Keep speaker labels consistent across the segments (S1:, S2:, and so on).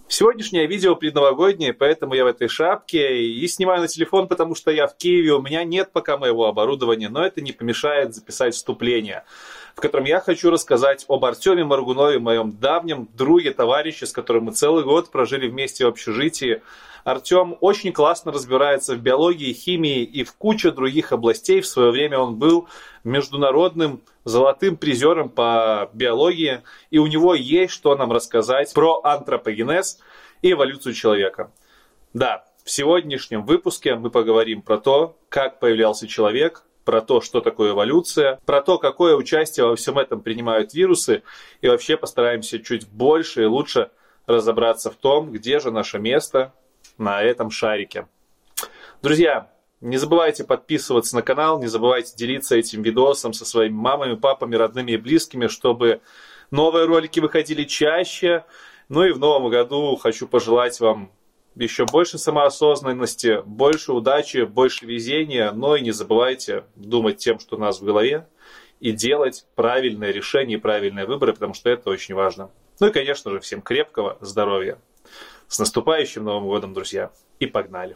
S1: Сегодняшнее видео предновогоднее, поэтому я в этой шапке и снимаю на телефон, потому что я в Киеве, у меня нет пока моего оборудования, но это не помешает записать вступление, в котором я хочу рассказать об Артеме Моргунове, моем давнем друге, товарище, с которым мы целый год прожили вместе в общежитии. Артем очень классно разбирается в биологии, химии и в куче других областей. В свое время он был международным золотым призером по биологии, и у него есть что нам рассказать про антропогенез и эволюцию человека. Да, в сегодняшнем выпуске мы поговорим про то, как появлялся человек, про то, что такое эволюция, про то, какое участие во всем этом принимают вирусы, и вообще постараемся чуть больше и лучше разобраться в том, где же наше место на этом шарике. Друзья, не забывайте подписываться на канал, не забывайте делиться этим видосом со своими мамами, папами, родными и близкими, чтобы новые ролики выходили чаще. Ну и в новом году хочу пожелать вам еще больше самоосознанности, больше удачи, больше везения. Но и не забывайте думать тем, что у нас в голове, и делать правильные решения и правильные выборы, потому что это очень важно. Ну и, конечно же, всем крепкого здоровья. С наступающим Новым годом, друзья. И погнали.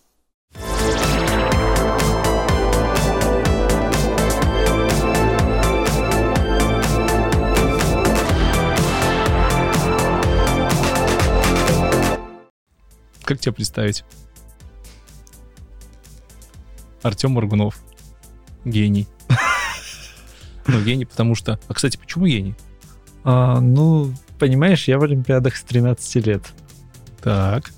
S2: Как тебя представить? Артем Моргунов. Гений. Ну, гений, потому что... А, кстати, почему гений?
S3: Понимаешь, я в Олимпиадах с 13 лет.
S2: Так.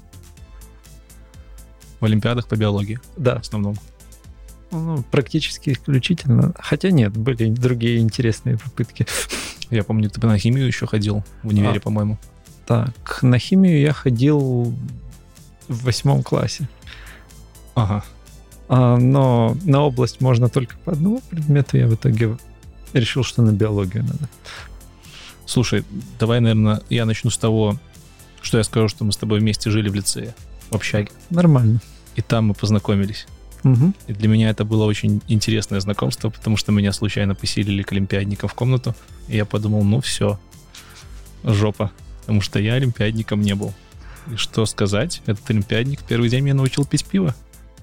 S2: В Олимпиадах по биологии?
S3: Да.
S2: В основном.
S3: Практически исключительно. Хотя нет, были другие интересные попытки.
S2: Я помню, ты на химию еще ходил в универе, по-моему.
S3: Так, на химию я ходил в 8 классе.
S2: Ага.
S3: Но на область можно только по одному предмету. Я в итоге решил, что на биологию надо.
S2: Слушай, давай, наверное, я начну с того, что я скажу, что мы с тобой вместе жили в лицее, в общаге.
S3: Нормально.
S2: И там мы познакомились.
S3: Угу.
S2: И для меня это было очень интересное знакомство, потому что меня случайно поселили к олимпиадникам в комнату. И я подумал, все, жопа. Потому что я олимпиадником не был. И что сказать, этот олимпиадник в первый день меня научил пить пиво.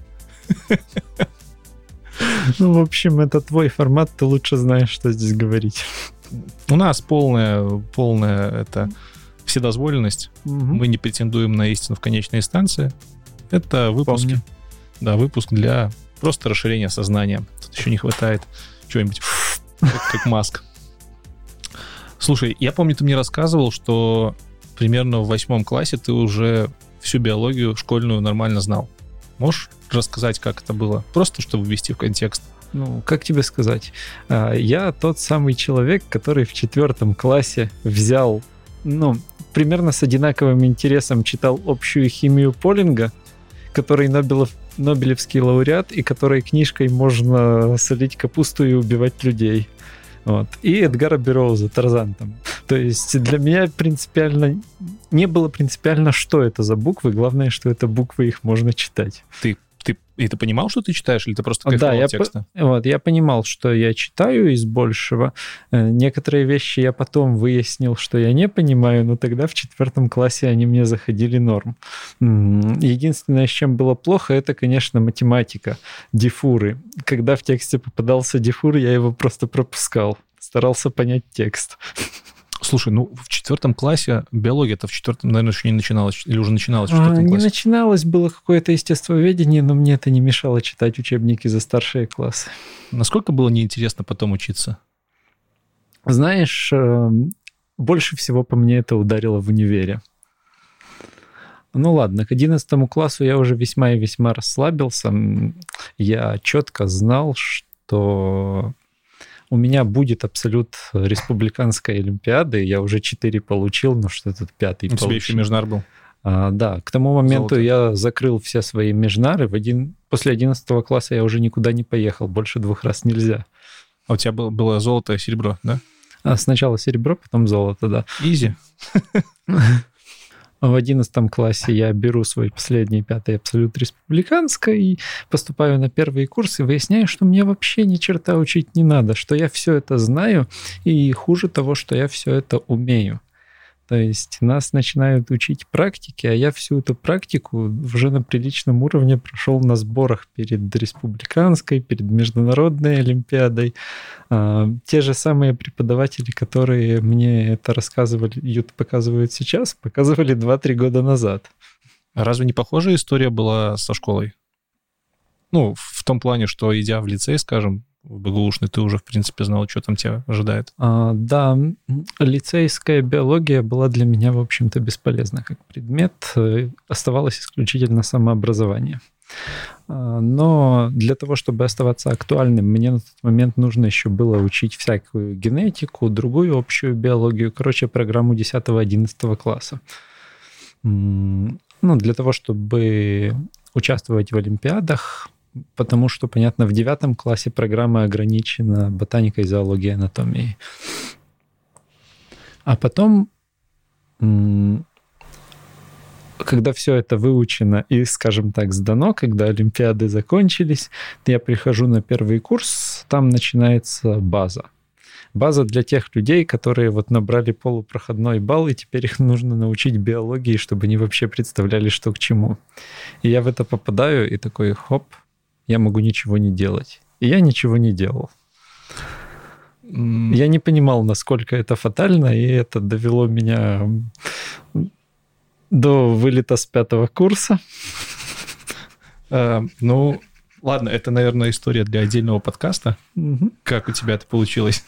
S3: В общем, это твой формат, ты лучше знаешь, что здесь говорить.
S2: У нас полная это вседозволенность.
S3: Угу.
S2: Мы не претендуем на истину в конечной инстанции. Это выпуски.
S3: Помню.
S2: Да, выпуск для просто расширения сознания. Тут еще не хватает чего-нибудь как Маск. Слушай, я помню, ты мне рассказывал, что примерно в 8 классе ты уже всю биологию школьную нормально знал. Можешь рассказать, как это было? Просто, чтобы ввести в контекст.
S3: Как тебе сказать? Я тот самый человек, который в 4 классе взял, примерно с одинаковым интересом читал общую химию Полинга, который Нобелевский лауреат, и которой книжкой можно солить капусту и убивать людей. И Эдгара Берроуза, Тарзан там. То есть для меня не было принципиально, что это за буквы. Главное, что это буквы, их можно читать.
S2: Ты понимал, что ты читаешь, или ты просто кайфовал от текста?
S3: Я понимал, что я читаю из большего. Некоторые вещи я потом выяснил, что я не понимаю, но тогда в 4 классе они мне заходили норм. Единственное, с чем было плохо, это, конечно, математика, дифуры. Когда в тексте попадался дифур, я его просто пропускал. Старался понять текст.
S2: Слушай, в 4 классе биология-то в 4, наверное, еще не начиналась, или уже начиналась в 4 классе?
S3: Не начиналось, было какое-то естествоведение, но мне это не мешало читать учебники за старшие классы.
S2: Насколько было неинтересно потом учиться?
S3: Знаешь, больше всего по мне это ударило в универе. Ладно, к 11 классу я уже весьма и весьма расслабился. Я четко знал, что у меня будет абсолют республиканской олимпиады. Я уже 4 получил, но что-то 5 получил.
S2: У тебя еще межнар был?
S3: Да, к тому моменту
S2: Золото.
S3: я закрыл все свои межнары. После 11 класса я уже никуда не поехал. Больше 2 раз нельзя.
S2: А у тебя было золото и серебро, да?
S3: Сначала серебро, потом золото, да.
S2: Изи.
S3: В 11 классе я беру свой последний 5-й абсолют республиканской, поступаю на 1 курс и выясняю, что мне вообще ни черта учить не надо, что я все это знаю, и хуже того, что я все это умею. То есть нас начинают учить практике, а я всю эту практику уже на приличном уровне прошел на сборах перед республиканской, перед международной олимпиадой. Те же самые преподаватели, которые мне это рассказывали, показывают сейчас, показывали 2-3 года назад.
S2: А разве не похожая история была со школой? Ну, в том плане, что, идя в лицей, скажем, в БГУшный, ты уже, в принципе, знал, что там тебя ожидает.
S3: Да, лицейская биология была для меня, в общем-то, бесполезна как предмет. Оставалось исключительно самообразование. Но для того, чтобы оставаться актуальным, мне на тот момент нужно еще было учить всякую генетику, другую общую биологию, короче, программу 10-11 класса. Для того, чтобы участвовать в олимпиадах, потому что, понятно, в 9 классе программа ограничена ботаникой, зоологией, анатомией. А потом, когда все это выучено и, скажем так, сдано, когда олимпиады закончились, я прихожу на первый курс, там начинается база. База для тех людей, которые вот набрали полупроходной балл, и теперь их нужно научить биологии, чтобы они вообще представляли, что к чему. И я в это попадаю, и такой, хоп, я могу ничего не делать. И я ничего не делал. Я не понимал, насколько это фатально, и это довело меня до вылета с 5 курса.
S2: Ладно, это, наверное, история для отдельного подкаста. Как у тебя это получилось?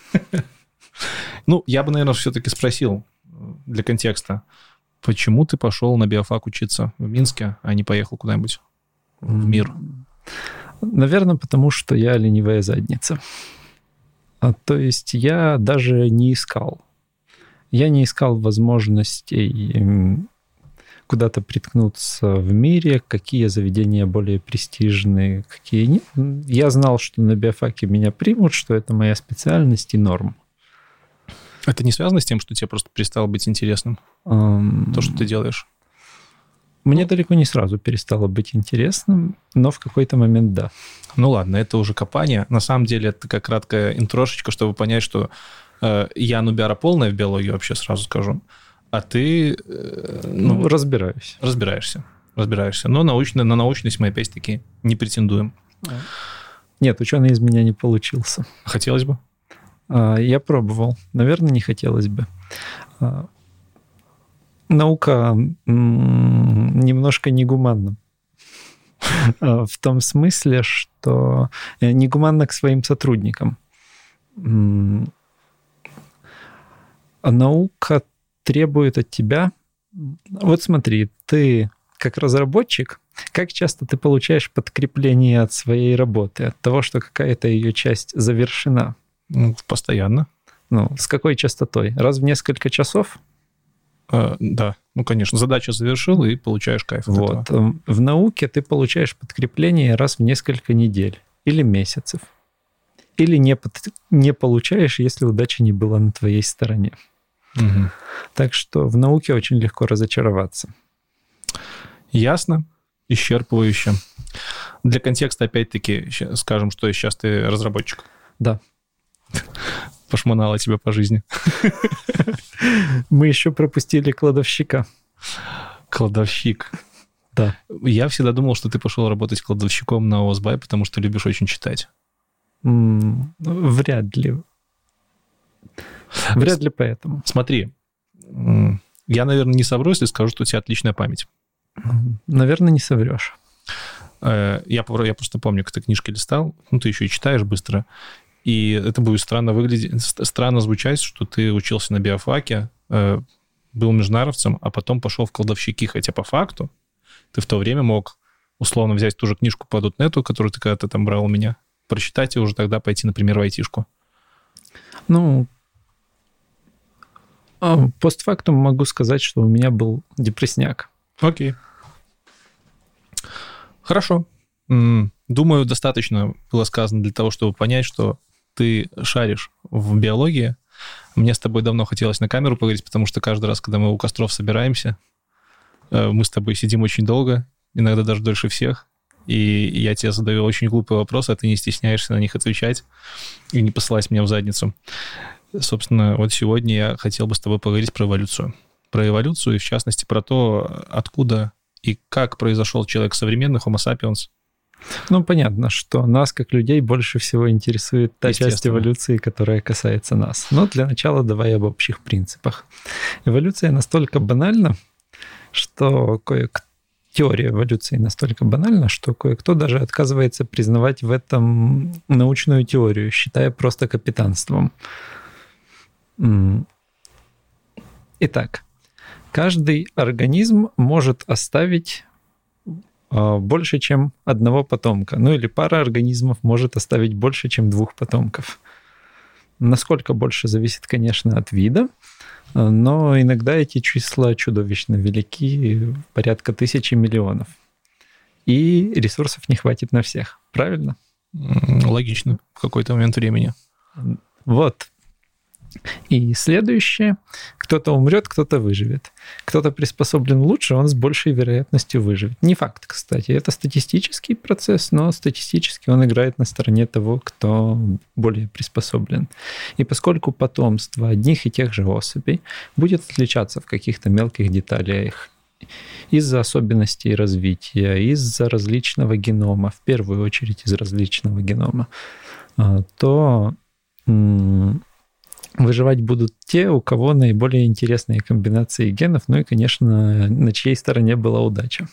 S2: Я бы, наверное, все-таки спросил для контекста, почему ты пошел на биофак учиться в Минске, а не поехал куда-нибудь в мир?
S3: Наверное, потому что я ленивая задница. То есть я даже не искал. Я не искал возможностей куда-то приткнуться в мире, какие заведения более престижные, какие нет. Я знал, что на биофаке меня примут, что это моя специальность и норм.
S2: Это не связано с тем, что тебе просто перестало быть интересным? То, что ты делаешь?
S3: Мне далеко не сразу перестало быть интересным, но в какой-то момент да.
S2: Ну ладно, это уже копание. На самом деле это такая краткая интрошечка, чтобы понять, что я нубяра полная в биологии, вообще сразу скажу. А ты...
S3: разбираюсь.
S2: Разбираешься. Но на научность мы опять-таки не претендуем.
S3: Нет, ученый из меня не получился.
S2: Хотелось бы?
S3: Я пробовал. Наверное, не хотелось бы. Наука немножко негуманна. В том смысле, что негуманна к своим сотрудникам. Наука требует от тебя... Вот смотри, ты как разработчик, как часто ты получаешь подкрепление от своей работы, от того, что какая-то ее часть завершена?
S2: Постоянно.
S3: С какой частотой? Раз в несколько часов?
S2: Да, конечно. Задачу завершил и получаешь кайф от этого.
S3: В науке ты получаешь подкрепление раз в несколько недель или месяцев. Или не получаешь, если удача не была на твоей стороне.
S2: Угу.
S3: Так что в науке очень легко разочароваться.
S2: Ясно, исчерпывающе. Для контекста, опять-таки, скажем, что сейчас ты разработчик.
S3: Да.
S2: Пошмонала тебя по жизни.
S3: Мы еще пропустили кладовщика.
S2: Кладовщик.
S3: Да.
S2: Я всегда думал, что ты пошел работать кладовщиком на ОСБАЙ, потому что любишь очень читать.
S3: Вряд ли. Вряд ли поэтому.
S2: Смотри, я, наверное, не совру, если скажу, что у тебя отличная память.
S3: Наверное, не соврешь.
S2: Я просто помню, как ты книжки листал, ты еще и читаешь быстро, и это будет странно звучать, что ты учился на биофаке, был межнаровцем, а потом пошел в кладовщики, хотя по факту ты в то время мог условно взять ту же книжку по .NET, которую ты когда-то там брал у меня, прочитать и уже тогда пойти, например, в айтишку.
S3: Постфактум могу сказать, что у меня был депрессняк.
S2: Окей. Хорошо. Думаю, достаточно было сказано для того, чтобы понять, что ты шаришь в биологии. Мне с тобой давно хотелось на камеру поговорить, потому что каждый раз, когда мы у костров собираемся, мы с тобой сидим очень долго, иногда даже дольше всех, и я тебе задаю очень глупые вопросы, а ты не стесняешься на них отвечать и не посылать меня в задницу. Собственно, вот сегодня я хотел бы с тобой поговорить про эволюцию. про эволюцию, и в частности про то, откуда и как произошел человек современный, Homo sapiens.
S3: Ну, понятно, что нас, как людей, больше всего интересует та часть эволюции, которая касается нас. Но для начала давай об общих принципах. Эволюция настолько банальна, что теория эволюции настолько банальна, что кое-кто даже отказывается признавать в этом научную теорию, считая просто капитанством. Итак, каждый организм может оставить больше, чем одного потомка. Ну или пара организмов может оставить больше, чем 2 потомков. Насколько больше зависит, конечно, от вида, но иногда эти числа чудовищно велики, порядка 1000 миллионов. И ресурсов не хватит на всех. Правильно?
S2: Логично. В какой-то момент времени.
S3: Вот. И следующее. Кто-то умрет, кто-то выживет. Кто-то приспособлен лучше, он с большей вероятностью выживет. Не факт, кстати. Это статистический процесс, но статистически он играет на стороне того, кто более приспособлен. И поскольку потомство одних и тех же особей будет отличаться в каких-то мелких деталях из-за особенностей развития, из-за различного генома, в первую очередь из различного генома, то выживать будут те, у кого наиболее интересные комбинации генов, ну и, конечно, на чьей стороне была удача.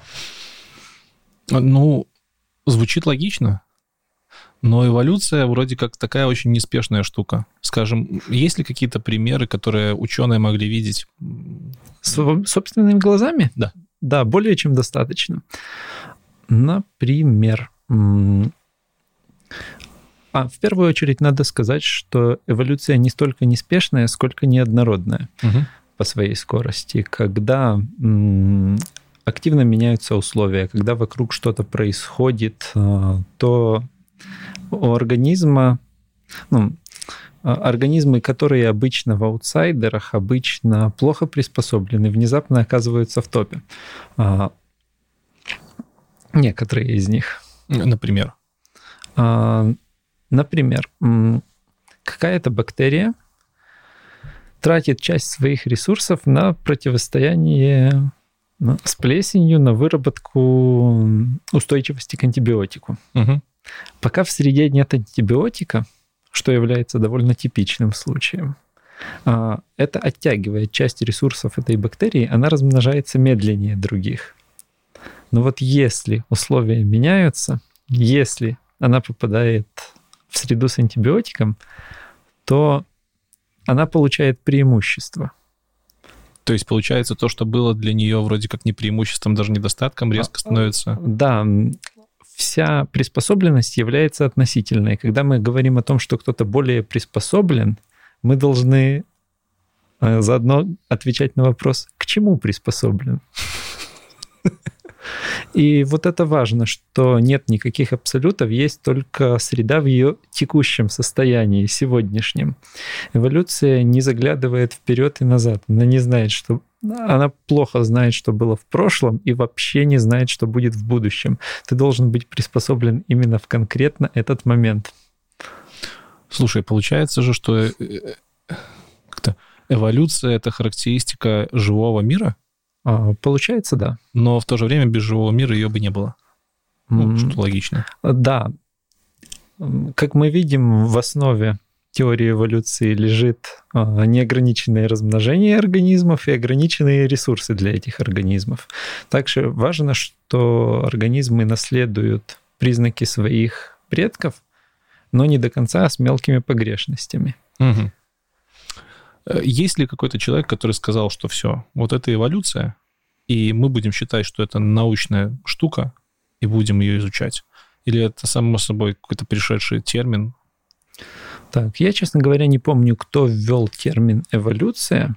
S2: Ну, звучит логично, но эволюция вроде как такая очень неспешная штука. Скажем, есть ли какие-то примеры, которые ученые могли видеть?
S3: Собственными глазами?
S2: Да.
S3: Да, более чем достаточно. Например, в первую очередь надо сказать, что эволюция не столько неспешная, сколько неоднородная по своей скорости. Когда активно меняются условия, когда вокруг что-то происходит, то у организма, организмы, которые обычно в аутсайдерах, обычно плохо приспособлены, внезапно оказываются в топе. Некоторые из них.
S2: Например?
S3: Например, какая-то бактерия тратит часть своих ресурсов на противостояние с плесенью, на выработку устойчивости к антибиотику. Пока в среде нет антибиотика, что является довольно типичным случаем, это оттягивает часть ресурсов этой бактерии, она размножается медленнее других. Но вот если условия меняются, если она попадает в среду с антибиотиком, то она получает преимущество.
S2: То есть, получается, то, что было для нее вроде как не преимуществом, даже недостатком, резко становится...
S3: Да, вся приспособленность является относительной. Когда мы говорим о том, что кто-то более приспособлен, мы должны заодно отвечать на вопрос, к чему приспособлен. И вот это важно, что нет никаких абсолютов, есть только среда в ее текущем состоянии, сегодняшнем. Эволюция не заглядывает вперед и назад. Она не знает, что... Она плохо знает, что было в прошлом, и вообще не знает, что будет в будущем. Ты должен быть приспособлен именно в конкретно этот момент.
S2: Слушай, получается же, что эволюция — это характеристика живого мира?
S3: Получается, да.
S2: Но в то же время без живого мира ее бы не было. Что логично.
S3: Да. Как мы видим, в основе теории эволюции лежит неограниченное размножение организмов и ограниченные ресурсы для этих организмов. Также важно, что организмы наследуют признаки своих предков, но не до конца, а с мелкими погрешностями.
S2: Угу. Есть ли какой-то человек, который сказал, что все, вот это эволюция, и мы будем считать, что это научная штука, и будем ее изучать? Или это, само собой, какой-то пришедший термин?
S3: Так, я, честно говоря, не помню, кто ввел термин «эволюция»,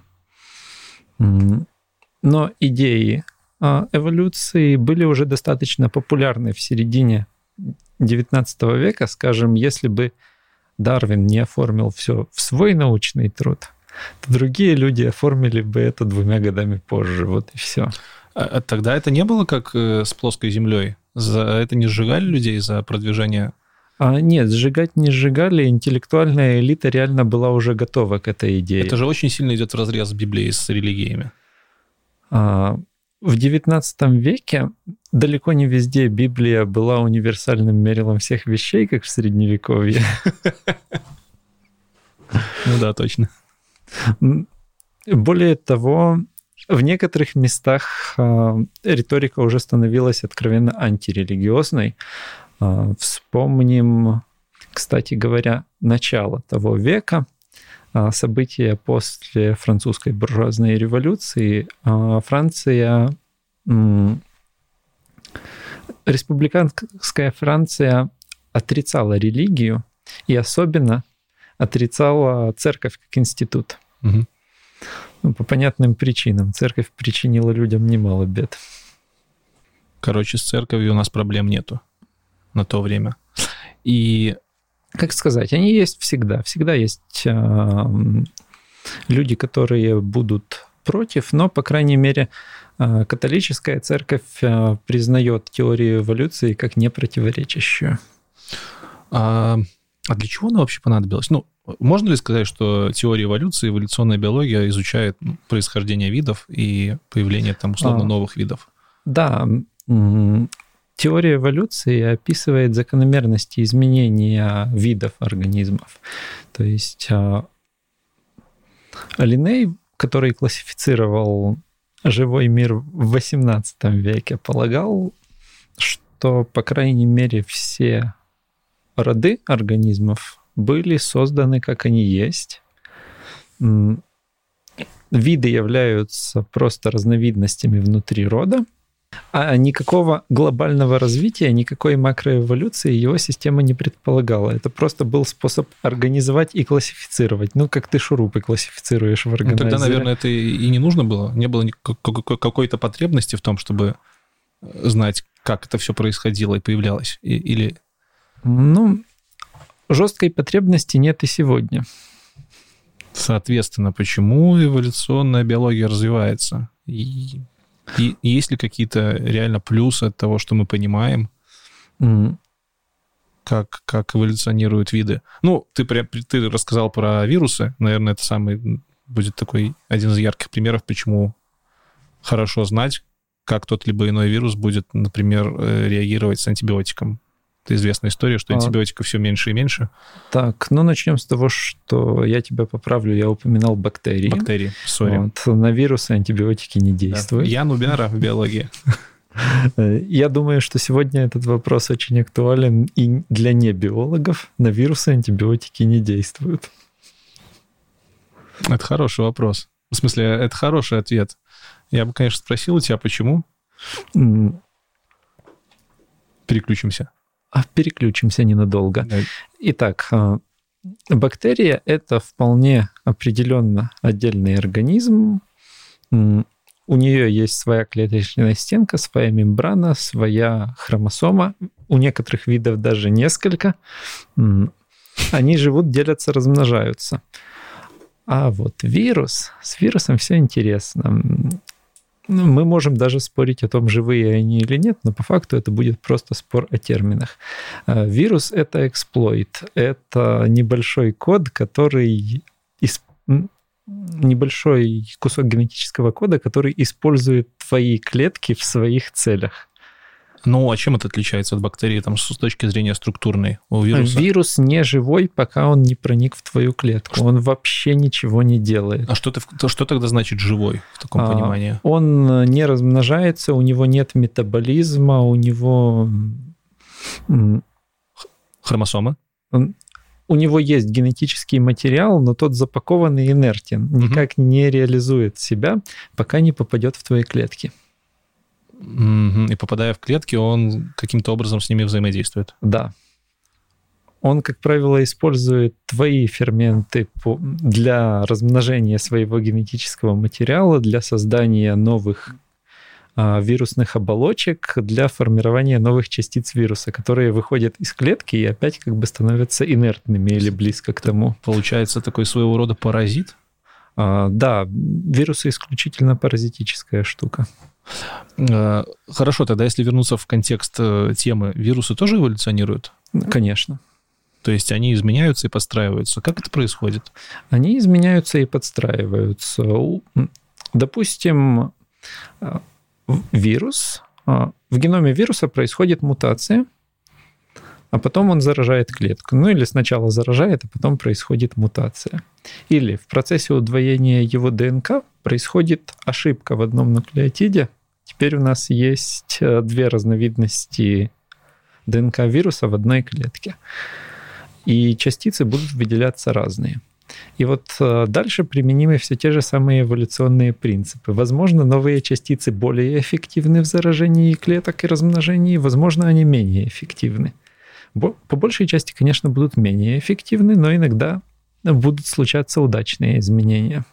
S3: но идеи эволюции были уже достаточно популярны в середине XIX века. Скажем, если бы Дарвин не оформил все в свой научный труд, то другие люди оформили бы это 2 годами позже. Вот и все.
S2: А тогда это не было как с плоской землей? За это не сжигали людей за продвижение
S3: Нет, сжигать не сжигали, интеллектуальная элита реально была уже готова к этой идее.
S2: Это же очень сильно идет вразрез с Библией, с религиями.
S3: В XIX веке далеко не везде Библия была универсальным мерилом всех вещей, как в Средневековье.
S2: Ну да, точно.
S3: Более того, в некоторых местах риторика уже становилась откровенно антирелигиозной. Вспомним, кстати говоря, начало того века, события после французской буржуазной революции. Франция, республиканская Франция отрицала религию и особенно отрицала церковь как институт.
S2: Угу.
S3: Ну, по понятным причинам. Церковь причинила людям немало бед.
S2: Короче, с церковью у нас проблем нету на то время. И,
S3: как сказать, они есть всегда. Всегда есть люди, которые будут против, но, по крайней мере, католическая церковь признает теорию эволюции как непротиворечащую.
S2: А для чего она вообще понадобилась? Ну, можно ли сказать, что теория эволюции, эволюционная биология изучает происхождение видов и появление там условно новых видов?
S3: Да, теория эволюции описывает закономерности изменения видов организмов. То есть Линней, который классифицировал живой мир в XVIII веке, полагал, что, по крайней мере, все роды организмов были созданы, как они есть. Виды являются просто разновидностями внутри рода, а никакого глобального развития, никакой макроэволюции его система не предполагала. Это просто был способ организовать и классифицировать. Ну, как ты шурупы классифицируешь в органайзере.
S2: Ну, тогда, наверное, это и не нужно было. Не было какой-то потребности в том, чтобы знать, как это все происходило и появлялось. Или...
S3: Ну, жесткой потребности нет и сегодня.
S2: Соответственно, почему эволюционная биология развивается? И есть ли какие-то реально плюсы от того, что мы понимаем, как эволюционируют виды? Ну, ты рассказал про вирусы. Наверное, это самый будет такой один из ярких примеров, почему хорошо знать, как тот либо иной вирус будет, например, реагировать с антибиотиком. Это известная история, что антибиотиков все меньше и меньше.
S3: Так, ну начнем с того, что я тебя поправлю. Я упоминал бактерии.
S2: Бактерии, сори.
S3: Вот. На вирусы антибиотики не действуют.
S2: Да. Я нубяра в биологии.
S3: Я думаю, что сегодня этот вопрос очень актуален и для небиологов. На вирусы антибиотики не действуют.
S2: Это хороший вопрос. В смысле, это хороший ответ. Я бы, конечно, спросил у тебя, почему. Переключимся.
S3: Переключимся ненадолго.
S2: Да.
S3: Итак, бактерия – это вполне определенно отдельный организм. У нее есть своя клеточная стенка, своя мембрана, своя хромосома. У некоторых видов даже несколько. Они живут, делятся, размножаются. А вот вирус, с вирусом все интересно. Мы можем даже спорить о том, живые они или нет, но по факту это будет просто спор о терминах. Вирус — это эксплойт, это небольшой код, который... небольшой кусок генетического кода, который использует твои клетки в своих целях.
S2: Ну, а чем это отличается от бактерии там, с точки зрения структурной у вируса?
S3: Вирус не живой, пока он не проник в твою клетку. Он вообще ничего не делает.
S2: А что тогда значит живой в таком понимании?
S3: Он не размножается, у него нет метаболизма, у него...
S2: Хромосомы?
S3: У него есть генетический материал, но тот запакован и инертен. Никак не реализует себя, пока не попадет в твои клетки.
S2: И попадая в клетки, он каким-то образом с ними взаимодействует.
S3: Да. Он, как правило, использует твои ферменты для размножения своего генетического материала, для создания новых вирусных оболочек, для формирования новых частиц вируса, которые выходят из клетки и опять как бы становятся инертными или близко к тому.
S2: Получается такой своего рода паразит?
S3: Да, вирусы исключительно паразитическая штука.
S2: Хорошо, тогда если вернуться в контекст темы, вирусы тоже эволюционируют?
S3: Конечно.
S2: То есть они изменяются и подстраиваются. Как это происходит?
S3: Они изменяются и подстраиваются. Допустим, вирус. В геноме вируса происходит мутация, а потом он заражает клетку. Ну или сначала заражает, а потом происходит мутация. Или в процессе удвоения его ДНК происходит ошибка в одном нуклеотиде. Теперь у нас есть две разновидности ДНК вируса в одной клетке. И частицы будут выделяться разные. И вот дальше применимы все те же самые эволюционные принципы. Возможно, новые частицы более эффективны в заражении клеток и размножении, возможно, они менее эффективны. По большей части, конечно, будут менее эффективны, но иногда будут случаться удачные изменения.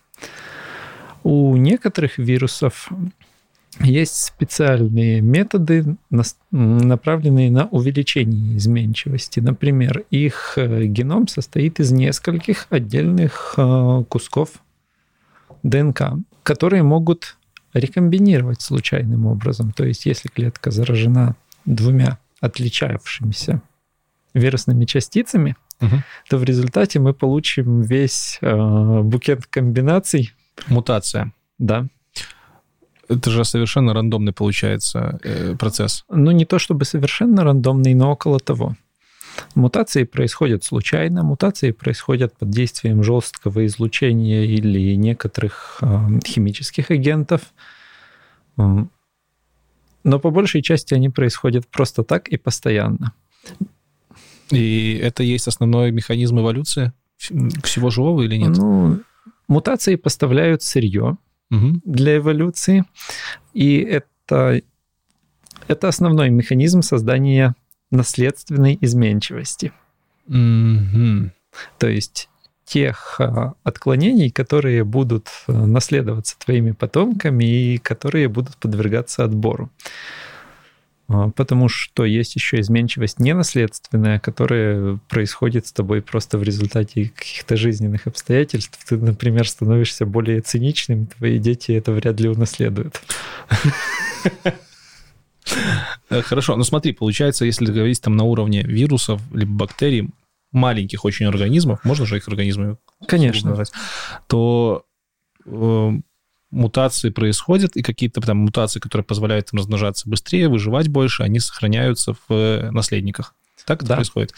S3: У некоторых вирусов есть специальные методы, направленные на увеличение изменчивости. Например, их геном состоит из нескольких отдельных кусков ДНК, которые могут рекомбинировать случайным образом. То есть, если клетка заражена двумя отличавшимися вирусными частицами, то в результате мы получим весь букет комбинаций.
S2: Мутация.
S3: Да.
S2: Это же совершенно рандомный получается процесс.
S3: Ну, не то чтобы совершенно рандомный, но около того. Мутации происходят случайно, мутации происходят под действием жесткого излучения или некоторых химических агентов. Но по большей части они происходят просто так и постоянно.
S2: И это есть основной механизм эволюции всего живого или нет?
S3: Ну, мутации поставляют сырье для эволюции, и это основной механизм создания наследственной изменчивости. То есть тех отклонений, которые будут наследоваться твоими потомками и которые будут подвергаться отбору. Потому что есть еще изменчивость ненаследственная, которая происходит с тобой просто в результате каких-то жизненных обстоятельств. Ты, например, становишься более циничным, твои дети это вряд ли унаследуют.
S2: Хорошо, ну смотри, получается, если говорить там на уровне вирусов либо бактерий, маленьких очень организмов, можно же их организмами,
S3: конечно,
S2: назвать, то мутации происходят, и какие-то там мутации, которые позволяют им размножаться быстрее, выживать больше, они сохраняются в наследниках. Так это происходит.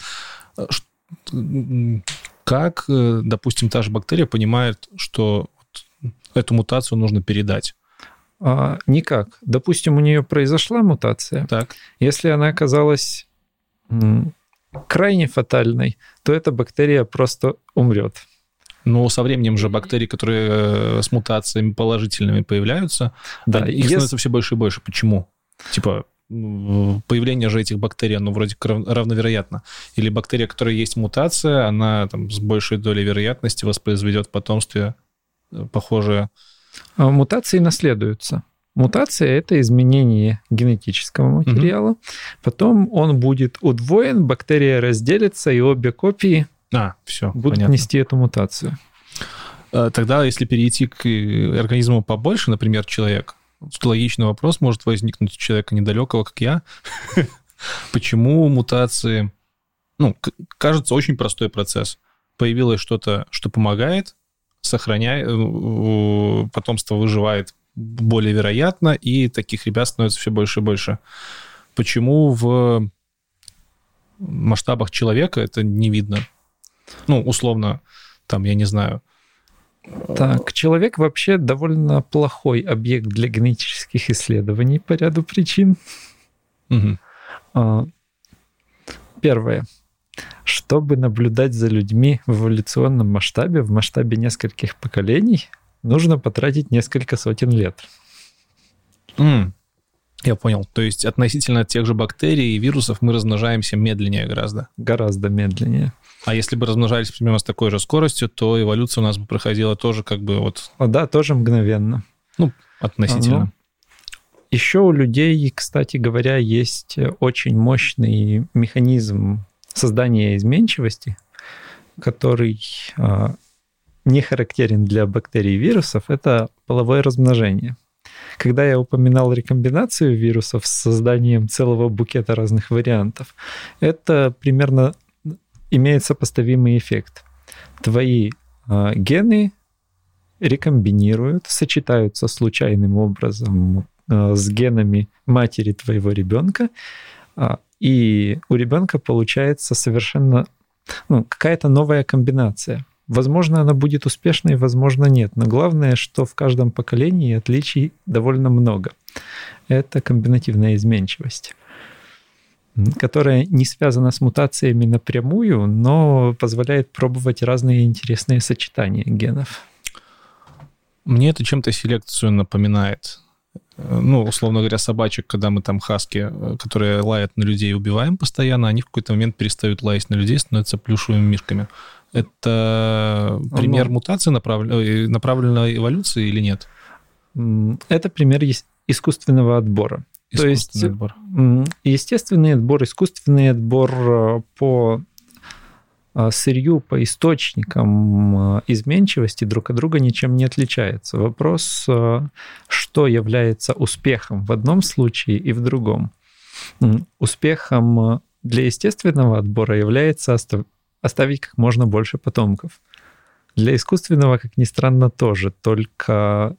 S2: Как, допустим, та же бактерия понимает, что эту мутацию нужно передать?
S3: Никак. Допустим, у нее произошла мутация.
S2: Так.
S3: Если она оказалась крайне фатальной, то эта бактерия просто умрет.
S2: Но со временем же бактерии, которые с мутациями положительными появляются, да, их становится все больше и больше. Почему? Типа, появление же этих бактерий, оно вроде равновероятно. Или бактерия, у которой есть мутация, она там с большей долей вероятности воспроизведет в потомстве похожее.
S3: Мутации наследуются. Мутация — это изменение генетического материала. Потом он будет удвоен, бактерия разделится, и обе копии
S2: все,
S3: будут
S2: понятно.
S3: нести эту мутацию.
S2: Тогда, если перейти к организму побольше, например, человек, логичный вопрос может возникнуть у человека недалекого, как я. Почему мутации... кажется, очень простой процесс. Появилось что-то, что помогает, сохраняет, потомство выживает более вероятно, и таких ребят становится все больше и больше. Почему в масштабах человека это не видно? Условно, там, я не знаю.
S3: Так, человек вообще довольно плохой объект для генетических исследований по ряду причин. Первое. Чтобы наблюдать за людьми в эволюционном масштабе, в масштабе нескольких поколений, нужно потратить несколько сотен лет.
S2: Я понял. То есть относительно тех же бактерий и вирусов мы размножаемся медленнее гораздо.
S3: Гораздо медленнее.
S2: А если бы размножались примерно с такой же скоростью, то эволюция у нас бы проходила тоже как бы вот...
S3: Да, тоже мгновенно.
S2: Относительно.
S3: Еще у людей, кстати говоря, есть очень мощный механизм создания изменчивости, который не характерен для бактерий и вирусов, это половое размножение. Когда я упоминал рекомбинацию вирусов с созданием целого букета разных вариантов, это примерно имеет сопоставимый эффект. Твои гены рекомбинируют, сочетаются случайным образом с генами матери твоего ребенка, и у ребенка получается совершенно какая-то новая комбинация. Возможно, она будет успешной, возможно, нет. Но главное, что в каждом поколении отличий довольно много. Это комбинативная изменчивость, которая не связана с мутациями напрямую, но позволяет пробовать разные интересные сочетания генов.
S2: Мне это чем-то селекцию напоминает. Условно говоря, собачек, когда мы там хаски, которые лают на людей, убиваем постоянно, они в какой-то момент перестают лаять на людей, становятся плюшевыми мишками. Это пример мутации, направленной эволюции или нет?
S3: Это пример искусственного отбора.
S2: Искусственный отбор.
S3: Естественный отбор, искусственный отбор по сырью, по источникам изменчивости друг от друга ничем не отличается. Вопрос, что является успехом в одном случае и в другом. Успехом для естественного отбора является оставить как можно больше потомков. Для искусственного, как ни странно, тоже, только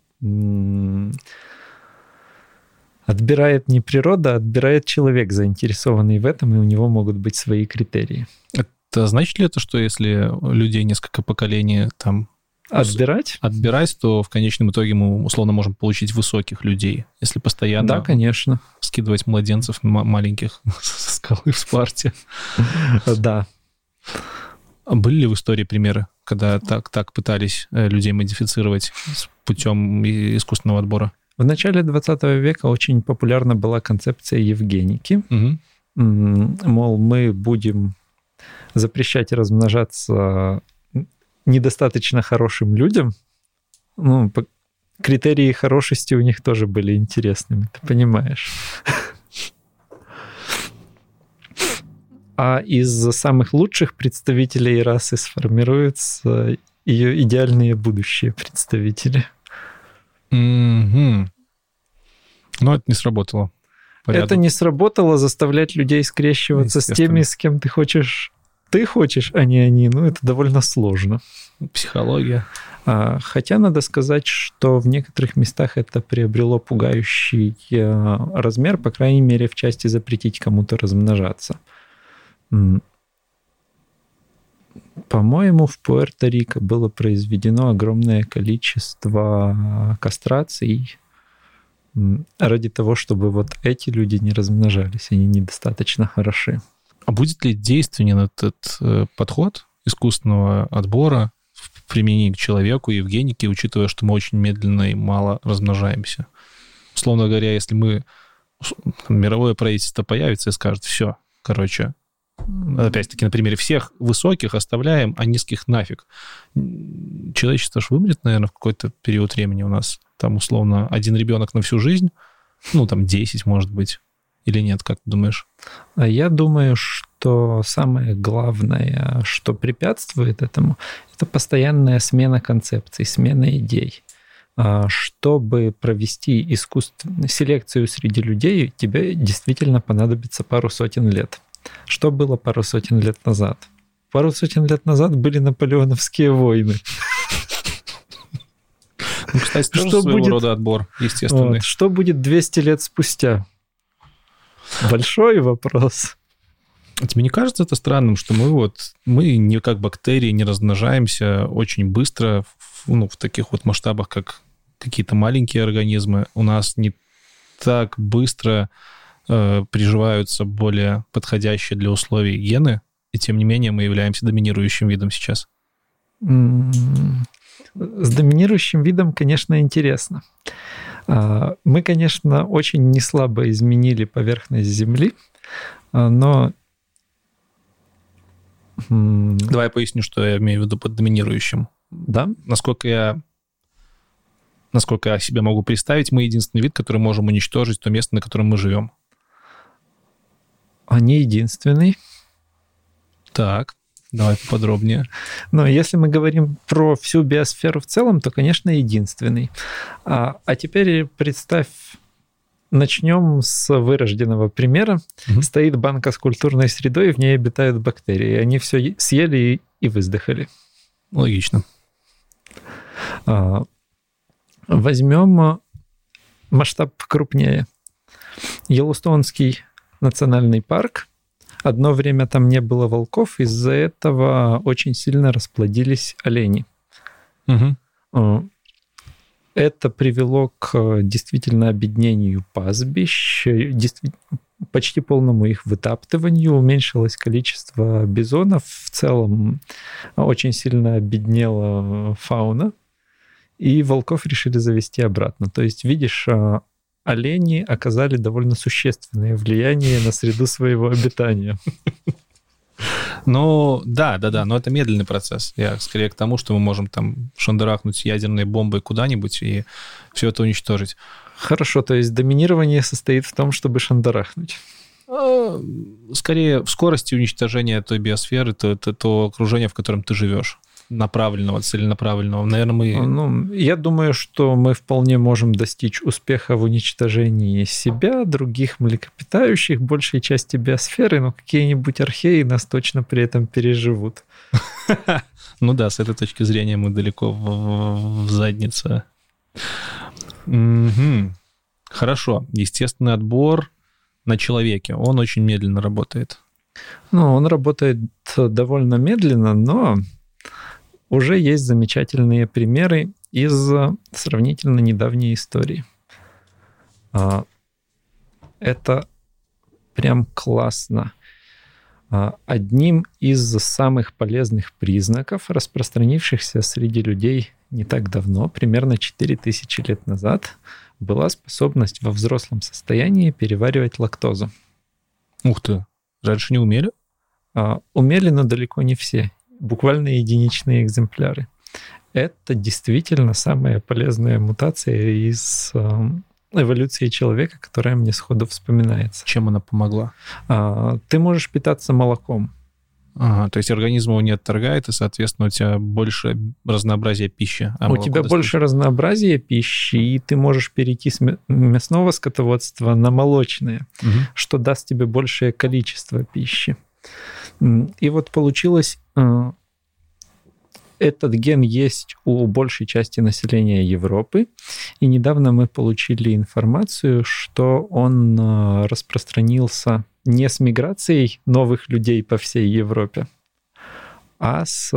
S3: отбирает не природа, а отбирает человек, заинтересованный в этом, и у него могут быть свои критерии.
S2: Это значит ли это, что если людей несколько поколений там отбирать, то в конечном итоге мы условно можем получить высоких людей, если постоянно
S3: да, конечно.
S2: Скидывать младенцев маленьких со скалы в Спарте?
S3: Да.
S2: Были ли в истории примеры, когда так пытались людей модифицировать путем искусственного отбора?
S3: В начале 20 века очень популярна была концепция евгеники.
S2: Угу.
S3: Мол, мы будем запрещать размножаться недостаточно хорошим людям. Критерии хорошести у них тоже были интересными, ты понимаешь. А из самых лучших представителей расы сформируются ее идеальные будущие представители.
S2: Mm-hmm. Но это не сработало.
S3: Это не сработало, заставлять людей скрещиваться с теми, с кем ты хочешь, а не они. Это довольно сложно.
S2: Психология.
S3: Хотя надо сказать, что в некоторых местах это приобрело пугающий размер, по крайней мере, в части запретить кому-то размножаться. По-моему, в Пуэрто-Рико было произведено огромное количество кастраций ради того, чтобы вот эти люди не размножались, они недостаточно хороши.
S2: А будет ли действенен этот подход искусственного отбора в применении к человеку, евгеники, учитывая, что мы очень медленно и мало размножаемся? Условно говоря, если мировое правительство появится и скажет, все, опять-таки на примере всех высоких оставляем, а низких нафиг. Человечество ж вымрет, наверное, в какой-то период времени у нас. Там, условно, один ребенок на всю жизнь, 10, может быть, или нет, как ты думаешь?
S3: Я думаю, что самое главное, что препятствует этому, это постоянная смена концепций, смена идей. Чтобы провести селекцию среди людей, тебе действительно понадобится пару сотен лет. Что было пару сотен лет назад? Пару сотен лет назад были наполеоновские войны.
S2: Кстати, тоже своего рода отбор, естественный.
S3: Что будет 200 лет спустя? Большой вопрос.
S2: Тебе не кажется это странным, что мы не как бактерии не размножаемся очень быстро в таких вот масштабах, как какие-то маленькие организмы? У нас не так быстро приживаются более подходящие для условий гены, и тем не менее мы являемся доминирующим видом сейчас.
S3: С доминирующим видом, конечно, интересно. Мы, конечно, очень неслабо изменили поверхность Земли, но...
S2: Давай я поясню, что я имею в виду под доминирующим.
S3: Да?
S2: Насколько я себе могу представить, мы единственный вид, который можем уничтожить то место, на котором мы живем.
S3: А не единственный.
S2: Так. Давай поподробнее.
S3: Но если мы говорим про всю биосферу в целом, то, конечно, единственный. А теперь представь, начнем с вырожденного примера. Стоит банка с культурной средой, и в ней обитают бактерии. Они все съели и выздохали.
S2: Логично.
S3: Возьмем масштаб крупнее. Йеллоустонский национальный парк. Одно время там не было волков, из-за этого очень сильно расплодились олени. Это привело к действительно обеднению пастбищ, почти полному их вытаптыванию, уменьшилось количество бизонов, в целом очень сильно обеднела фауна, и волков решили завести обратно. То есть, видишь, олени оказали довольно существенное влияние на среду своего обитания.
S2: Ну, да, но это медленный процесс. Я скорее к тому, что мы можем там шандарахнуть ядерной бомбой куда-нибудь и все это уничтожить.
S3: Хорошо, то есть доминирование состоит в том, чтобы шандарахнуть.
S2: Скорее в скорости уничтожения той биосферы, то окружение, в котором ты живешь. Направленного, целенаправленного. Наверное,
S3: я думаю, что мы вполне можем достичь успеха в уничтожении себя, других млекопитающих, большей части биосферы, но какие-нибудь археи нас точно при этом переживут.
S2: Ну да, с этой точки зрения мы далеко в заднице. Хорошо. Естественный отбор на человеке. Он очень медленно работает.
S3: Он работает довольно медленно, но уже есть замечательные примеры из сравнительно недавней истории. Это прям классно. Одним из самых полезных признаков, распространившихся среди людей не так давно, примерно 4000 лет назад, была способность во взрослом состоянии переваривать лактозу.
S2: Ух ты! Раньше не умели?
S3: Умели, но далеко не все. Буквально единичные экземпляры. Это действительно самая полезная мутация из эволюции человека, которая мне сходу вспоминается.
S2: Чем она помогла?
S3: Ты можешь питаться молоком.
S2: Ага, то есть организм его не отторгает, и, соответственно, у тебя больше разнообразия пищи.
S3: У тебя больше разнообразия пищи, и ты можешь перейти с мясного скотоводства на молочное, что даст тебе большее количество пищи. И вот получилось, этот ген есть у большей части населения Европы, и недавно мы получили информацию, что он распространился не с миграцией новых людей по всей Европе, а с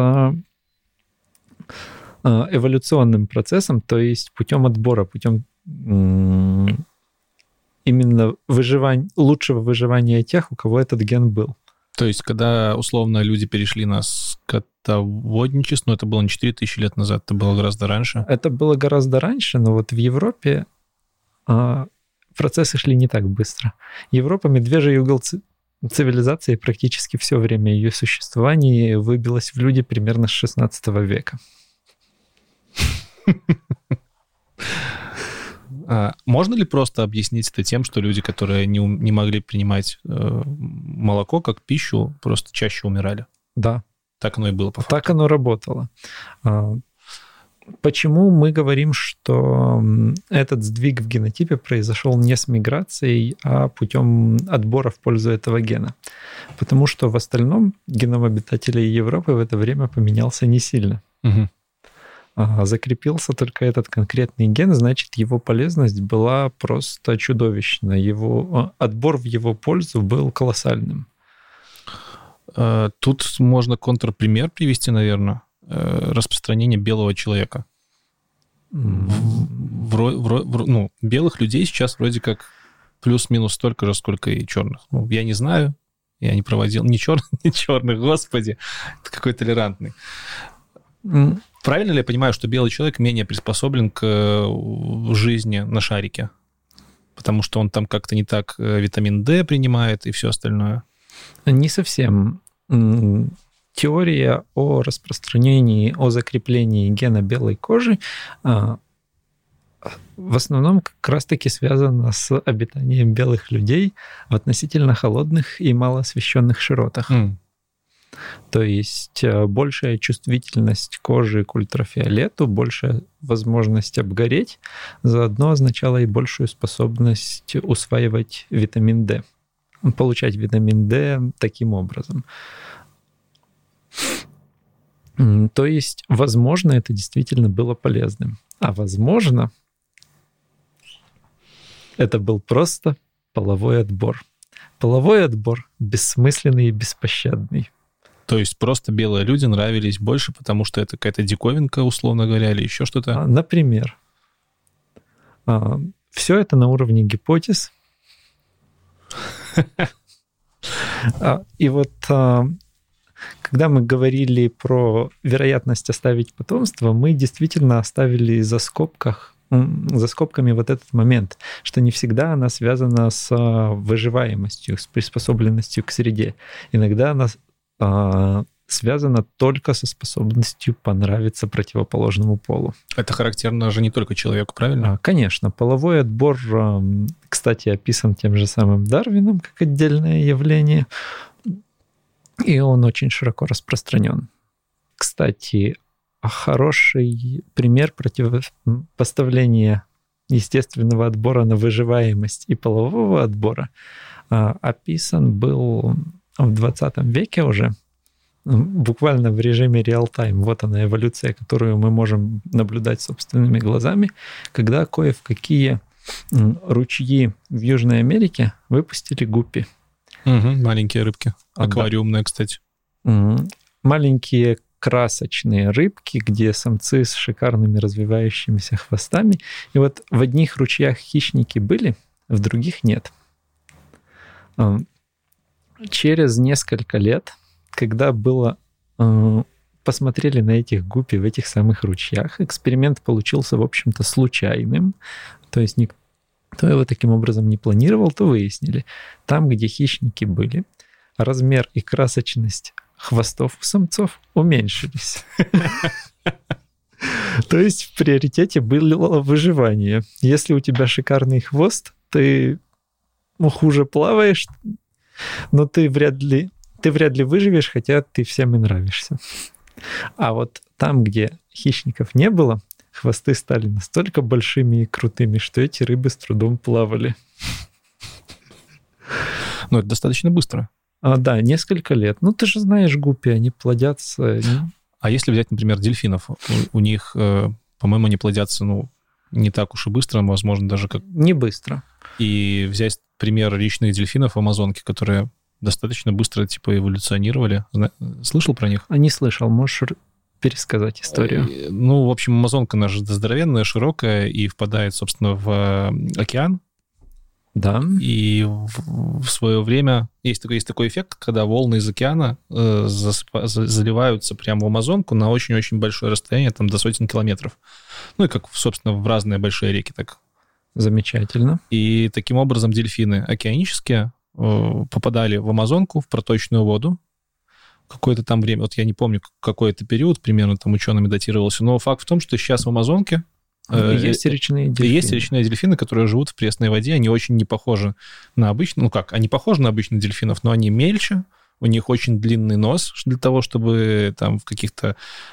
S3: эволюционным процессом, то есть путем отбора, путем именно лучшего выживания тех, у кого этот ген был.
S2: То есть, когда, условно, люди перешли на скотоводничество, это было не 4000 лет назад, это было гораздо раньше?
S3: Это было гораздо раньше, но вот в Европе процессы шли не так быстро. Европа, медвежий угол цивилизации, практически все время ее существования выбилась в люди примерно с 16 века.
S2: Можно ли просто объяснить это тем, что люди, которые не могли принимать молоко как пищу, просто чаще умирали?
S3: Да.
S2: Так оно и было, по факту.
S3: Так оно работало. Почему мы говорим, что этот сдвиг в генотипе произошел не с миграцией, а путем отбора в пользу этого гена? Потому что в остальном геном обитателей Европы в это время поменялся не сильно. Закрепился только этот конкретный ген, значит, его полезность была просто чудовищна. Отбор в его пользу был колоссальным.
S2: Тут можно контрпример привести, наверное. Распространение белого человека. Белых людей сейчас вроде как плюс-минус столько же, сколько и черных. Я не знаю, я не проводил ни черных, господи, это какой толерантный. Правильно ли я понимаю, что белый человек менее приспособлен к жизни на шарике? Потому что он там как-то не так витамин D принимает и все остальное?
S3: Не совсем. Теория о распространении, о закреплении гена белой кожи в основном как раз-таки связана с обитанием белых людей в относительно холодных и малоосвещенных широтах. То есть большая чувствительность кожи к ультрафиолету, большая возможность обгореть, заодно означало и большую способность усваивать витамин D, получать витамин D таким образом. То есть, возможно, это действительно было полезным. А возможно, это был просто половой отбор. Половой отбор бессмысленный и беспощадный.
S2: То есть просто белые люди нравились больше, потому что это какая-то диковинка, условно говоря, или еще что-то?
S3: Например. Все это на уровне гипотез. И вот когда мы говорили про вероятность оставить потомство, мы действительно оставили за скобками вот этот момент, что не всегда она связана с выживаемостью, с приспособленностью к среде. Иногда она связана только со способностью понравиться противоположному полу.
S2: Это характерно же не только человеку, правильно?
S3: Конечно. Половой отбор, кстати, описан тем же самым Дарвином как отдельное явление, и он очень широко распространен. Кстати, хороший пример противопоставления естественного отбора на выживаемость и полового отбора описан был в 20 веке уже, буквально в режиме реал-тайм. Вот она, эволюция, которую мы можем наблюдать собственными глазами, когда кое в какие ручьи в Южной Америке выпустили гуппи.
S2: Маленькие рыбки. Аквариумные, кстати.
S3: Маленькие красочные рыбки, где самцы с шикарными развивающимися хвостами. И вот в одних ручьях хищники были, в других нет. Через несколько лет, когда посмотрели на этих гуппи в этих самых ручьях, эксперимент получился, в общем-то, случайным. То есть никто его таким образом не планировал, то выяснили. Там, где хищники были, размер и красочность хвостов у самцов уменьшились. То есть в приоритете было выживание. Если у тебя шикарный хвост, ты хуже плаваешь, но ты вряд ли выживешь, хотя ты всем и нравишься. А вот там, где хищников не было, хвосты стали настолько большими и крутыми, что эти рыбы с трудом плавали.
S2: Ну, это достаточно быстро.
S3: Да, несколько лет. Ну, ты же знаешь, гуппи, они плодятся.
S2: А если взять, например, дельфинов, у них, по-моему, они плодятся, не так уж и быстро, возможно, даже как...
S3: Не быстро.
S2: И взять пример речных дельфинов в Амазонке, которые достаточно быстро, эволюционировали. Слышал про них?
S3: Не слышал. Можешь пересказать историю?
S2: В общем, Амазонка наша здоровенная, широкая и впадает, собственно, в океан.
S3: Да.
S2: И в свое время есть такой эффект, когда волны из океана заливаются прямо в Амазонку на очень-очень большое расстояние, там до сотен километров. И как, собственно, в разные большие реки так.
S3: Замечательно.
S2: И таким образом дельфины океанические попадали в Амазонку, в проточную воду. Какое-то там время, вот я не помню, какой это период примерно там учеными датировался, но факт в том, что сейчас в Амазонке
S3: есть речные дельфины.
S2: Есть речные дельфины, которые живут в пресной воде, они очень не похожи на обычных, они похожи на обычных дельфинов, но они мельче, у них очень длинный нос для того, чтобы там в каких-то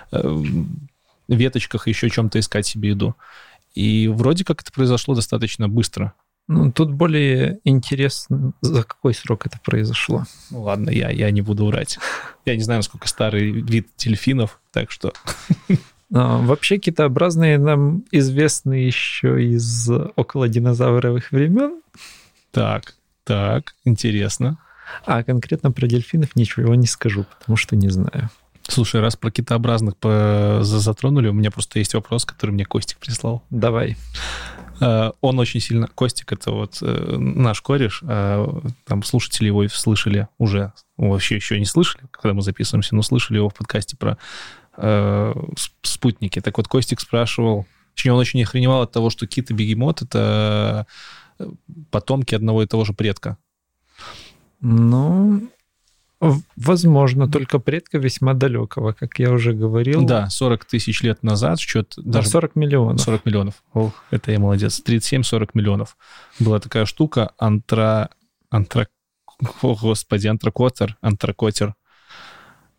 S2: веточках еще чем-то искать себе еду. И вроде как это произошло достаточно быстро.
S3: Тут более интересно, за какой срок это произошло.
S2: Ладно, я не буду врать. Я не знаю, насколько старый вид дельфинов, так что...
S3: Вообще китообразные нам известны еще из околодинозавровых времен.
S2: Так, интересно.
S3: А конкретно про дельфинов ничего не скажу, потому что не знаю.
S2: Слушай, раз про китообразных затронули, у меня просто есть вопрос, который мне Костик прислал.
S3: Давай.
S2: Он очень сильно... Костик — это вот наш кореш, там слушатели его слышали уже, вообще еще не слышали, когда мы записываемся, но слышали его в подкасте про спутники. Так вот, Костик спрашивал, точнее, он очень охреневал от того, что кит и бегемот — это потомки одного и того же предка.
S3: Возможно, только предка весьма далекого, как я уже говорил.
S2: Да, 40 тысяч лет назад, что-то даже...
S3: 40 миллионов.
S2: 40 миллионов. Ох, это я молодец. 37-40 миллионов. Была такая штука, антракотер.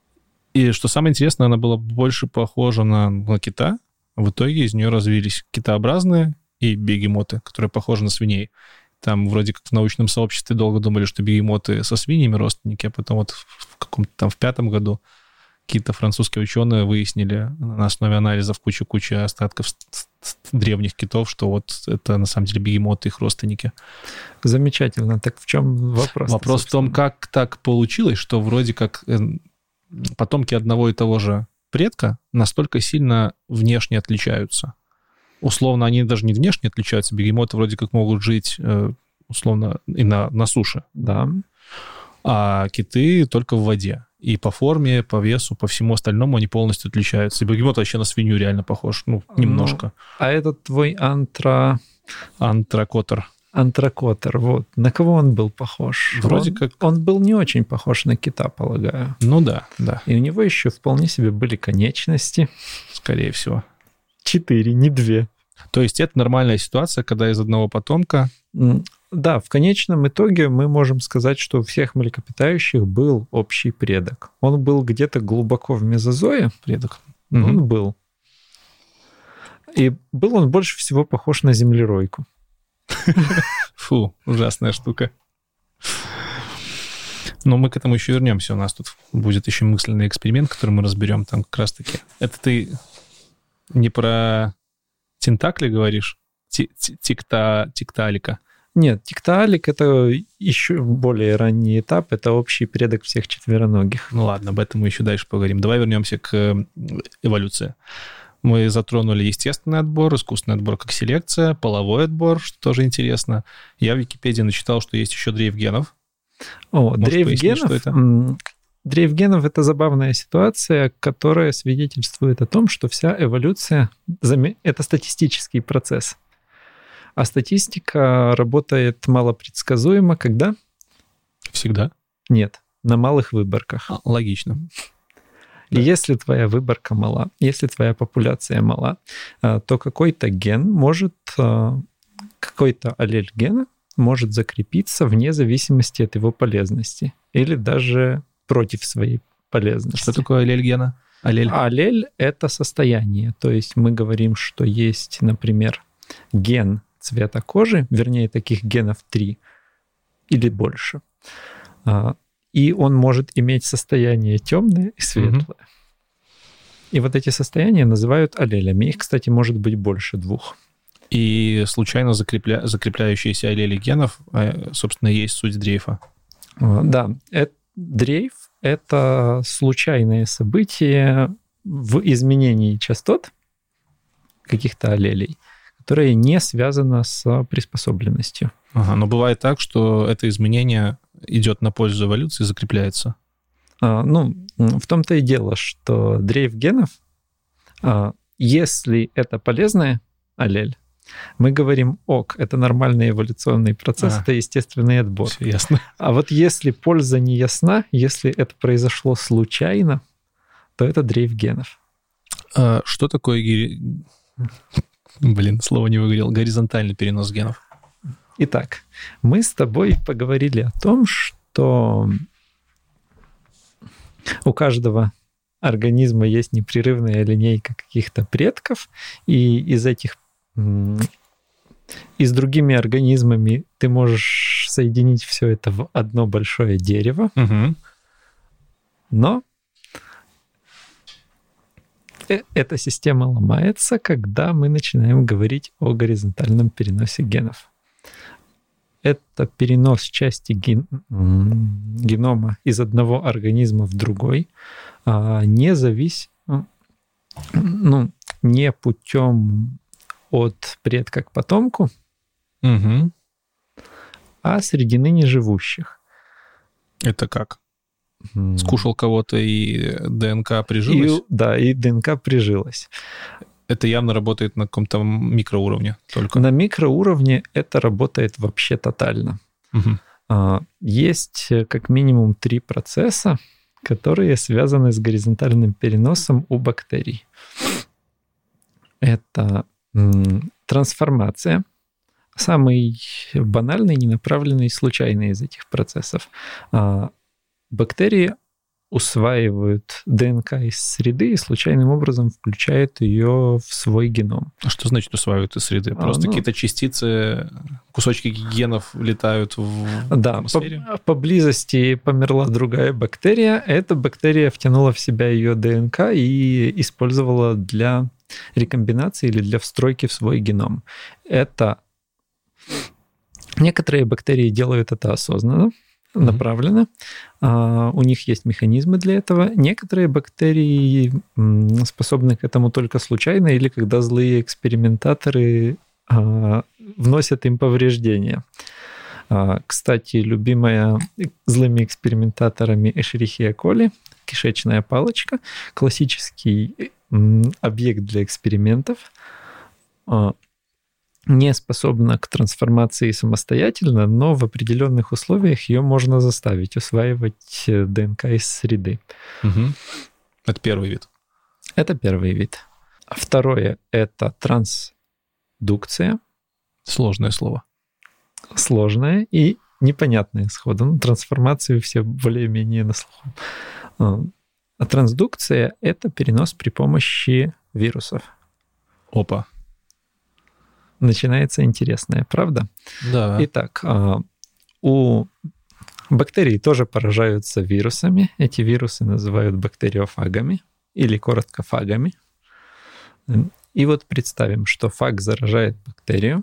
S2: И что самое интересное, она была больше похожа на кита. В итоге из нее развились китообразные и бегемоты, которые похожи на свиней. Там вроде как в научном сообществе долго думали, что бегемоты со свиньями родственники, а потом вот в каком-то там в 5-м году какие-то французские ученые выяснили на основе анализов кучу остатков древних китов, что вот это на самом деле бегемоты, их родственники.
S3: Замечательно. Так в чем вопрос?
S2: Вопрос в том, как так получилось, что вроде как потомки одного и того же предка настолько сильно внешне отличаются. Условно, они даже не внешне отличаются. Бегемоты вроде как могут жить, условно, и на суше.
S3: Да.
S2: А киты только в воде. И по форме, по весу, по всему остальному они полностью отличаются. И бегемот вообще на свинью реально похож. Ну, немножко.
S3: А этот твой
S2: антракотер.
S3: Антракотер, вот. На кого он был похож?
S2: Вроде как...
S3: Он был не очень похож на кита, полагаю.
S2: Ну да.
S3: И у него еще вполне себе были конечности.
S2: Скорее всего.
S3: 4, не 2.
S2: То есть это нормальная ситуация, когда из одного потомка...
S3: Да, в конечном итоге мы можем сказать, что у всех млекопитающих был общий предок. Он был где-то глубоко в мезозое.
S2: Предок.
S3: Он был. И был он больше всего похож на землеройку.
S2: Фу, ужасная штука. Но мы к этому еще вернемся. У нас тут будет еще мысленный эксперимент, который мы разберем там как раз-таки. Это ты не про тентакли говоришь? Тиктаалика?
S3: Нет, тиктаалик — это еще более ранний этап, это общий предок всех четвероногих.
S2: Ну ладно, об этом мы еще дальше поговорим. Давай вернемся к эволюции. Мы затронули естественный отбор, искусственный отбор как селекция, половой отбор, что тоже интересно. Я в Википедии начитал, что есть еще дрейф генов.
S3: Дрейф генов — это забавная ситуация, которая свидетельствует о том, что вся эволюция — это статистический процесс. А статистика работает малопредсказуемо, когда?
S2: Всегда?
S3: Нет, на малых выборках.
S2: Логично.
S3: И если твоя выборка мала, если твоя популяция мала, то какой-то ген может, какой-то аллель гена может закрепиться вне зависимости от его полезности или даже против своей полезности.
S2: Что такое аллель гена?
S3: Аллель — это состояние. То есть мы говорим, что есть, например, ген цвета кожи, вернее, таких генов 3 или больше. И он может иметь состояние темное и светлое. И вот эти состояния называют аллелями. Их, кстати, может быть больше 2.
S2: И случайно закрепляющиеся аллели генов, собственно, есть суть дрейфа.
S3: Да, дрейф — это случайное событие в изменении частот каких-то аллелей, которое не связано с приспособленностью.
S2: Но бывает так, что это изменение идет на пользу эволюции и закрепляется.
S3: В том-то и дело, что дрейф генов, если это полезная аллель, мы говорим ок, это нормальный эволюционный процесс, это естественный отбор.
S2: Все ясно.
S3: А вот если польза не ясна, если это произошло случайно, то это дрейф генов.
S2: Что такое слово не выговорил. Горизонтальный перенос генов.
S3: Итак, мы с тобой поговорили о том, что у каждого организма есть непрерывная линейка каких-то предков, и с другими организмами ты можешь соединить все это в одно большое дерево, но эта система ломается, когда мы начинаем говорить о горизонтальном переносе генов. Это перенос части генома из одного организма в другой, не путем от предка к потомку, а среди ныне живущих.
S2: Это как? Скушал кого-то, и ДНК прижилась?
S3: И ДНК прижилась.
S2: Это явно работает на каком-то микроуровне только?
S3: На микроуровне это работает вообще тотально. Есть как минимум 3 процесса, которые связаны с горизонтальным переносом у бактерий. Это трансформация, самый банальный, ненаправленный, случайный из этих процессов. Бактерии усваивают ДНК из среды и случайным образом включают ее в свой геном.
S2: А что значит усваивают из среды? Просто какие-то частицы, кусочки генов летают в атмосфере?
S3: Да, поблизости померла другая бактерия. Эта бактерия втянула в себя ее ДНК и использовала для рекомбинации или для встройки в свой геном. Некоторые бактерии делают это осознанно, направленно. У них есть механизмы для этого. Некоторые бактерии способны к этому только случайно или когда злые экспериментаторы вносят им повреждения. Кстати, любимая злыми экспериментаторами Escherichia coli, кишечная палочка, классический объект для экспериментов, не способна к трансформации самостоятельно, но в определенных условиях ее можно заставить усваивать ДНК из среды.
S2: Угу. Это первый вид.
S3: Это первый вид. Второе — это трансдукция.
S2: Сложное слово.
S3: Сложное и непонятное сходу. Ну, трансформацию все более-менее на слуху. А трансдукция — это перенос при помощи вирусов.
S2: Опа.
S3: Начинается интересное, правда?
S2: Да.
S3: Итак, у бактерий тоже поражаются вирусами. Эти вирусы называют бактериофагами или коротко фагами. И вот представим, что фаг заражает бактерию.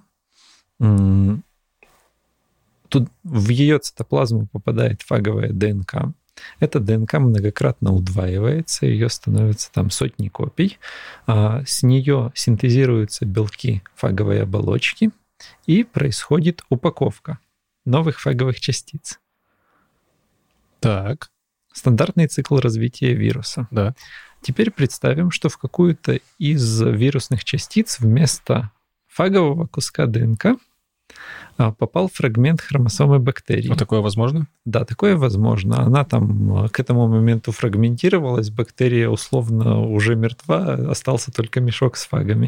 S3: Тут в ее цитоплазму попадает фаговая ДНК. Эта ДНК многократно удваивается, ее становится там сотни копий. С нее синтезируются белки фаговой оболочки, и происходит упаковка новых фаговых частиц.
S2: Так.
S3: Стандартный цикл развития вируса.
S2: Да.
S3: Теперь представим, что в какую-то из вирусных частиц вместо фагового куска ДНК попал фрагмент хромосомы бактерии.
S2: А такое возможно?
S3: Да, такое возможно. Она там к этому моменту фрагментировалась, бактерия условно уже мертва, остался только мешок с фагами.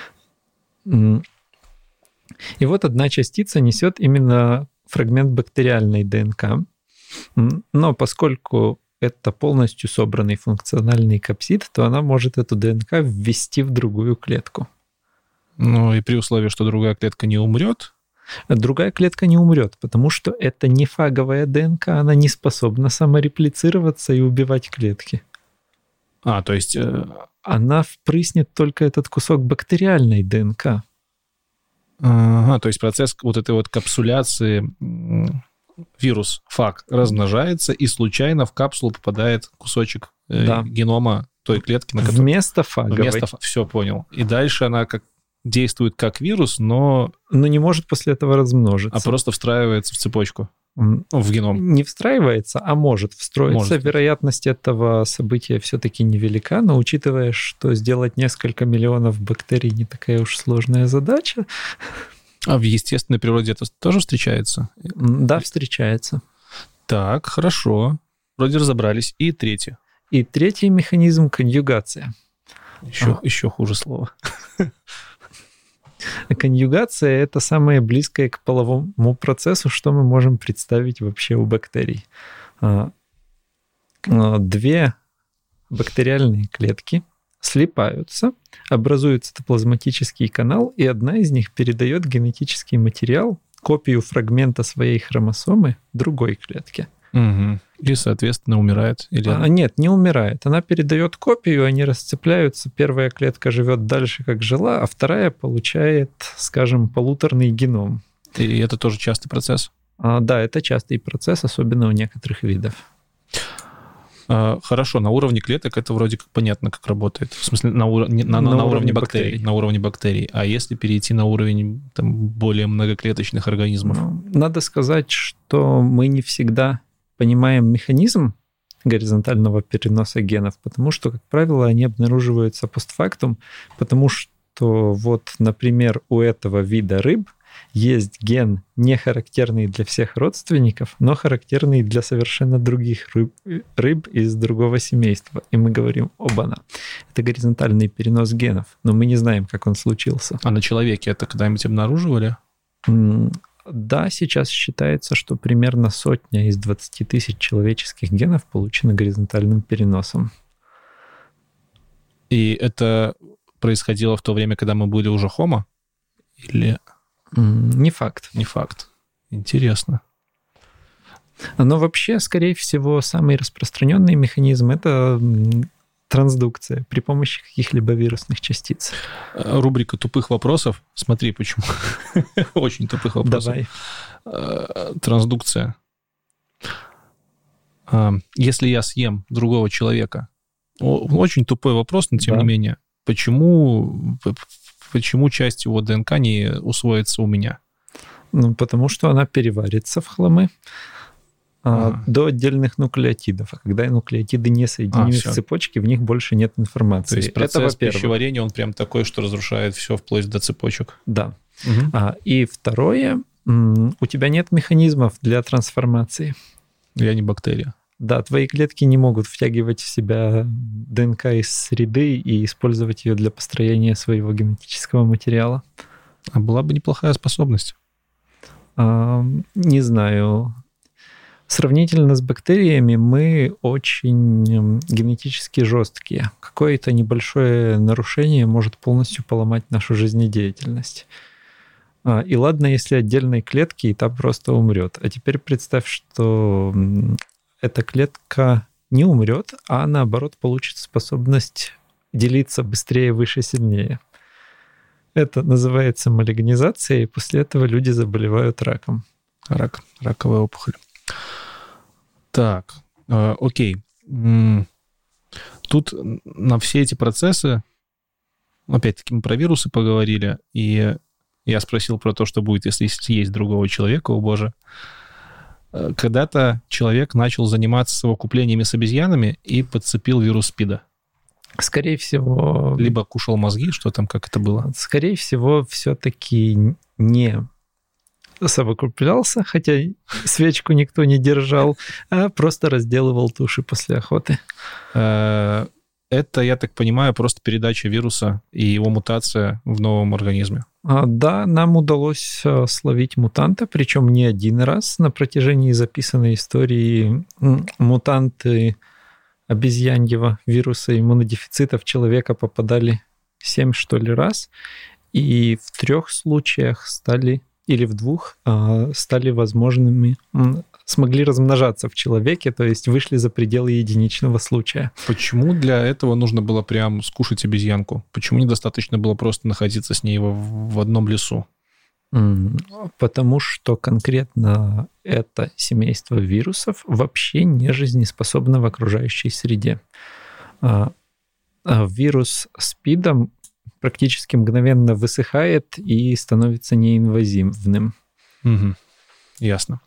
S3: И вот одна частица несет именно фрагмент бактериальной ДНК, но поскольку это полностью собранный функциональный капсид, то она может эту ДНК ввести в другую клетку.
S2: Ну и при условии, что другая клетка не умрет?
S3: Другая клетка не умрет, потому что это не фаговая ДНК, она не способна самореплицироваться и убивать клетки.
S2: То есть...
S3: Она впрыснет только этот кусок бактериальной ДНК.
S2: Ага, то есть процесс вот этой вот капсуляции, вирус, фаг, размножается, и случайно в капсулу попадает кусочек генома той клетки, на которой...
S3: Вместо фаговой.
S2: Все, понял. И дальше она действует как вирус, но
S3: не может после этого размножиться.
S2: А просто встраивается в цепочку, в геном.
S3: Не встраивается, а может встроиться. Вероятность этого события все-таки невелика, но учитывая, что сделать несколько миллионов бактерий не такая уж сложная задача.
S2: А в естественной природе это тоже встречается?
S3: Да, встречается.
S2: Так, хорошо. Вроде разобрались. И третье.
S3: И третий механизм — конъюгация.
S2: Еще хуже слово.
S3: Конъюгация — это самое близкое к половому процессу, что мы можем представить вообще у бактерий. Две бактериальные клетки слипаются, образуют цитоплазматический канал, и одна из них передает генетический материал, копию фрагмента своей хромосомы другой клетке.
S2: Угу. И, соответственно, умирает?
S3: Нет, не умирает. Она передает копию, они расцепляются. Первая клетка живет дальше, как жила, а вторая получает, скажем, полуторный геном.
S2: И это тоже частый процесс?
S3: Да, это частый процесс, особенно у некоторых видов.
S2: Хорошо, на уровне клеток это вроде как понятно, как работает. В смысле, на уровне бактерий. На уровне бактерий. А если перейти на уровень более многоклеточных организмов?
S3: Надо сказать, что мы не всегда понимаем механизм горизонтального переноса генов, потому что, как правило, они обнаруживаются постфактум, потому что вот, например, у этого вида рыб есть ген, не характерный для всех родственников, но характерный для совершенно других рыб из другого семейства. И мы говорим: оба-на. Это горизонтальный перенос генов, но мы не знаем, как он случился.
S2: А на человеке это когда-нибудь обнаруживали?
S3: Да, сейчас считается, что примерно 100 из 20 тысяч человеческих генов получены горизонтальным переносом.
S2: И это происходило в то время, когда мы были уже Homo? Или...
S3: Не факт.
S2: Не факт. Интересно.
S3: Но вообще, скорее всего, самый распространенный механизм — это трансдукция при помощи каких-либо вирусных частиц.
S2: Рубрика тупых вопросов. Смотри, почему. Очень тупых вопросов.
S3: Давай.
S2: Трансдукция. Если я съем другого человека... Очень тупой вопрос, но тем не менее. Почему часть его ДНК не усвоится у меня?
S3: Ну, потому что она переварится в хламы до отдельных нуклеотидов. А когда нуклеотиды не соединены в цепочке, в них больше нет информации.
S2: То есть процесс пищеварения, он прям такой, что разрушает все вплоть до цепочек.
S3: Да. И второе, у тебя нет механизмов для трансформации.
S2: Я не бактерия.
S3: Да, твои клетки не могут втягивать в себя ДНК из среды и использовать ее для построения своего генетического материала.
S2: А была бы неплохая способность.
S3: Не знаю. Сравнительно с бактериями мы очень генетически жесткие. Какое-то небольшое нарушение может полностью поломать нашу жизнедеятельность. И ладно, если отдельной клетки, и та просто умрет. А теперь представь, что эта клетка не умрет, а наоборот получит способность делиться быстрее, выше, сильнее. Это называется малигнизация, и после этого люди заболевают раком.
S2: Раковая опухоль. Так, окей. Тут на все эти процессы, опять-таки мы про вирусы поговорили, и я спросил про то, что будет, если съесть другого человека, о боже. Когда-то человек начал заниматься совокуплениями с обезьянами и подцепил вирус СПИДа.
S3: Скорее всего...
S2: Либо кушал мозги, что там, как это было?
S3: Скорее всего, все-таки не совокуплялся, хотя свечку никто не держал, а просто разделывал туши после охоты.
S2: Это, я так понимаю, просто передача вируса и его мутация в новом организме.
S3: Да, нам удалось словить мутанта, причем не один раз. На протяжении записанной истории мутанты обезьяньего вируса иммунодефицита в человека попадали 7, что ли, раз. И в 3 случаях или в 2 стали возможными, смогли размножаться в человеке, то есть вышли за пределы единичного случая.
S2: Почему для этого нужно было прям скушать обезьянку? Почему недостаточно было просто находиться с ней в одном лесу?
S3: Потому что конкретно это семейство вирусов вообще не жизнеспособно в окружающей среде. Вирус СПИДом практически мгновенно высыхает и становится неинвазивным.
S2: Угу. Ясно.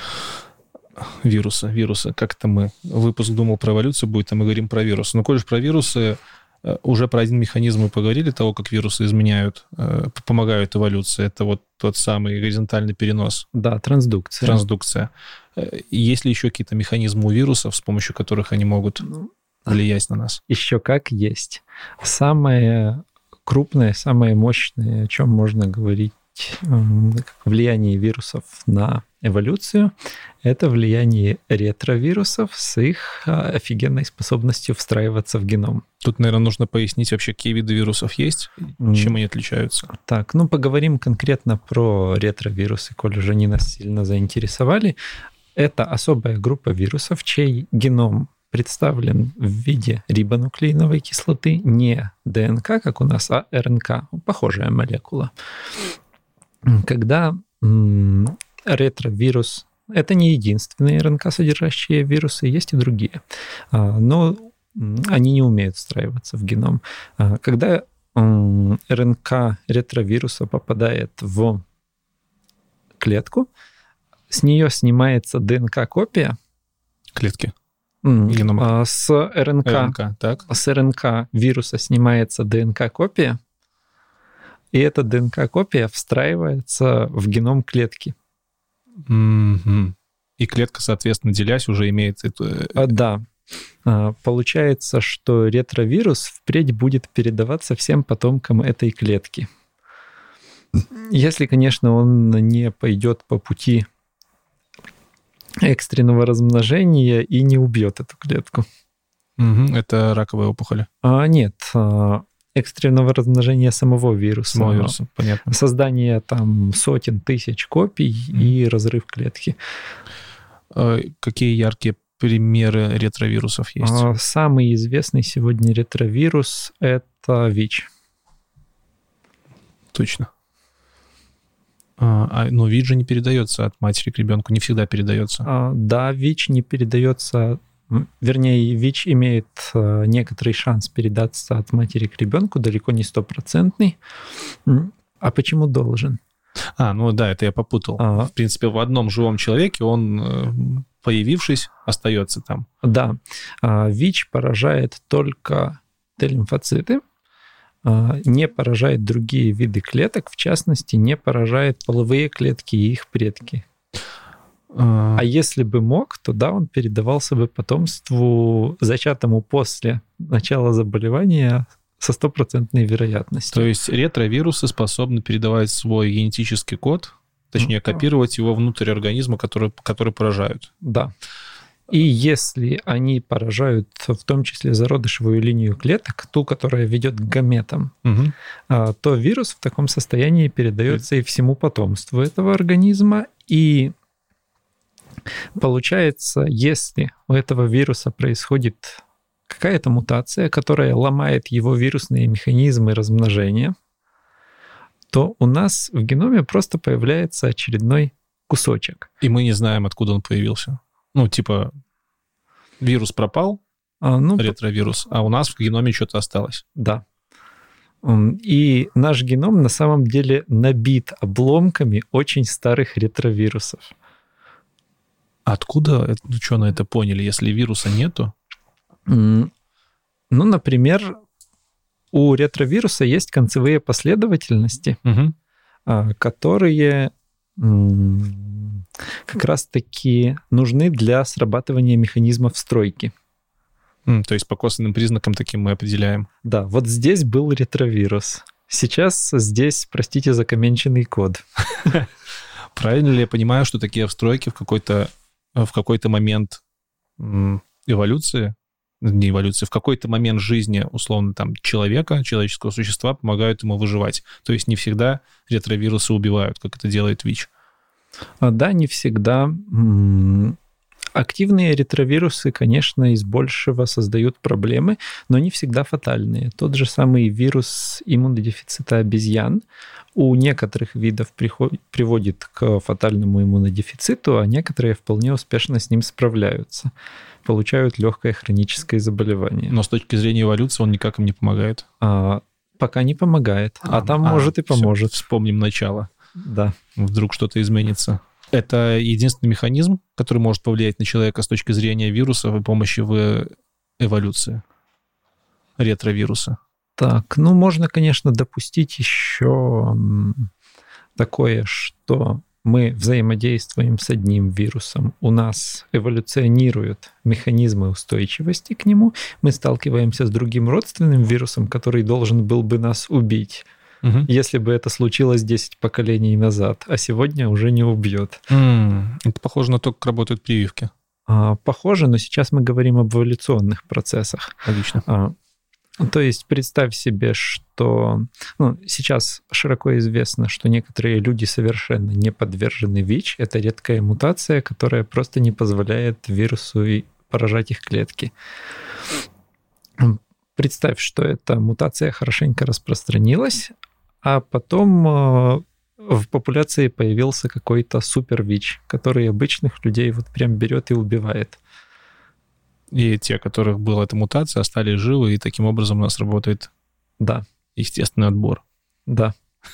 S2: Вирусы. Как-то выпуск думал про эволюцию будет, а мы говорим про вирусы. Но коль же про вирусы, уже про один механизм мы поговорили, того, как вирусы помогают эволюции. Это вот тот самый горизонтальный перенос.
S3: Да, трансдукция.
S2: Есть ли еще какие-то механизмы у вирусов, с помощью которых они могут влиять на нас?
S3: Еще как есть. Самое крупное, самое мощное, о чем можно говорить, влияние вирусов на эволюцию, это влияние ретровирусов с их офигенной способностью встраиваться в геном.
S2: Тут, наверное, нужно пояснить вообще, какие виды вирусов есть, чем они отличаются.
S3: Так, поговорим конкретно про ретровирусы, коль уже они нас сильно заинтересовали. Это особая группа вирусов, чей геном представлен в виде рибонуклеиновой кислоты, не ДНК, как у нас, а РНК, похожая молекула. Когда ретровирус — это не единственные РНК-содержащие вирусы, есть и другие, но они не умеют встраиваться в геном. Когда РНК ретровируса попадает в клетку, с нее снимается ДНК-копия
S2: клетки.
S3: С РНК вируса снимается ДНК-копия, и эта ДНК-копия встраивается в геном клетки.
S2: Mm-hmm. И клетка, соответственно, делясь, уже имеет эту...
S3: Да. Получается, что ретровирус впредь будет передаваться всем потомкам этой клетки. Если, конечно, он не пойдет по пути экстренного размножения и не убьет эту клетку.
S2: Это раковая опухоль.
S3: Нет, экстренного размножения самого вируса.
S2: Самого вируса, понятно.
S3: Создание там сотен тысяч копий и разрыв клетки.
S2: Какие яркие примеры ретровирусов есть?
S3: Самый известный сегодня ретровирус — это ВИЧ.
S2: Точно. Но ВИЧ же не передается от матери к ребенку, не всегда передается.
S3: Да, ВИЧ не передается, вернее, ВИЧ имеет некоторый шанс передаться от матери к ребенку, далеко не 100%. А почему должен?
S2: Ну да, это я попутал. В принципе, в одном живом человеке он, появившись, остается там.
S3: Да. ВИЧ поражает только Т-лимфоциты, не поражает другие виды клеток, в частности, не поражает половые клетки и их предки. А если бы мог, то да, он передавался бы потомству, зачатому после начала заболевания, со 100% вероятностью.
S2: То есть ретровирусы способны передавать свой генетический код, точнее, копировать его внутрь организма, который поражают.
S3: Да. И если они поражают в том числе зародышевую линию клеток, ту, которая ведет к гаметам, то вирус в таком состоянии передается и всему потомству этого организма. И получается, если у этого вируса происходит какая-то мутация, которая ломает его вирусные механизмы размножения, то у нас в геноме просто появляется очередной кусочек.
S2: И мы не знаем, откуда он появился. Типа, вирус пропал, ретровирус, а у нас в геноме что-то осталось.
S3: Да. И наш геном на самом деле набит обломками очень старых ретровирусов.
S2: Откуда ученые это поняли, если вируса нету?
S3: Например, у ретровируса есть концевые последовательности, которые как раз-таки нужны для срабатывания механизмов стройки.
S2: То есть по косвенным признакам таким мы определяем.
S3: Да, вот здесь был ретровирус. Сейчас здесь, простите, закаменченный код.
S2: Правильно ли я понимаю, что такие встройки в какой-то момент эволюции, не эволюции, в какой-то момент жизни, условно, там, человека, человеческого существа помогают ему выживать? То есть не всегда ретровирусы убивают, как это делает ВИЧ?
S3: Да, не всегда. Активные ретровирусы, конечно, из большего создают проблемы, но не всегда фатальные. Тот же самый вирус иммунодефицита обезьян у некоторых видов приводит к фатальному иммунодефициту, а некоторые вполне успешно с ним справляются, получают легкое хроническое заболевание.
S2: Но с точки зрения эволюции он никак им не помогает?
S3: Пока не помогает, там может и поможет.
S2: Все, вспомним начало.
S3: Да.
S2: Вдруг что-то изменится. Это единственный механизм, который может повлиять на человека с точки зрения вирусов и помощи в эволюции ретровируса.
S3: Так, можно, конечно, допустить еще такое, что мы взаимодействуем с одним вирусом, у нас эволюционируют механизмы устойчивости к нему, мы сталкиваемся с другим родственным вирусом, который должен был бы нас убить. Если бы это случилось 10 поколений назад, а сегодня уже не убьет.
S2: Это похоже на то, как работают прививки.
S3: Похоже, но сейчас мы говорим об эволюционных процессах.
S2: Логично.
S3: То есть представь себе, что сейчас широко известно, что некоторые люди совершенно не подвержены ВИЧ. Это редкая мутация, которая просто не позволяет вирусу поражать их клетки. Представь, что эта мутация хорошенько распространилась, а потом в популяции появился какой-то супер-ВИЧ, который обычных людей вот прям берет и убивает.
S2: И те, у которых была эта мутация, остались живы, и таким образом у нас работает естественный отбор.
S3: Да.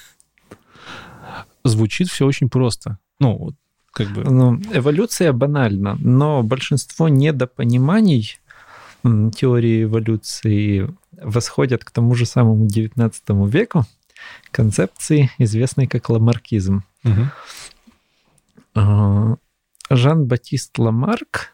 S2: Звучит все очень просто.
S3: Эволюция банальна, но большинство недопониманий теории эволюции восходят к тому же самому XIX веку, концепции, известной как ламаркизм. Жан-Батист Ламарк,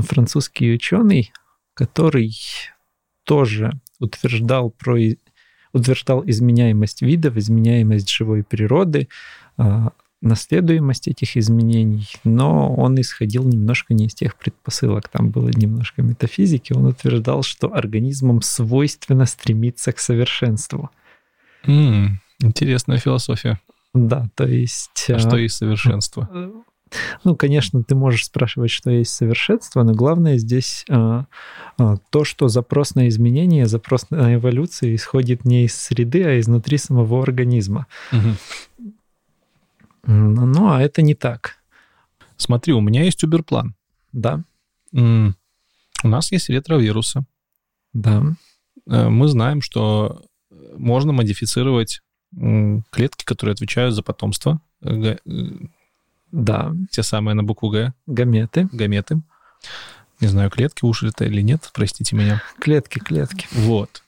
S3: французский ученый, который тоже утверждал утверждал изменяемость видов, изменяемость живой природы, наследуемость этих изменений, но он исходил немножко не из тех предпосылок, там было немножко метафизики, он утверждал, что организмам свойственно стремиться к совершенству.
S2: Интересная философия.
S3: Да, то есть...
S2: А что есть совершенство?
S3: Ну, конечно, ты можешь спрашивать, что есть совершенство, но главное здесь то, что запрос на изменения, запрос на эволюцию исходит не из среды, а изнутри самого организма.
S2: Угу.
S3: Ну, а это не так.
S2: Смотри, у меня есть Уберплан.
S3: Да.
S2: У нас есть ретровирусы.
S3: Да.
S2: Мы знаем, что можно модифицировать клетки, которые отвечают за потомство.
S3: Да.
S2: Те самые на букву Г.
S3: Гаметы.
S2: Не знаю, клетки уж это или нет, простите меня.
S3: Клетки.
S2: Вот.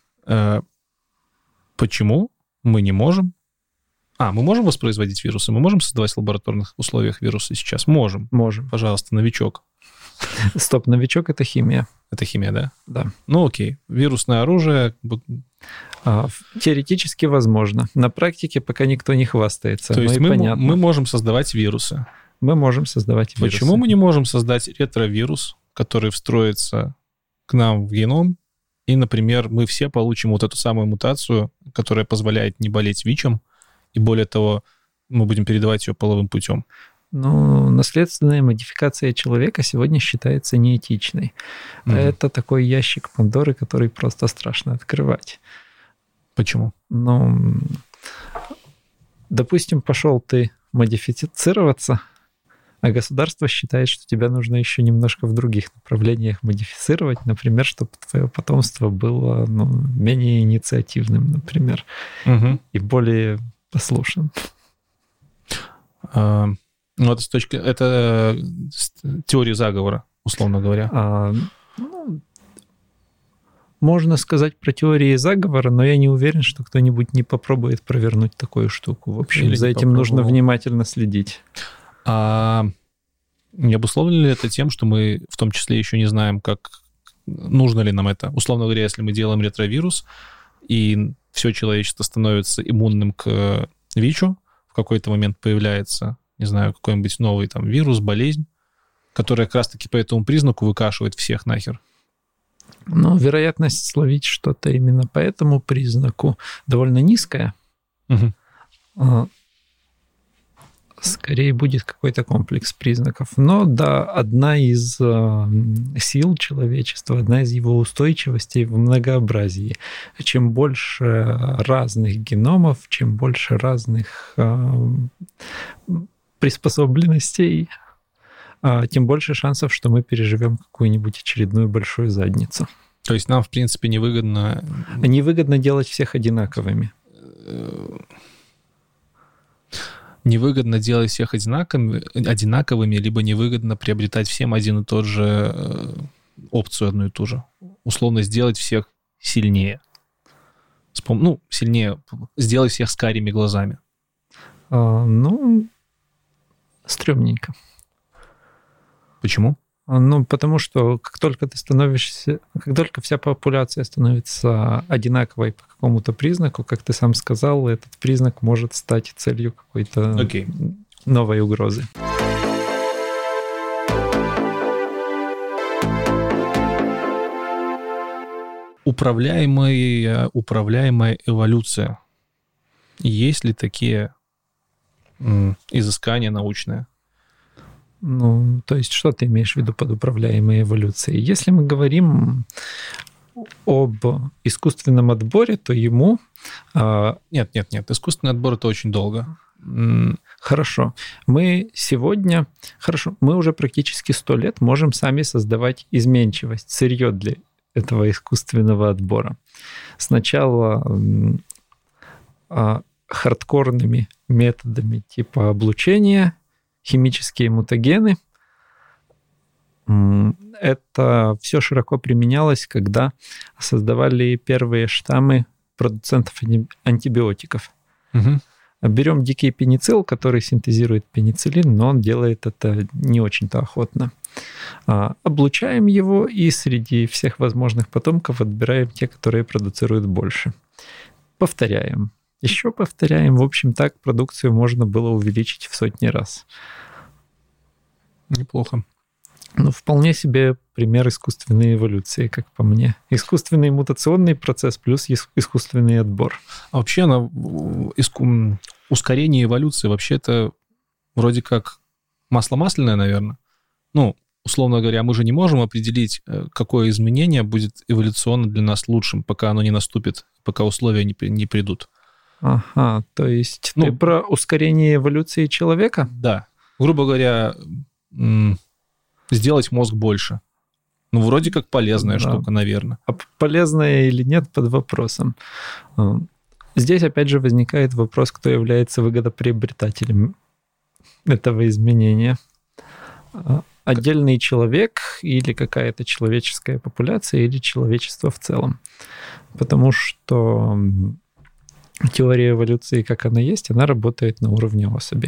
S2: Почему мы не можем? Мы можем воспроизводить вирусы? Мы можем создавать в лабораторных условиях вирусы сейчас? Можем. Пожалуйста, новичок.
S3: Стоп, новичок — это химия.
S2: Это химия, да?
S3: Да.
S2: Ну окей. Вирусное оружие...
S3: Теоретически возможно. На практике пока никто не хвастается.
S2: То есть мы можем создавать вирусы.
S3: Мы можем создавать вирусы.
S2: Почему мы не можем создать ретровирус, который встроится к нам в геном, и, например, мы все получим вот эту самую мутацию, которая позволяет не болеть ВИЧем, и более того, мы будем передавать ее половым путем?
S3: Ну, наследственная модификация человека сегодня считается неэтичной. Это такой ящик Пандоры, который просто страшно открывать.
S2: Почему?
S3: Ну, допустим, пошел ты модифицироваться, а государство считает, что тебя нужно еще немножко в других направлениях модифицировать, например, чтобы твое потомство было менее инициативным, например, и более послушным.
S2: Это теория заговора, условно говоря.
S3: Можно сказать про теории заговора, но я не уверен, что кто-нибудь не попробует провернуть такую штуку. В общем, за этим нужно внимательно следить.
S2: Не обусловлено ли это тем, что мы в том числе еще не знаем, нужно ли нам это? Условно говоря, если мы делаем ретровирус, и все человечество становится иммунным к ВИЧу, в какой-то момент появляется, не знаю, какой-нибудь новый там вирус, болезнь, которая как раз-таки по этому признаку выкашивает всех нахер.
S3: Но вероятность словить что-то именно по этому признаку довольно низкая. Скорее будет какой-то комплекс признаков. Но да, одна из сил человечества, одна из его устойчивостей в многообразии. Чем больше разных геномов, чем больше разных приспособленностей, тем больше шансов, что мы переживем какую-нибудь очередную большую задницу.
S2: То есть нам, в принципе, невыгодно...
S3: Невыгодно делать всех одинаковыми.
S2: Невыгодно делать всех одинаковыми, либо невыгодно приобретать всем один и тот же опцию одну и ту же. Условно, сделать всех сильнее. Сильнее. Сделать всех с карими глазами. Стрёмненько. Почему?
S3: Потому что как только вся популяция становится одинаковой по какому-то признаку, как ты сам сказал, этот признак может стать целью какой-то новой угрозы.
S2: Управляемая эволюция. Есть ли такие изыскания научные?
S3: То есть что ты имеешь в виду под управляемой эволюцией? Если мы говорим об искусственном отборе, то ему...
S2: Нет. Искусственный отбор — это очень долго.
S3: Хорошо. Мы уже практически 100 лет можем сами создавать изменчивость, сырье для этого искусственного отбора. Сначала хардкорными методами типа облучения, химические мутагены. Это все широко применялось, когда создавали первые штаммы продуцентов антибиотиков. Берем дикий пеницилл, который синтезирует пенициллин, но он делает это не очень-то охотно. Облучаем его и среди всех возможных потомков отбираем те, которые продуцируют больше. Повторяем. Еще повторяем. В общем, так продукцию можно было увеличить в сотни раз.
S2: Неплохо.
S3: Ну, вполне себе пример искусственной эволюции, как по мне. Искусственный мутационный процесс плюс искусственный отбор.
S2: А вообще ускорение эволюции вообще это вроде как масло масляное, наверное. Ну, условно говоря, мы же не можем определить, какое изменение будет эволюционно для нас лучшим, пока оно не наступит, пока условия не придут.
S3: Ага, то есть ты про ускорение эволюции человека?
S2: Да. Грубо говоря, сделать мозг больше. Ну, вроде как полезная штука, наверное.
S3: А полезная или нет, под вопросом. Здесь, опять же, возникает вопрос, кто является выгодоприобретателем этого изменения. Отдельный человек или какая-то человеческая популяция или человечество в целом. Потому что теория эволюции, как она есть, она работает на уровне особи.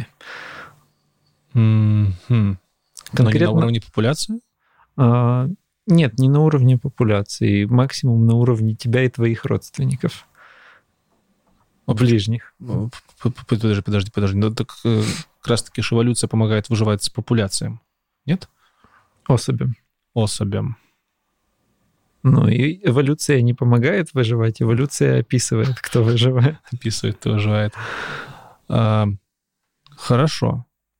S2: Конкретно но не на уровне популяции?
S3: Нет, не на уровне популяции. Максимум на уровне тебя и твоих родственников. Ближних.
S2: Подожди. Ну, так как раз-таки эволюция помогает выживать с популяциям. Нет? Особям.
S3: Ну, и эволюция не помогает выживать, эволюция описывает, кто выживает.
S2: Описывает, кто выживает. Хорошо.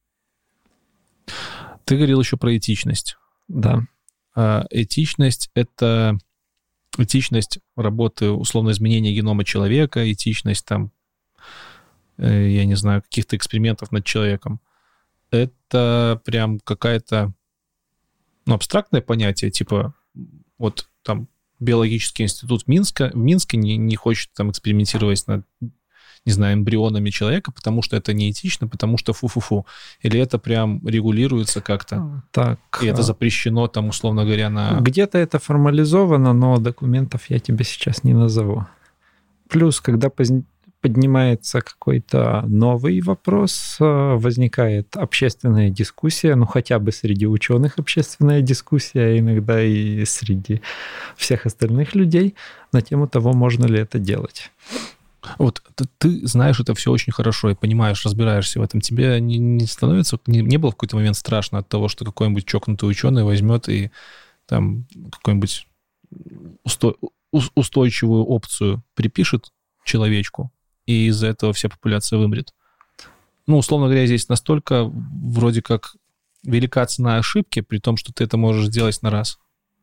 S2: Ты говорил еще про этичность.
S3: Да.
S2: Этичность — это этичность работы, условно, изменения генома человека, этичность там, я не знаю, каких-то экспериментов над человеком. Это прям какая-то, абстрактное понятие, типа вот там биологический институт в Минске не хочет там экспериментировать над, не знаю, эмбрионами человека, потому что это неэтично, потому что фу-фу-фу. Или это прям регулируется как-то?
S3: Так.
S2: И это запрещено там, условно говоря, на...
S3: Где-то это формализовано, но документов я тебе сейчас не назову. Плюс, когда поднимается какой-то новый вопрос, возникает общественная дискуссия, хотя бы среди ученых общественная дискуссия, а иногда и среди всех остальных людей на тему того, можно ли это делать.
S2: Вот ты знаешь это все очень хорошо и понимаешь, разбираешься в этом. Тебе не становится, не было в какой-то момент страшно от того, что какой-нибудь чокнутый ученый возьмет и там какую-нибудь устойчивую опцию припишет человечку, и из-за этого вся популяция вымрет? Ну, условно говоря, здесь настолько вроде как велика цена ошибки, при том, что ты это можешь сделать на раз.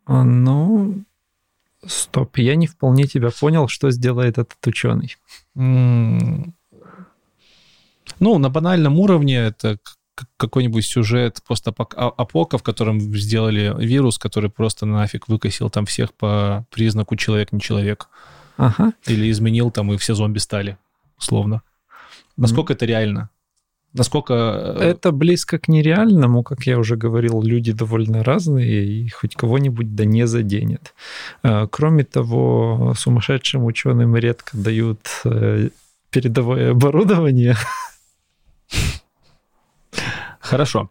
S3: Стоп, я не вполне тебя понял, что сделает этот ученый.
S2: На банальном уровне это какой-нибудь сюжет постапока, в котором сделали вирус, который просто нафиг выкосил там всех по признаку человек не человек.
S3: Ага.
S2: Или изменил там, и все зомби стали, условно. Насколько это реально? Насколько...
S3: Это близко к нереальному, как я уже говорил, люди довольно разные, и хоть кого-нибудь да не заденет. Кроме того, сумасшедшим ученым редко дают передовое оборудование.
S2: Хорошо.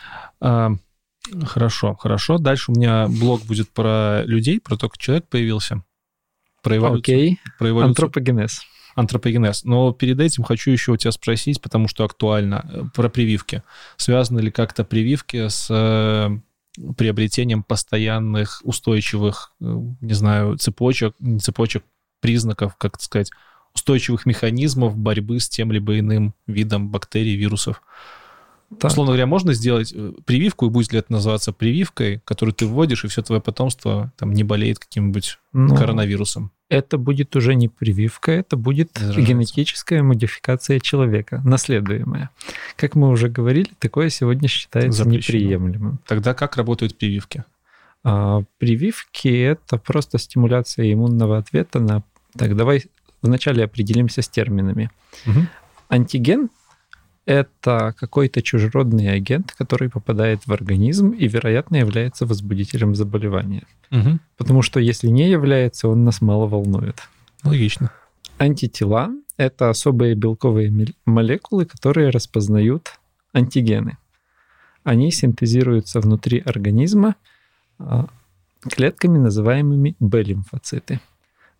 S2: Дальше у меня блог будет про людей, про то, как человек появился. Про эволюцию.
S3: Окей. Про эволюцию.
S2: Антропогенез. Но перед этим хочу еще у тебя спросить, потому что актуально, про прививки. Связаны ли как-то прививки с приобретением постоянных, устойчивых, не знаю, признаков, как сказать, устойчивых механизмов борьбы с тем либо иным видом бактерий, вирусов? Так. Условно говоря, можно сделать прививку, и будет ли это называться прививкой, которую ты вводишь, и все твое потомство там не болеет каким-нибудь коронавирусом?
S3: Это будет уже не прививка, это будет генетическая модификация человека, наследуемая. Как мы уже говорили, такое сегодня считается неприемлемым.
S2: Тогда как работают прививки?
S3: Прививки — это просто стимуляция иммунного ответа на... Так, давай вначале определимся с терминами.
S2: Угу.
S3: Антиген — это какой-то чужеродный агент, который попадает в организм и, вероятно, является возбудителем заболевания.
S2: Угу.
S3: Потому что если не является, он нас мало волнует.
S2: Логично.
S3: Антитела — это особые белковые молекулы, которые распознают антигены. Они синтезируются внутри организма клетками, называемыми Б-лимфоциты.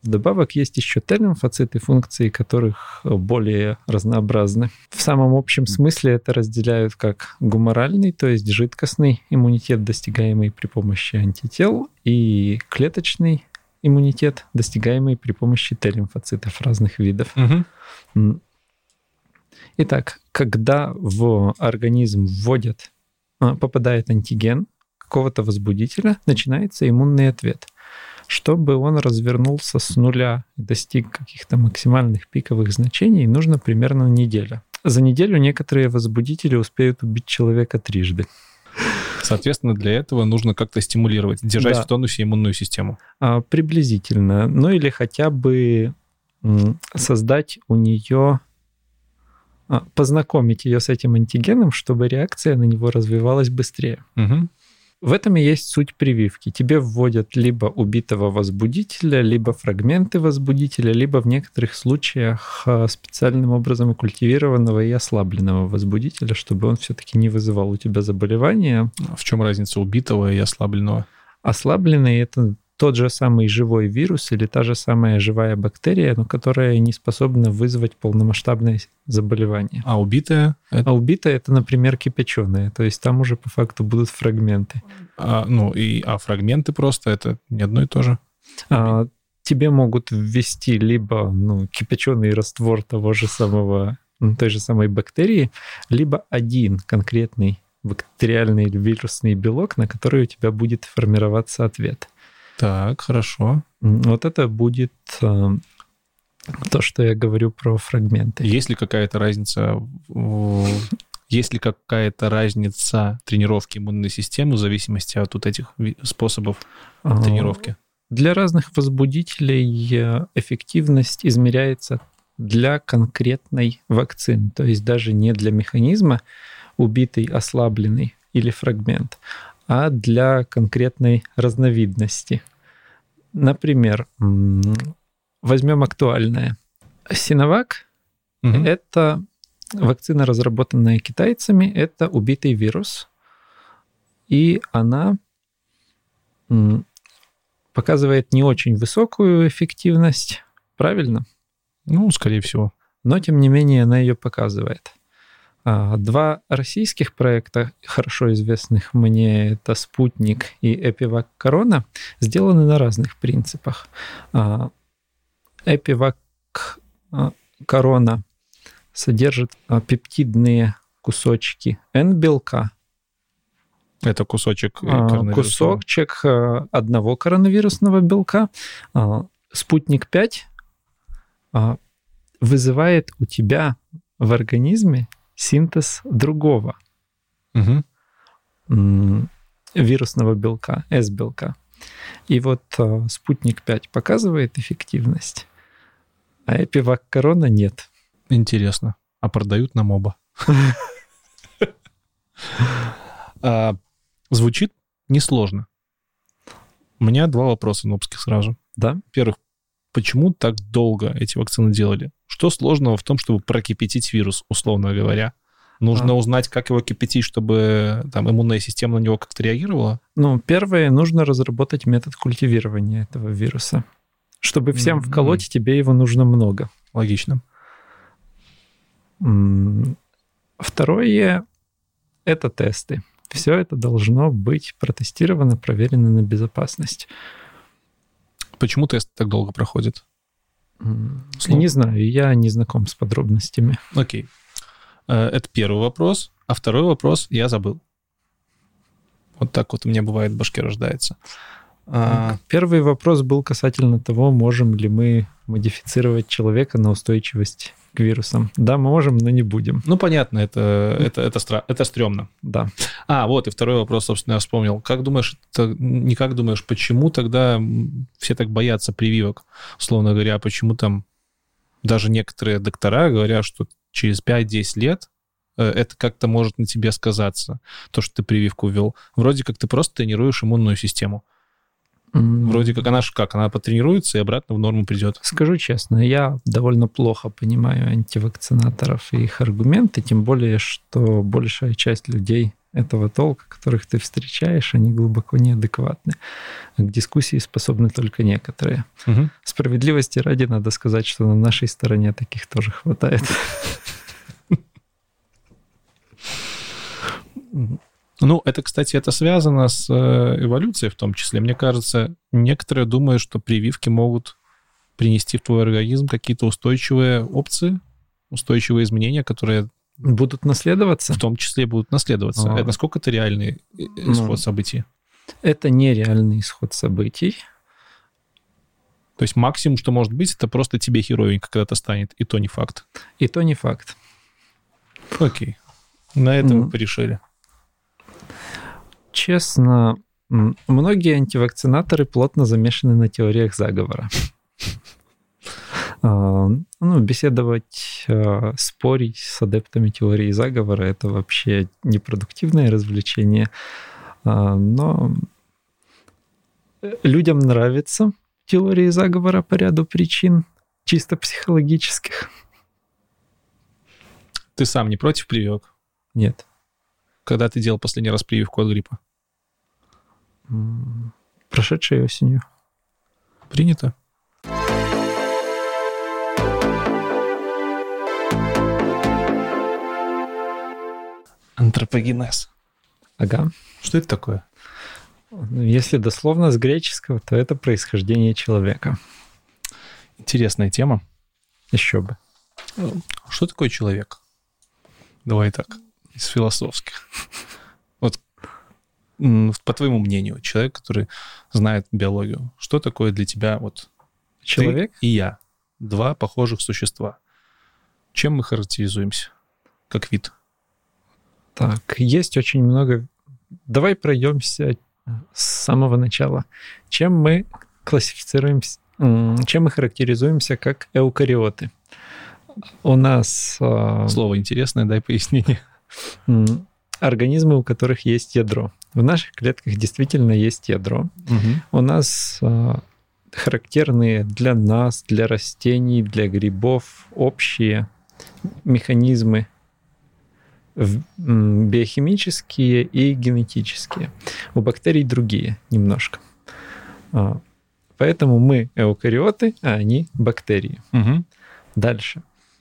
S3: Вдобавок есть еще Т-лимфоциты, функции которых более разнообразны. В самом общем смысле это разделяют как гуморальный, то есть жидкостный иммунитет, достигаемый при помощи антител, и клеточный иммунитет, достигаемый при помощи Т-лимфоцитов разных видов.
S2: Угу.
S3: Итак, когда в организм попадает антиген какого-то возбудителя, начинается иммунный ответ. Чтобы он развернулся с нуля и достиг каких-то максимальных пиковых значений, нужно примерно неделя. За неделю некоторые возбудители успеют убить человека трижды.
S2: Соответственно, для этого нужно как-то стимулировать, держать в тонусе иммунную систему.
S3: Приблизительно. Ну или хотя бы создать у нее, познакомить ее с этим антигеном, чтобы реакция на него развивалась быстрее.
S2: Угу.
S3: В этом и есть суть прививки. Тебе вводят либо убитого возбудителя, либо фрагменты возбудителя, либо в некоторых случаях специальным образом культивированного и ослабленного возбудителя, чтобы он все-таки не вызывал у тебя заболевания.
S2: В чем разница убитого и ослабленного?
S3: Ослабленный — это тот же самый живой вирус или та же самая живая бактерия, но которая не способна вызвать полномасштабное заболевание.
S2: А убитая?
S3: А убитая — это, например, кипяченая. То есть там уже по факту будут фрагменты.
S2: А фрагменты просто это не одно и то же?
S3: Тебе могут ввести либо кипяченый раствор той же самой бактерии, либо один конкретный бактериальный или вирусный белок, на который у тебя будет формироваться ответ.
S2: Так, хорошо.
S3: Вот это будет то, что я говорю про фрагменты.
S2: Есть ли какая-то разница тренировки иммунной системы в зависимости от вот этих способов тренировки?
S3: Для разных возбудителей эффективность измеряется для конкретной вакцины, то есть даже не для механизма убитый, ослабленный или фрагмент, а для конкретной разновидности. Например, возьмем актуальное. Синовак — это вакцина, разработанная китайцами, это убитый вирус, и она показывает не очень высокую эффективность, правильно?
S2: Скорее всего.
S3: Но, тем не менее, она ее показывает. Два российских проекта, хорошо известных мне, это «Спутник» и «Эпивак Корона», сделаны на разных принципах. «Эпивак Корона» содержит пептидные кусочки N-белка.
S2: Это кусочек коронавирусного.
S3: Кусочек одного коронавирусного белка. «Спутник-5» вызывает у тебя в организме синтез другого вирусного белка, S-белка. И вот «Спутник-5» показывает эффективность, а «Эпивак Корона» нет.
S2: Интересно. А продают нам оба. Звучит несложно. У меня два вопроса нобских сразу.
S3: Да?
S2: Во-первых, почему так долго эти вакцины делали? Что сложного в том, чтобы прокипятить вирус, условно говоря? Нужно узнать, как его кипятить, чтобы иммунная система на него как-то реагировала?
S3: Первое, нужно разработать метод культивирования этого вируса. Чтобы всем вколоть, тебе его нужно много.
S2: Логично.
S3: Второе — это тесты. Все это должно быть протестировано, проверено на безопасность.
S2: Почему тесты так долго проходят?
S3: Не знаю, я не знаком с подробностями.
S2: Окей. Это первый вопрос. А второй вопрос я забыл. Вот так вот у меня бывает, в башке рождается.
S3: Первый вопрос был касательно того, можем ли мы модифицировать человека на устойчивость к вирусам. Да, мы можем, но не будем.
S2: Понятно, это стрёмно.
S3: Да.
S2: Вот и второй вопрос, собственно, я вспомнил. Как думаешь, почему тогда все так боятся прививок? Условно говоря, почему там даже некоторые доктора говорят, что через 5-10 лет это как-то может на тебе сказаться, то, что ты прививку ввел. Вроде как ты просто тренируешь иммунную систему. Вроде как она потренируется и обратно в норму придет.
S3: Скажу честно, я довольно плохо понимаю антивакцинаторов и их аргументы, тем более, что большая часть людей этого толка, которых ты встречаешь, они глубоко неадекватны. К дискуссии способны только некоторые.
S2: Мгм.
S3: Справедливости ради надо сказать, что на нашей стороне таких тоже хватает.
S2: Ну, это, кстати, это связано с эволюцией в том числе. Мне кажется, некоторые думают, что прививки могут принести в твой организм какие-то устойчивые опции, устойчивые изменения, которые
S3: Будут наследоваться?
S2: в том числе будут наследоваться.
S3: А.
S2: Это насколько это реальный исход событий?
S3: Это нереальный исход событий.
S2: То есть максимум, что может быть, это просто тебе херовенько когда-то станет, и то не факт.
S3: И то не факт.
S2: Окей. На этом мы порешили.
S3: Честно, многие антивакцинаторы плотно замешаны на теориях заговора. Беседовать, спорить с адептами теории заговора — это вообще непродуктивное развлечение. Но людям нравятся теории заговора по ряду причин, чисто психологических.
S2: Ты сам не против прививок?
S3: Нет.
S2: Когда ты делал последний раз прививку от гриппа?
S3: Прошедшей осенью.
S2: Принято. Антропогенез.
S3: Ага.
S2: Что это такое?
S3: Если дословно с греческого, то это происхождение человека.
S2: Интересная тема.
S3: Еще бы.
S2: Что такое человек? Давай так, из философских. Вот, по твоему мнению, человек, который знает биологию, что такое для тебя вот
S3: Человек?
S2: ты и я? Два похожих существа. Чем мы характеризуемся как вид?
S3: Так, есть очень много... Давай пройдемся с самого начала. Чем мы классифицируемся, чем мы характеризуемся как эукариоты? У нас...
S2: Слово интересное, дай пояснение.
S3: Организмы, у которых есть ядро. В наших клетках действительно есть ядро. У нас характерные для нас, для растений, для грибов общие механизмы биохимические и генетические. У бактерий другие немножко. Поэтому мы эукариоты, а они бактерии.
S2: Угу.
S3: Дальше.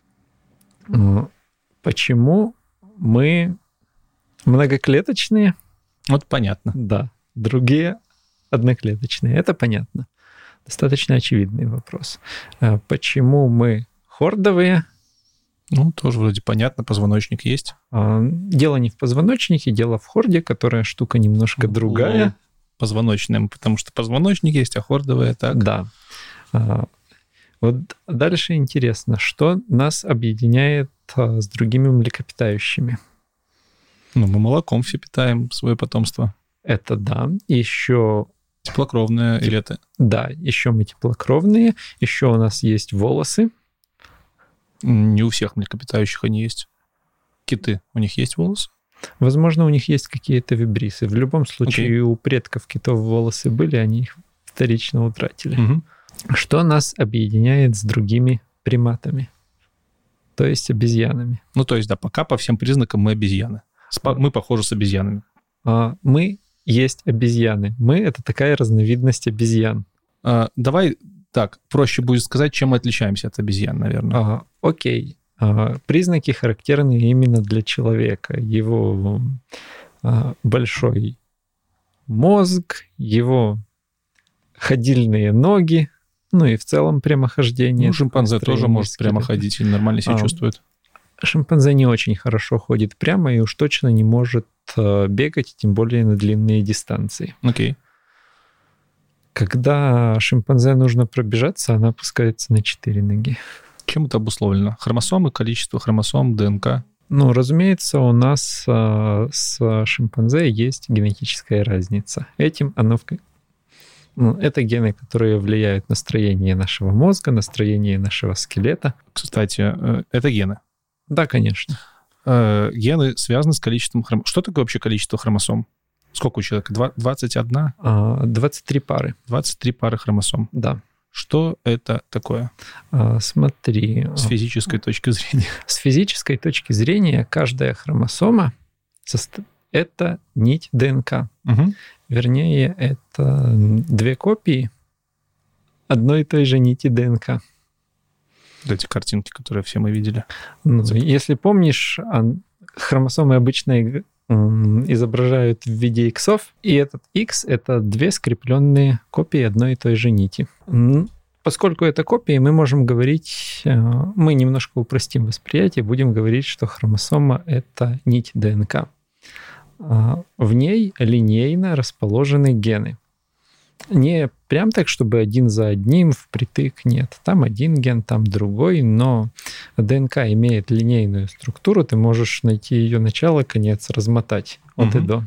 S3: Почему мы многоклеточные?
S2: Вот понятно.
S3: Да. Другие одноклеточные. Это понятно. Достаточно очевидный вопрос. Почему мы хордовые?
S2: Ну, тоже вроде понятно, позвоночник есть.
S3: Дело не в позвоночнике, дело в хорде, которая штука немножко другая.
S2: Позвоночным, потому что позвоночник есть, а хордовая так.
S3: Да. Вот дальше интересно, что нас объединяет с другими млекопитающими?
S2: Ну, мы молоком все питаем свое потомство.
S3: Это да. Еще...
S2: Теплокровное или это?
S3: Да, еще мы теплокровные. Еще у нас есть волосы.
S2: Не у всех млекопитающих они есть. Киты, у них есть волосы?
S3: Возможно, у них есть какие-то вибрисы. В любом случае, у предков китов волосы были, они их вторично утратили.
S2: Угу.
S3: Что нас объединяет с другими приматами? То есть обезьянами.
S2: Ну, то есть, да, пока по всем признакам мы обезьяны. Мы похожи с обезьянами.
S3: Мы есть обезьяны. Мы — это такая разновидность обезьян.
S2: Давай так, проще будет сказать, чем мы отличаемся от обезьян, наверное.
S3: Окей. Признаки характерны именно для человека. Его большой мозг, его ходильные ноги, ну и в целом прямохождение.
S2: Ну, шимпанзе тоже может прямо ходить и нормально себя чувствует.
S3: Шимпанзе не очень хорошо ходит прямо и уж точно не может бегать, тем более на длинные дистанции.
S2: Окей.
S3: Когда шимпанзе нужно пробежаться, она опускается на 4 ноги.
S2: Чем это обусловлено? Хромосомы, количество хромосом, ДНК?
S3: Ну, разумеется, у нас с шимпанзе есть генетическая разница. Этим оно... это гены, которые влияют на строение нашего мозга, на строение нашего скелета.
S2: Кстати, это гены?
S3: Да, конечно.
S2: Гены связаны с количеством хромосом. Что такое вообще количество хромосом? Сколько у человека? 21?
S3: 23 пары.
S2: 23 пары хромосом.
S3: Да.
S2: Что это такое?
S3: Смотри.
S2: С физической точки зрения.
S3: С физической точки зрения каждая хромосома это нить ДНК. Вернее, это 2 копии одной и той же нити ДНК.
S2: Вот эти картинки, которые все мы видели.
S3: Ну, если помнишь, хромосомы обычно изображают в виде иксов, и этот X — это 2 скрепленные копии одной и той же нити. Поскольку это копии, мы можем говорить, мы немножко упростим восприятие, будем говорить, что хромосома — это нить ДНК. В ней линейно расположены гены. Не прям так, чтобы один за одним впритык, нет. Там один ген, там другой, но ДНК имеет линейную структуру, ты можешь найти ее начало, конец, размотать от и до.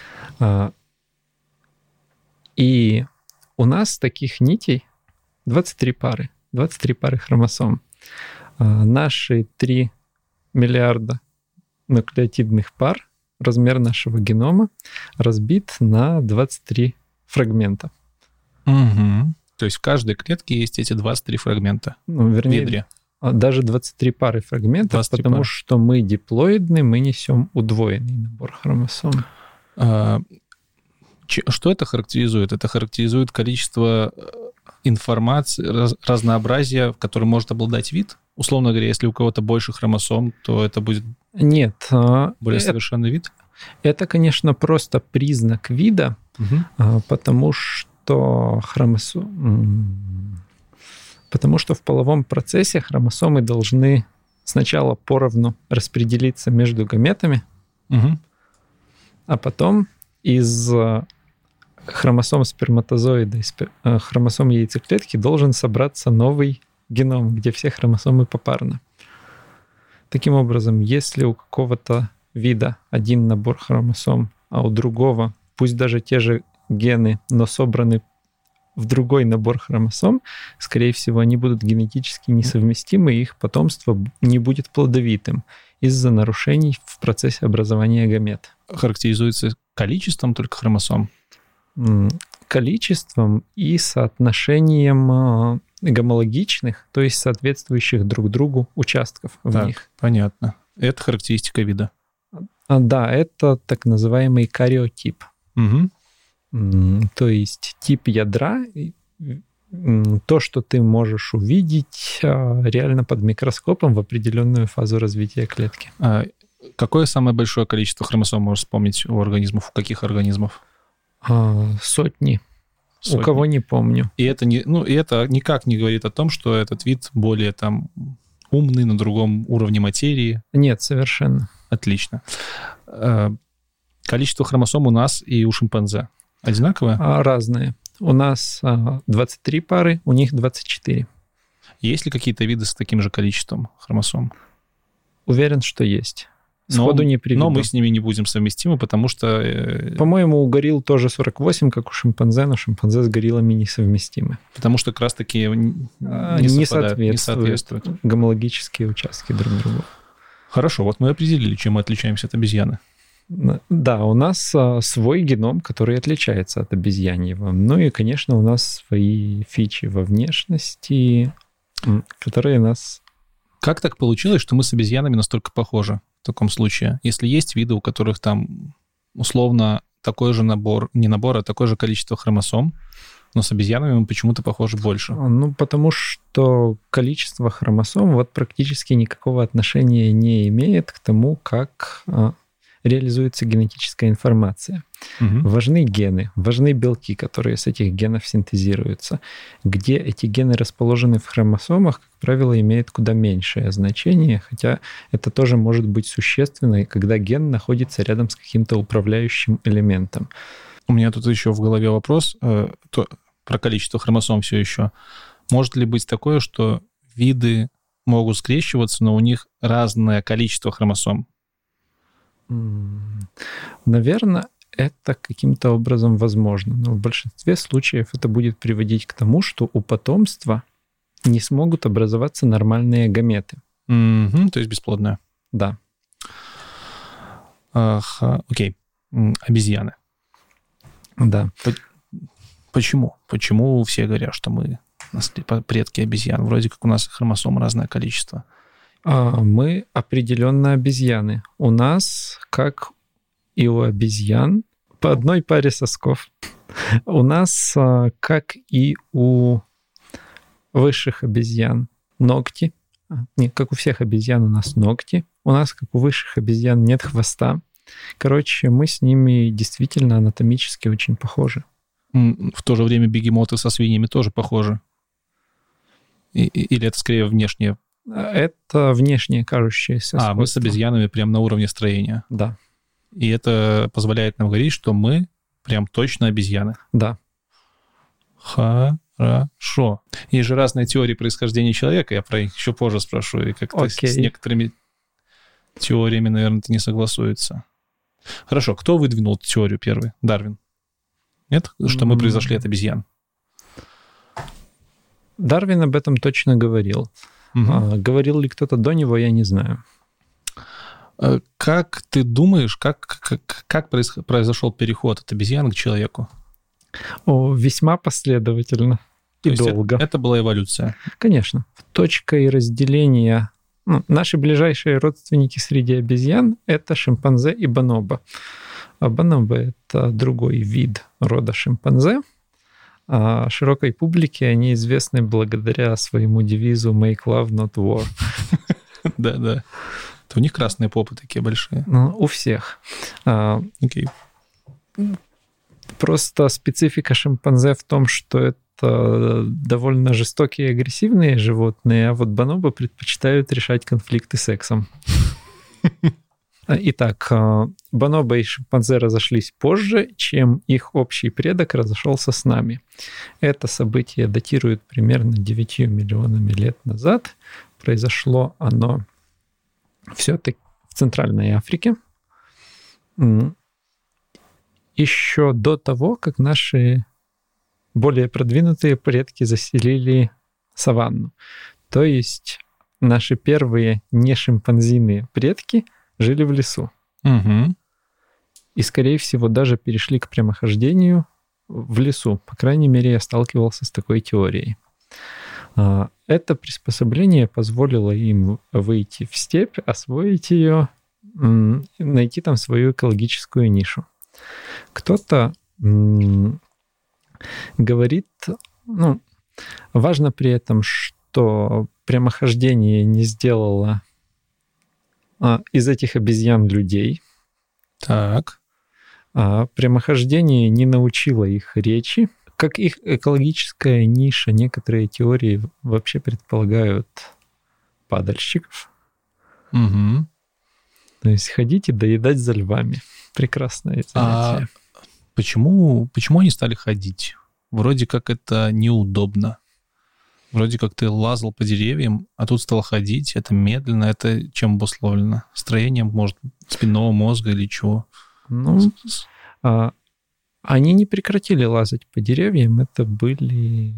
S3: И у нас таких нитей 23 пары, 23 пары хромосом. Наши 3 миллиарда нуклеотидных пар, размер нашего генома, разбит на 23 фрагмента.
S2: То есть в каждой клетке есть эти 23 фрагмента.
S3: Ну, вернее,
S2: в ядре.
S3: Даже 23 пары фрагментов, потому что мы диплоидны, мы несем удвоенный набор хромосом.
S2: Что это характеризует? Это характеризует количество информации, разнообразия, которым может обладать вид? Условно говоря, если у кого-то больше хромосом, то это будет более совершенный вид?
S3: Это, конечно, просто признак вида, потому что в половом процессе хромосомы должны сначала поровну распределиться между гаметами, а потом из хромосом сперматозоида, из хромосом яйцеклетки должен собраться новый геном, где все хромосомы попарно. Таким образом, если у какого-то вида один набор хромосом, а у другого, пусть даже те же гены, но собраны в другой набор хромосом, скорее всего, они будут генетически несовместимы, и их потомство не будет плодовитым из-за нарушений в процессе образования гамет.
S2: Характеризуется количеством только хромосом?
S3: Количеством и соотношением гомологичных, то есть соответствующих друг другу участков в них.
S2: Понятно. Это характеристика вида.
S3: Да, это так называемый кариотип. То есть тип ядра, то, что ты можешь увидеть реально под микроскопом в определенную фазу развития клетки.
S2: Какое самое большое количество хромосом можешь вспомнить у организмов? У каких организмов?
S3: Сотни. У кого не помню.
S2: И это никак не говорит о том, что этот вид более умный, на другом уровне материи?
S3: Нет, совершенно.
S2: Отлично. Количество хромосом у нас и у шимпанзе одинаковое?
S3: Разные. У нас 23 пары, у них 24.
S2: Есть ли какие-то виды с таким же количеством хромосом?
S3: Уверен, что есть. Сходу не приведу.
S2: Но мы с ними не будем совместимы, потому что...
S3: По-моему, у горилл тоже 48, как у шимпанзе, но шимпанзе с гориллами несовместимы.
S2: Потому что как раз-таки
S3: не соответствуют гомологические участки друг другу.
S2: Хорошо, вот мы определили, чем мы отличаемся от обезьяны.
S3: Да, у нас свой геном, который отличается от обезьяньего. Ну и, конечно, у нас свои фичи во внешности, которые нас...
S2: Как так получилось, что мы с обезьянами настолько похожи в таком случае? Если есть виды, у которых там условно такой же набор, не набор, а такое же количество хромосом, но с обезьянами мы почему-то похожи больше.
S3: Ну, потому что количество хромосом вот практически никакого отношения не имеет к тому, как реализуется генетическая информация. Важны гены, важны белки, которые с этих генов синтезируются. Где эти гены расположены в хромосомах, как правило, имеет куда меньшее значение, хотя это тоже может быть существенно, когда ген находится рядом с каким-то управляющим элементом.
S2: У меня тут еще в голове вопрос про количество хромосом все еще. Может ли быть такое, что виды могут скрещиваться, но у них разное количество хромосом?
S3: Наверное, это каким-то образом возможно. Но в большинстве случаев это будет приводить к тому, что у потомства не смогут образоваться нормальные гаметы.
S2: То есть бесплодные.
S3: Да.
S2: Окей. Обезьяны.
S3: Да.
S2: Почему? Почему все говорят, что мы предки обезьян? Вроде как у нас хромосом разное количество.
S3: Мы определенно обезьяны. У нас, как и у обезьян по одной паре сосков. У нас, как и у высших обезьян, ногти. Нет, как у всех обезьян у нас ногти. У нас, как у высших обезьян, нет хвоста. Короче, мы с ними действительно анатомически очень похожи.
S2: В то же время бегемоты со свиньями тоже похожи. Или это скорее внешнее?
S3: Это внешнее кажущееся сходство.
S2: Мы с обезьянами прям на уровне строения.
S3: Да.
S2: И это позволяет нам говорить, что мы прям точно обезьяны.
S3: Да.
S2: Хорошо. Есть же разные теории происхождения человека, я про них еще позже спрошу, и как-то с некоторыми теориями, наверное, это не согласуется. Хорошо, кто выдвинул эту теорию первый? Дарвин? Нет? Что мы произошли от обезьян?
S3: Дарвин об этом точно говорил. Угу. Говорил ли кто-то до него, я не знаю.
S2: Как ты думаешь, как произошел переход от обезьян к человеку?
S3: Весьма последовательно и долго.
S2: Это была эволюция?
S3: Конечно. Точкой разделения... наши ближайшие родственники среди обезьян — это шимпанзе и бонобо. А бонобо — это другой вид рода шимпанзе. А широкой публике они известны благодаря своему девизу «Make love, not war».
S2: Да. У них красные попы такие большие.
S3: У всех.
S2: Окей.
S3: Просто специфика шимпанзе в том, что это довольно жестокие и агрессивные животные, а вот бонобо предпочитают решать конфликты сексом. Итак, бонобо и шимпанзе разошлись позже, чем их общий предок разошелся с нами. Это событие датирует примерно 9 миллионами лет назад. Произошло оно все-таки в Центральной Африке. Еще до того, как наши более продвинутые предки заселили саванну. То есть наши первые нешимпанзиные предки жили в лесу.
S2: Угу.
S3: И, скорее всего, даже перешли к прямохождению в лесу. По крайней мере, я сталкивался с такой теорией. Это приспособление позволило им выйти в степь, освоить ее, найти там свою экологическую нишу. Кто-то говорит, важно при этом, что прямохождение не сделало из этих обезьян людей.
S2: Так.
S3: Прямохождение не научило их речи. Как их экологическая ниша, некоторые теории вообще предполагают падальщиков.
S2: Угу.
S3: То есть ходить и доедать за львами. Прекрасное занятие.
S2: Почему они стали ходить? Вроде как это неудобно. Вроде как ты лазал по деревьям, а тут стал ходить. Это медленно. Это чем обусловлено? Строением, может, спинного мозга или чего?
S3: Они не прекратили лазать по деревьям. Это были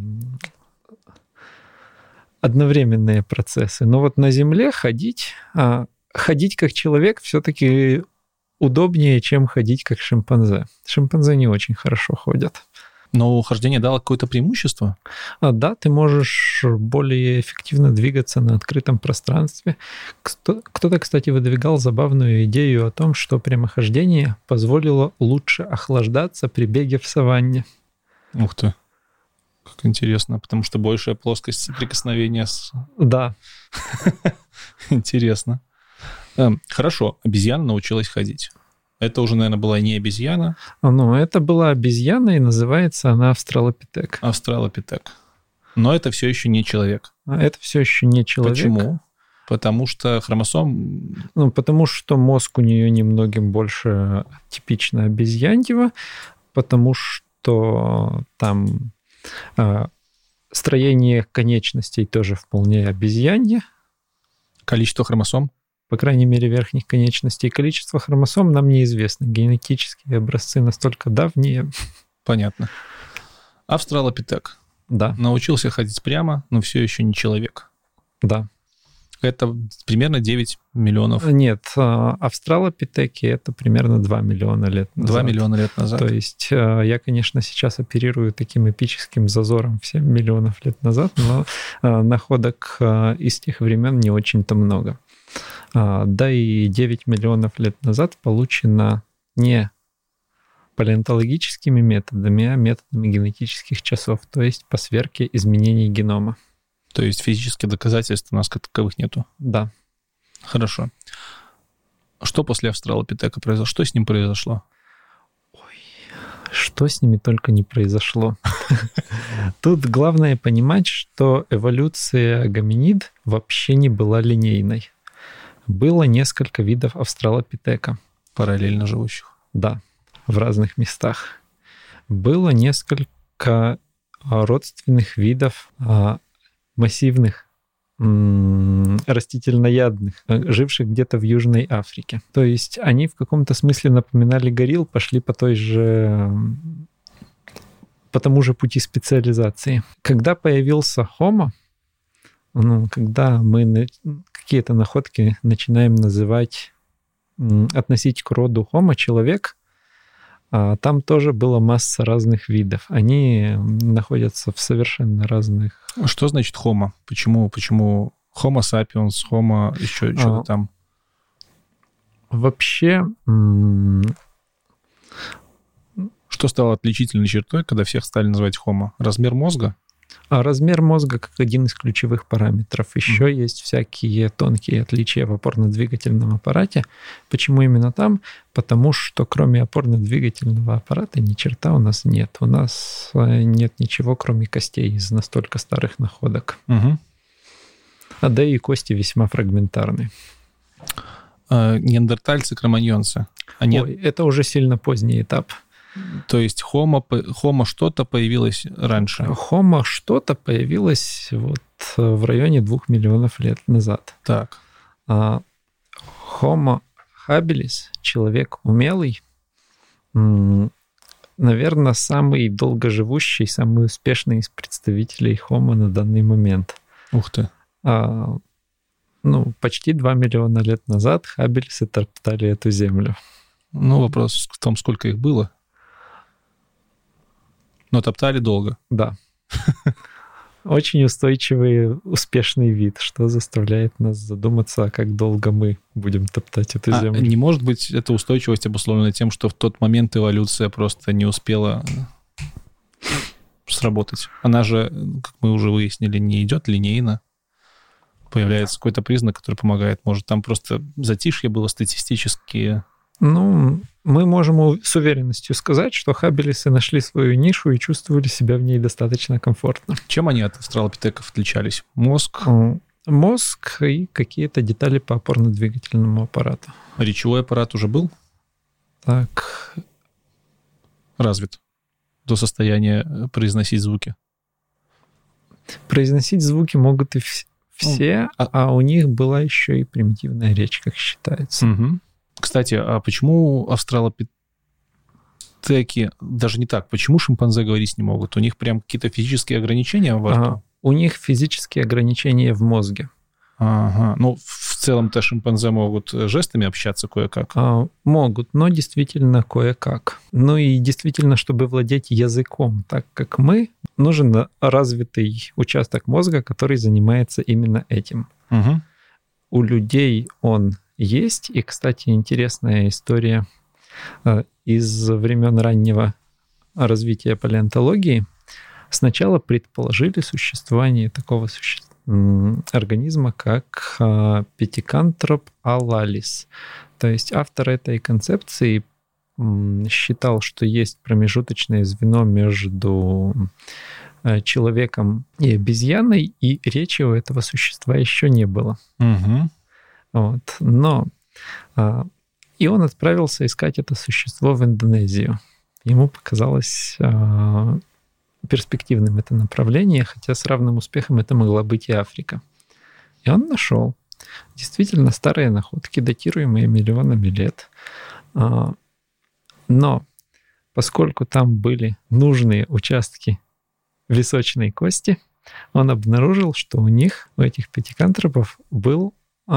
S3: одновременные процессы. Но вот на Земле ходить как человек все-таки удобнее, чем ходить как шимпанзе. Шимпанзе не очень хорошо ходят.
S2: Но хождение дало какое-то преимущество?
S3: Да, ты можешь более эффективно двигаться на открытом пространстве. Кто-то, кстати, выдвигал забавную идею о том, что прямохождение позволило лучше охлаждаться при беге в саванне.
S2: Ух ты, как интересно, потому что большая плоскость соприкосновения с...
S3: Да.
S2: Интересно. Хорошо, обезьяна научилась ходить. Это уже, наверное, была не обезьяна.
S3: Это была обезьяна, и называется она австралопитек.
S2: Австралопитек. Но это все еще не человек.
S3: Это все еще не человек.
S2: Почему? Потому что хромосом...
S3: Потому что мозг у нее немногим больше типично обезьяньего, потому что там строение конечностей тоже вполне обезьянье.
S2: Количество хромосом?
S3: По крайней мере, верхних конечностей. Количество хромосом нам неизвестно. Генетические образцы настолько давние.
S2: Понятно. Австралопитек.
S3: Да.
S2: Научился ходить прямо, но все еще не человек.
S3: Да.
S2: Это примерно 9 миллионов.
S3: Нет, австралопитеки — это примерно 2 миллиона лет назад.
S2: 2 миллиона лет назад.
S3: То есть я, конечно, сейчас оперирую таким эпическим зазором в 7 миллионов лет назад, но находок из тех времен не очень-то много. Да и 9 миллионов лет назад получено не палеонтологическими методами, а методами генетических часов, то есть по сверке изменений генома.
S2: То есть физических доказательств у нас как таковых нету?
S3: Да.
S2: Хорошо. Что после австралопитека произошло? Что с ним произошло?
S3: Что с ними только не произошло. Тут главное понимать, что эволюция гоминид вообще не была линейной. Было несколько видов австралопитека.
S2: Параллельно живущих.
S3: Да, в разных местах. Было несколько родственных видов массивных растительноядных, живших где-то в Южной Африке. То есть они в каком-то смысле напоминали горилл, пошли по тому же пути специализации. Когда появился Homo, когда мы какие-то находки начинаем относить к роду Homo, человек, там тоже была масса разных видов. Они находятся в совершенно разных...
S2: Что значит Homo? Почему Homo sapiens, Homo еще что-то там?
S3: Вообще...
S2: Что стало отличительной чертой, когда всех стали называть Homo? Размер мозга?
S3: Размер мозга как один из ключевых параметров. Еще есть всякие тонкие отличия в опорно-двигательном аппарате. Почему именно там? Потому что кроме опорно-двигательного аппарата ни черта у нас нет. У нас нет ничего, кроме костей из настолько старых находок. Да и кости весьма фрагментарны.
S2: Неандертальцы, кроманьонцы.
S3: Это уже сильно поздний этап.
S2: То есть Homo что-то появилось раньше?
S3: Homo что-то появилось в районе 2 миллионов лет назад.
S2: Так.
S3: Homo habilis, человек умелый, наверное, самый долгоживущий, самый успешный из представителей Homo на данный момент.
S2: Ух ты.
S3: Почти 2 миллиона лет назад хаббельсы топтали эту землю.
S2: Вопрос в том, сколько их было. Но топтали долго.
S3: Да. Очень устойчивый, успешный вид, что заставляет нас задуматься, как долго мы будем топтать эту землю.
S2: Не может быть эта устойчивость обусловлена тем, что в тот момент эволюция просто не успела сработать. Она же, как мы уже выяснили, не идет линейно. Появляется какой-то признак, который помогает. Может, там просто затишье было статистически...
S3: Мы можем с уверенностью сказать, что хаббелисы нашли свою нишу и чувствовали себя в ней достаточно комфортно.
S2: Чем они от австралопитеков отличались? Мозг?
S3: Мозг и какие-то детали по опорно-двигательному аппарату.
S2: Речевой аппарат уже был?
S3: Так.
S2: Развит до состояния произносить звуки?
S3: Произносить звуки могут и все, а у них была еще и примитивная речь, как считается.
S2: Угу. Кстати, а почему австралопитеки, даже не так, почему шимпанзе говорить не могут? У них прям какие-то физические ограничения во рту?
S3: У них физические ограничения в мозге.
S2: Ага. В целом-то шимпанзе могут жестами общаться кое-как?
S3: Могут, но действительно кое-как. И действительно, чтобы владеть языком так, как мы, нужен развитый участок мозга, который занимается именно этим.
S2: Угу.
S3: У людей он есть. И, кстати, интересная история из времен раннего развития палеонтологии. Сначала предположили существование такого организма, как пятикантроп алалис. То есть автор этой концепции считал, что есть промежуточное звено между человеком и обезьяной, и речи у этого существа еще не было.
S2: Угу.
S3: И он отправился искать это существо в Индонезию. Ему показалось перспективным это направление, хотя с равным успехом это могла быть и Африка. И он нашел действительно старые находки, датируемые миллионами лет. Но поскольку там были нужные участки височной кости, он обнаружил, что у этих пятикантропов был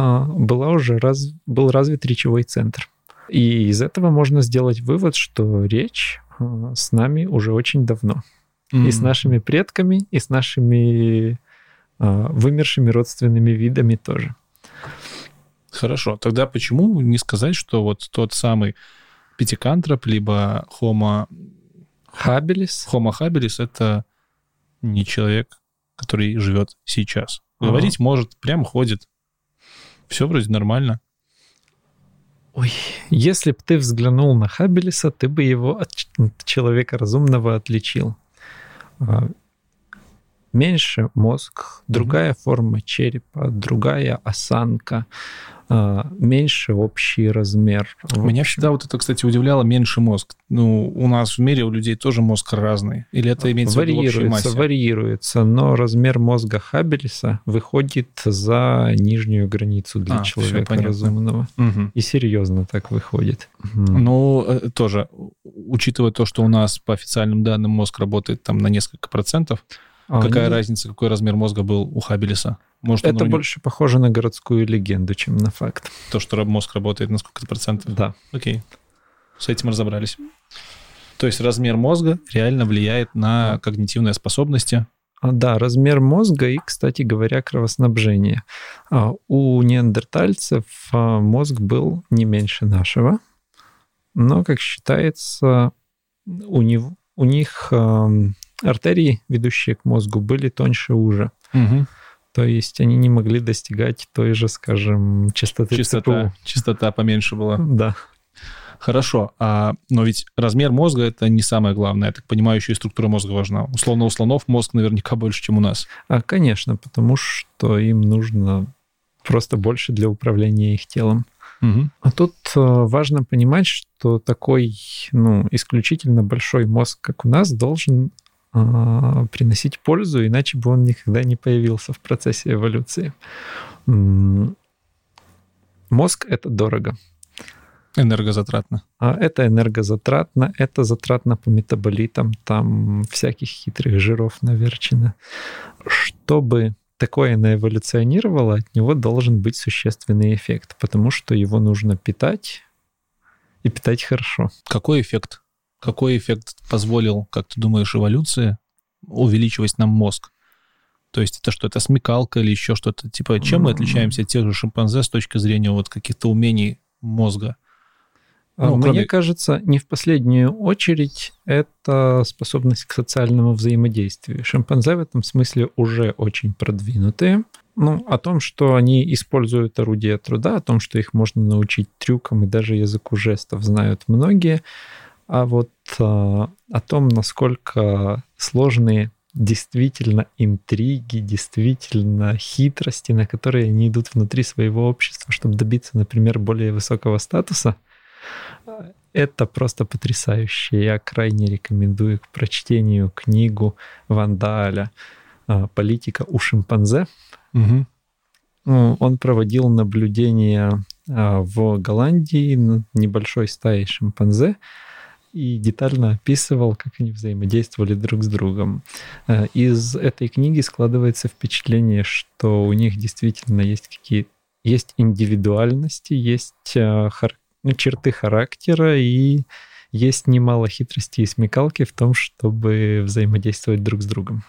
S3: развит речевой центр. И из этого можно сделать вывод, что речь с нами уже очень давно. И с нашими предками, и с нашими вымершими родственными видами тоже.
S2: Хорошо. Тогда почему не сказать, что вот тот самый пятикантроп, либо Homo habilis — это не человек, который живет сейчас. Говорить может, прям ходит. Все вроде нормально.
S3: Ой, если бы ты взглянул на Хаббелиса, ты бы его от человека разумного отличил. Меньше мозг, другая форма черепа, другая осанка, меньше общий размер.
S2: Меня всегда вот это, кстати, удивляло, меньше мозг. Ну, у нас в мире у людей тоже мозг разный. Или это имеется в виду в общей массе?
S3: Варьируется, но размер мозга Хаббелиса выходит за нижнюю границу для человека разумного.
S2: Угу.
S3: И серьезно так выходит.
S2: Ну, тоже, учитывая то, что у нас по официальным данным мозг работает там на несколько процентов, какая разница, какой размер мозга был у Хаббелиса? Может,
S3: это больше похоже на городскую легенду, чем на факт.
S2: То, что мозг работает на сколько-то процентов?
S3: Да.
S2: Окей. С этим разобрались. То есть размер мозга реально влияет на когнитивные способности?
S3: Да, размер мозга и, кстати говоря, кровоснабжение. У неандертальцев мозг был не меньше нашего, но, как считается, у них артерии, ведущие к мозгу, были тоньше, уже.
S2: Угу.
S3: То есть они не могли достигать той же, скажем, частоты ЦПУ.
S2: Частота поменьше была.
S3: Да.
S2: Хорошо, но ведь размер мозга — это не самое главное. Я так понимаю, еще и структура мозга важна. Условно, у слонов мозг наверняка больше, чем у нас.
S3: Конечно, потому что им нужно просто больше для управления их телом.
S2: Угу.
S3: А тут важно понимать, что такой, исключительно большой мозг, как у нас, должен приносить пользу, иначе бы он никогда не появился в процессе эволюции. Мозг — это дорого.
S2: Энергозатратно.
S3: Это энергозатратно, это затратно по метаболитам, там всяких хитрых жиров наверчено. Чтобы такое наэволюционировало, от него должен быть существенный эффект, потому что его нужно питать, и питать хорошо.
S2: Какой эффект? Какой эффект позволил, как ты думаешь, эволюции увеличивать нам мозг? То есть это что, это смекалка или еще что-то? Типа, чем мы отличаемся от тех же шимпанзе с точки зрения вот каких-то умений мозга?
S3: Мне кажется, не в последнюю очередь это способность к социальному взаимодействию. Шимпанзе в этом смысле уже очень продвинутые. О том, что они используют орудия труда, о том, что их можно научить трюкам и даже языку жестов, знают многие. А вот о том, насколько сложные действительно интриги, действительно хитрости, на которые они идут внутри своего общества, чтобы добиться, например, более высокого статуса, это просто потрясающе. Я крайне рекомендую к прочтению книгу Ван Дааля «Политика у шимпанзе».
S2: Угу.
S3: Он проводил наблюдения в Голландии над небольшой стаей шимпанзе и детально описывал, как они взаимодействовали друг с другом. Из этой книги складывается впечатление, что у них действительно есть индивидуальности, есть черты характера и есть немало хитрости и смекалки в том, чтобы взаимодействовать друг с другом.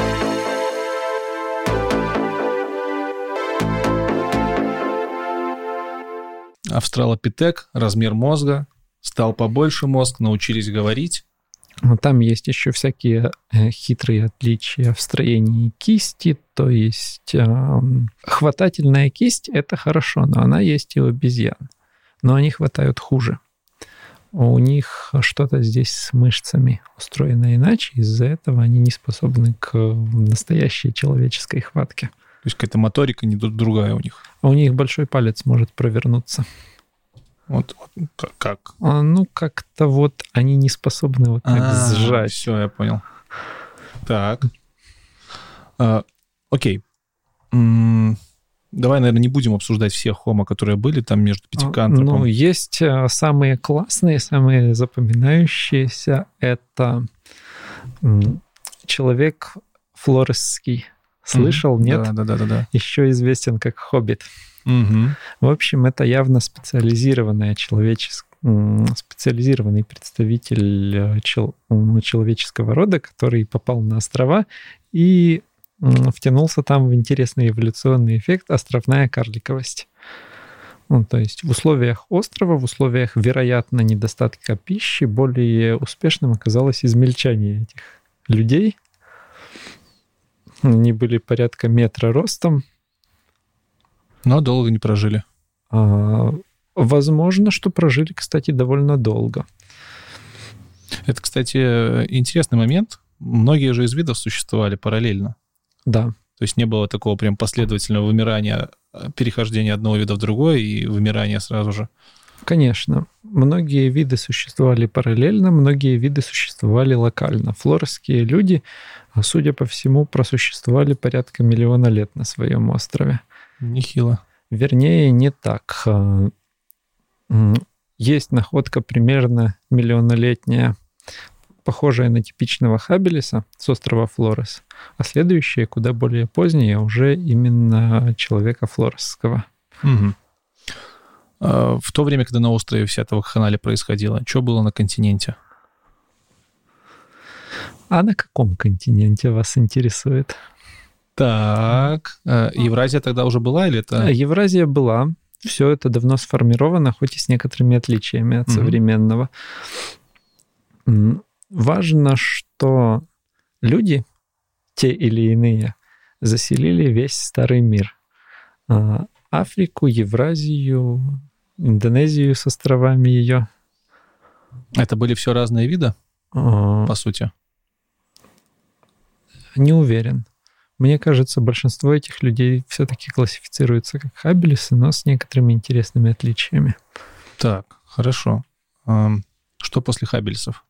S2: Австралопитек, размер мозга, стал побольше мозг, научились говорить.
S3: Там есть еще всякие хитрые отличия в строении кисти, то есть хватательная кисть — это хорошо, но она есть и у обезьян. Но они хватают хуже. У них что-то здесь с мышцами устроено иначе, из-за этого они не способны к настоящей человеческой хватке.
S2: То есть какая-то моторика не другая у них.
S3: А у них большой палец может провернуться.
S2: Вот как?
S3: Как-то вот они не способны вот так сжать.
S2: Все, я понял. Так. Окей. Давай, наверное, не будем обсуждать все хомо, которые были там между пятикантропом.
S3: Есть самые классные, самые запоминающиеся. Это человек флоресский. Слышал, нет?
S2: Да.
S3: Еще известен как хоббит.
S2: Угу.
S3: В общем, это явно специализированный представитель человеческого рода, который попал на острова и втянулся там в интересный эволюционный эффект — островная карликовость. Ну, то есть в условиях острова, в условиях, вероятно, недостатка пищи более успешным оказалось измельчание этих людей. Они были порядка метра ростом.
S2: Но долго не прожили.
S3: Возможно, что прожили, кстати, довольно долго.
S2: Это, кстати, интересный момент. Многие же из видов существовали параллельно.
S3: Да.
S2: То есть не было такого прям последовательного вымирания, перехождения одного вида в другой и вымирания сразу же.
S3: Конечно. Многие виды существовали параллельно, многие виды существовали локально. Флорские люди, судя по всему, просуществовали порядка 1 миллиона лет на своем острове.
S2: Нехило.
S3: Вернее, не так. Есть находка примерно миллионолетняя, похожая на типичного хабелиса с острова Флорес, а следующая, куда более поздняя, уже именно человека флоресского.
S2: Угу. В то время, когда на острове вся эта вакханалия происходила, что было на континенте?
S3: А на каком континенте вас интересует?
S2: Так, Евразия тогда уже была или это...
S3: Евразия была. Все это давно сформировано, хоть и с некоторыми отличиями от современного. Важно, что люди, те или иные, заселили весь Старый мир. Африку, Евразию, Индонезию с островами ее.
S2: Это были все разные виды, по сути?
S3: Не уверен. Мне кажется, большинство этих людей все-таки классифицируются как хабелисы, но с некоторыми интересными отличиями.
S2: Так, хорошо. Что после хабелисов?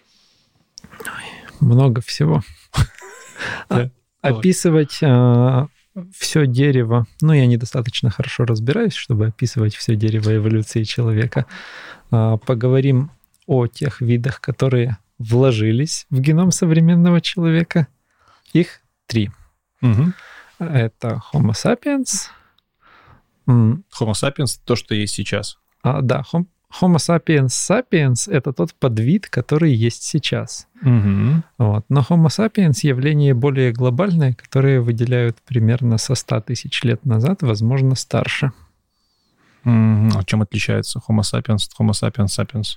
S3: Много всего. Описывать все дерево, я недостаточно хорошо разбираюсь, чтобы описывать все дерево эволюции человека. Поговорим о тех видах, которые вложились в геном современного человека. Их 3.
S2: Угу.
S3: Это Homo sapiens.
S2: Homo sapiens — то, что есть сейчас.
S3: Да, Homo sapiens sapiens — это тот подвид, который есть сейчас.
S2: Угу.
S3: Вот. Но Homo sapiens — явление более глобальное, которое выделяют примерно со 100 тысяч лет назад, возможно, старше.
S2: А чем отличается Homo sapiens от Homo sapiens sapiens?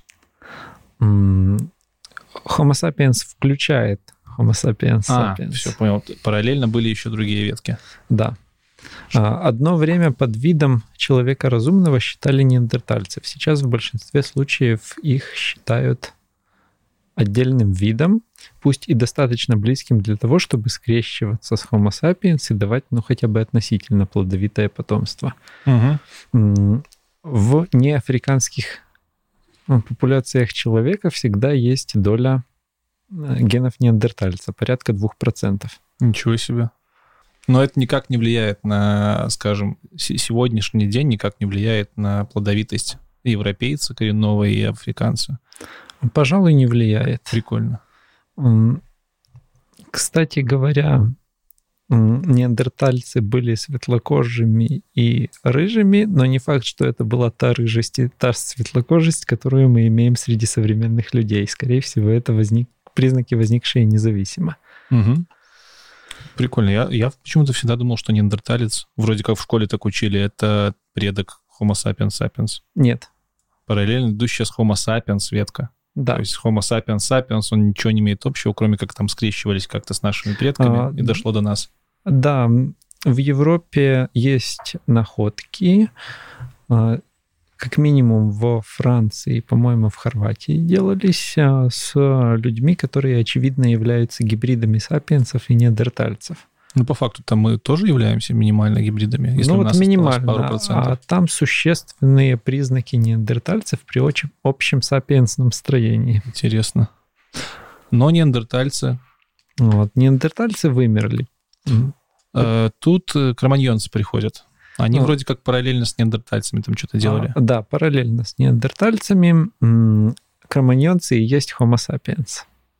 S3: Homo sapiens включает Homo sapiens sapiens.
S2: Все, понял. Параллельно были еще другие ветки.
S3: Да. Одно время под видом человека разумного считали неандертальцев. Сейчас в большинстве случаев их считают отдельным видом, пусть и достаточно близким для того, чтобы скрещиваться с Homo sapiens и давать, хотя бы относительно плодовитое потомство.
S2: Угу.
S3: В неафриканских популяциях человека всегда есть доля генов неандертальца, порядка 2%.
S2: Ничего себе. Но это никак не влияет на, скажем, сегодняшний день, никак не влияет на плодовитость европейца коренного и африканца.
S3: Пожалуй, не влияет.
S2: Прикольно.
S3: Кстати говоря, неандертальцы были светлокожими и рыжими, но не факт, что это была та рыжесть и та светлокожесть, которую мы имеем среди современных людей. Скорее всего, это признаки, возникшие независимо.
S2: Угу. Прикольно. Я почему-то всегда думал, что неандерталец, вроде как в школе так учили, это предок Homo sapiens sapiens.
S3: Нет.
S2: Параллельно идущая с Homo sapiens ветка.
S3: Да.
S2: То есть Homo sapiens sapiens, он ничего не имеет общего, кроме как там скрещивались как-то с нашими предками, и дошло до нас.
S3: Да, в Европе есть находки, как минимум во Франции, по-моему, в Хорватии делались с людьми, которые, очевидно, являются гибридами сапиенсов и неандертальцев.
S2: Ну, по факту, там мы тоже являемся минимально гибридами, если у нас
S3: минимально,
S2: пару процентов.
S3: А там существенные признаки неандертальцев при общем сапиенсном строении.
S2: Интересно. Но неандертальцы...
S3: Неандертальцы вымерли.
S2: Тут кроманьонцы приходят. Они вроде как параллельно с неандертальцами там что-то делали.
S3: Да, параллельно с неандертальцами кроманьонцы и есть Homo sapiens.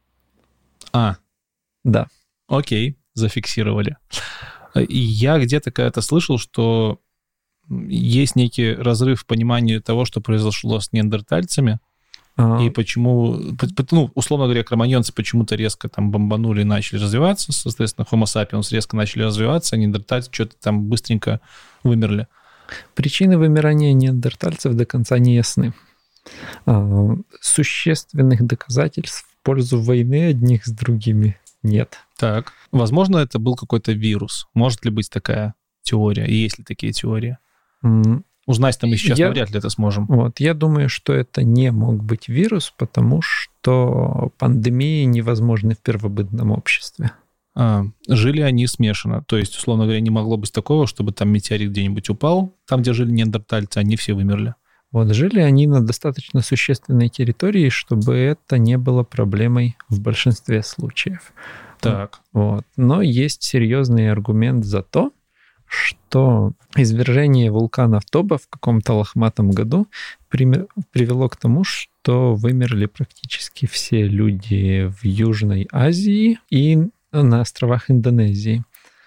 S3: Да.
S2: Окей, зафиксировали. И я где-то когда-то слышал, что есть некий разрыв в понимании того, что произошло с неандертальцами, и почему, условно говоря, кроманьонцы почему-то резко там бомбанули и начали развиваться, соответственно, Homo sapiens резко начали развиваться, а неандертальцы что-то там быстренько вымерли.
S3: Причины вымирания неандертальцев до конца не ясны. Существенных доказательств в пользу войны одних с другими нет.
S2: Так. Возможно, это был какой-то вирус. Может ли быть такая теория? И есть ли такие теории? Узнать-то мы сейчас навряд ли это сможем.
S3: Вот, я думаю, что это не мог быть вирус, потому что пандемии невозможны в первобытном обществе.
S2: Жили они смешанно. То есть, условно говоря, не могло быть такого, чтобы там метеорит где-нибудь упал, там, где жили неандертальцы, они все вымерли.
S3: Вот, жили они на достаточно существенной территории, чтобы это не было проблемой в большинстве случаев.
S2: Так.
S3: Вот. Но есть серьезный аргумент за то, что извержение вулкана Тоба в каком-то лохматом году привело к тому, что вымерли практически все люди в Южной Азии и на островах Индонезии.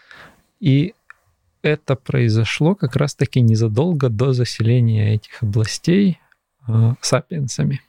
S3: И это произошло как раз-таки незадолго до заселения этих областей сапиенсами.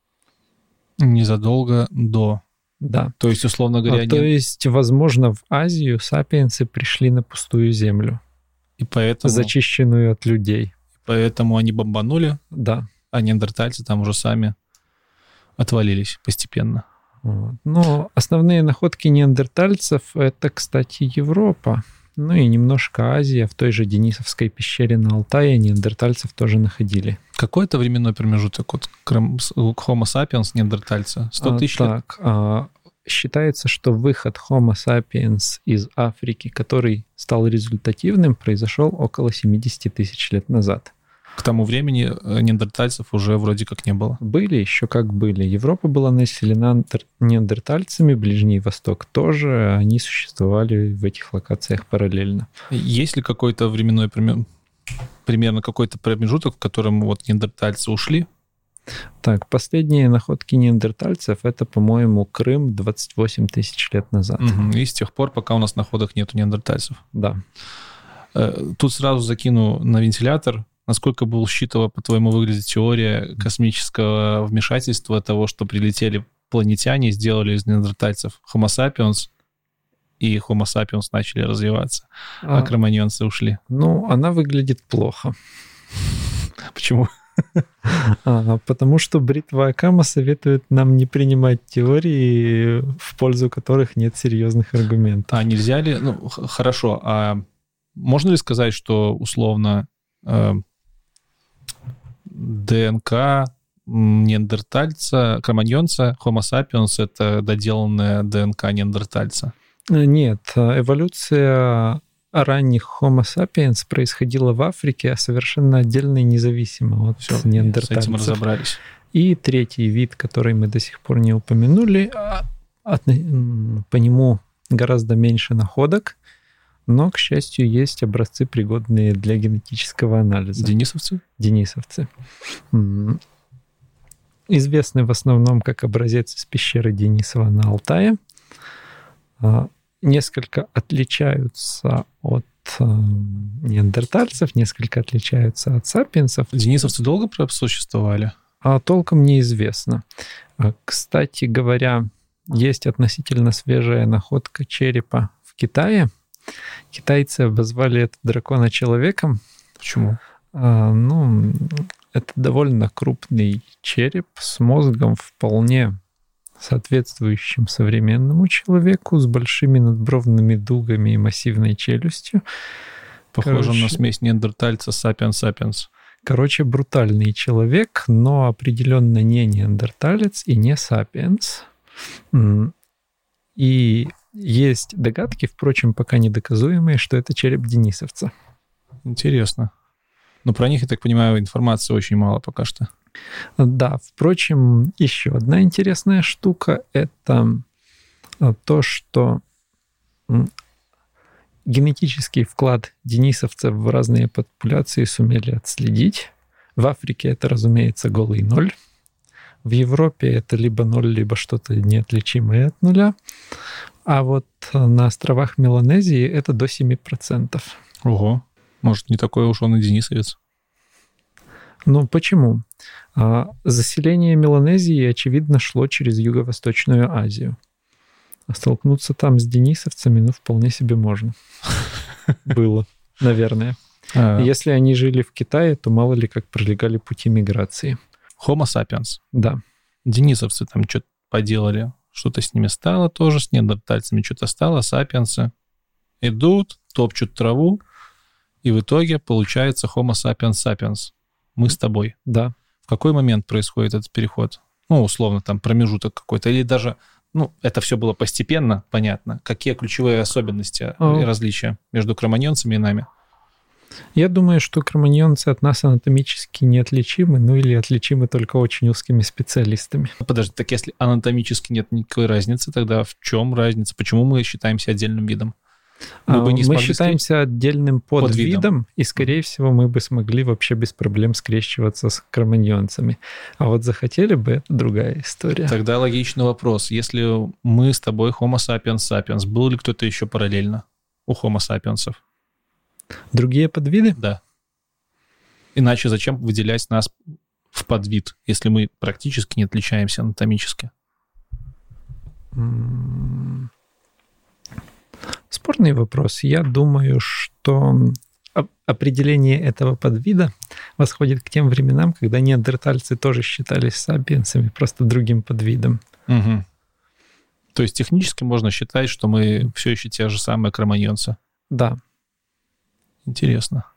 S2: Незадолго до.
S3: Да.
S2: То есть, условно говоря...
S3: То есть, возможно, в Азию сапиенсы пришли на пустую землю.
S2: И поэтому...
S3: Зачищенную от людей.
S2: Поэтому они бомбанули.
S3: Да.
S2: А неандертальцы там уже сами отвалились постепенно.
S3: Вот. Но основные находки неандертальцев — это, кстати, Европа. Ну и немножко Азия. В той же Денисовской пещере на Алтае неандертальцев тоже находили.
S2: Какой это временной промежуток от Homo sapiens неандертальца? 100 тысяч лет?
S3: Так, считается, что выход Homo sapiens из Африки, который стал результативным, произошел около 70 тысяч лет назад.
S2: К тому времени неандертальцев уже вроде как не было.
S3: Были еще как были. Европа была населена неандертальцами, Ближний Восток тоже. Они существовали в этих локациях параллельно.
S2: Есть ли какой-то временной примерно какой-то промежуток, в котором вот неандертальцы ушли?
S3: Так, последние находки неандертальцев — это, по-моему, Крым 28 тысяч лет назад.
S2: И с тех пор, пока у нас находок нету неандертальцев.
S3: Да.
S2: Тут сразу закину на вентилятор. Насколько булщитово, по-твоему, выглядит теория космического вмешательства, того, что прилетели планетяне и сделали из неандертальцев Homo sapiens, и Homo sapiens начали развиваться, а кроманьонцы ушли?
S3: Ну, она выглядит плохо.
S2: Почему?
S3: Потому что бритва Акама советует нам не принимать теории, в пользу которых нет серьезных аргументов.
S2: А нельзя ли... Ну, хорошо, а можно ли сказать, что условно ДНК неандертальца, кроманьонца, Homo sapiens — это доделанная ДНК неандертальца? Нет,
S3: эволюция ранних Homo sapiens происходила в Африке, а совершенно отдельно и независимо от неандертальцев.
S2: С этим разобрались.
S3: И третий вид, который мы до сих пор не упомянули, по нему гораздо меньше находок, но, к счастью, есть образцы, пригодные для генетического анализа.
S2: Денисовцы?
S3: Денисовцы. Известны в основном как образец из пещеры Денисова на Алтае. Несколько отличаются от неандертальцев, несколько отличаются от сапиенсов.
S2: Денисовцы долго существовали?
S3: Толком неизвестно. Кстати говоря, есть относительно свежая находка черепа в Китае. Китайцы обозвали это дракона человеком.
S2: Почему?
S3: Ну, это довольно крупный череп с мозгом вполне соответствующим современному человеку, с большими надбровными дугами и массивной челюстью.
S2: Похоже на смесь неандертальца сапиенс-сапиенс.
S3: Короче, брутальный человек, но определенно не неандерталец и не сапиенс. И есть догадки, впрочем, пока недоказуемые, что это череп денисовца.
S2: Интересно. Но про них, я так понимаю, информации очень мало пока что.
S3: Да, впрочем, еще одна интересная штука — это то, что генетический вклад денисовцев в разные популяции сумели отследить. В Африке это, разумеется, голый ноль. В Европе это либо ноль, либо что-то неотличимое от нуля. А вот на островах Меланезии это до 7%.
S2: Ого. Может, не такой уж он и денисовец?
S3: Ну, почему? Заселение Меланезии, очевидно, шло через Юго-Восточную Азию. А столкнуться там с денисовцами, ну, вполне себе можно. Было, наверное. Если они жили в Китае, то мало ли как пролегали пути миграции.
S2: Homo sapiens.
S3: Да.
S2: Денисовцы там что-то поделали, что-то с ними стало тоже, с неандертальцами что-то стало, сапиенсы идут, топчут траву, и в итоге получается Homo sapiens sapiens. Мы с тобой.
S3: Да.
S2: В какой момент происходит этот переход? Ну, условно, там промежуток какой-то, или даже, ну, это все было постепенно, понятно. Какие ключевые особенности и различия между кроманьонцами и нами?
S3: Я думаю, что кроманьонцы от нас анатомически неотличимы, ну или отличимы только очень узкими специалистами.
S2: Подожди, так если анатомически нет никакой разницы, тогда в чем разница? Почему мы считаемся отдельным видом?
S3: Мы считаемся отдельным подвидом, и, скорее всего, мы бы смогли вообще без проблем скрещиваться с кроманьонцами. А вот захотели бы, это другая история.
S2: Тогда логичный вопрос. Если мы с тобой Homo sapiens sapiens, был ли кто-то еще параллельно у Homo sapiens'ов?
S3: Другие подвиды?
S2: Да. Иначе зачем выделять нас в подвид, если мы практически не отличаемся анатомически?
S3: Спорный вопрос. Я думаю, что определение этого подвида восходит к тем временам, когда неандертальцы тоже считались сапиенсами, просто другим подвидом.
S2: Угу. То есть технически можно считать, что мы все еще те же самые кроманьонцы?
S3: Да.
S2: Интересно.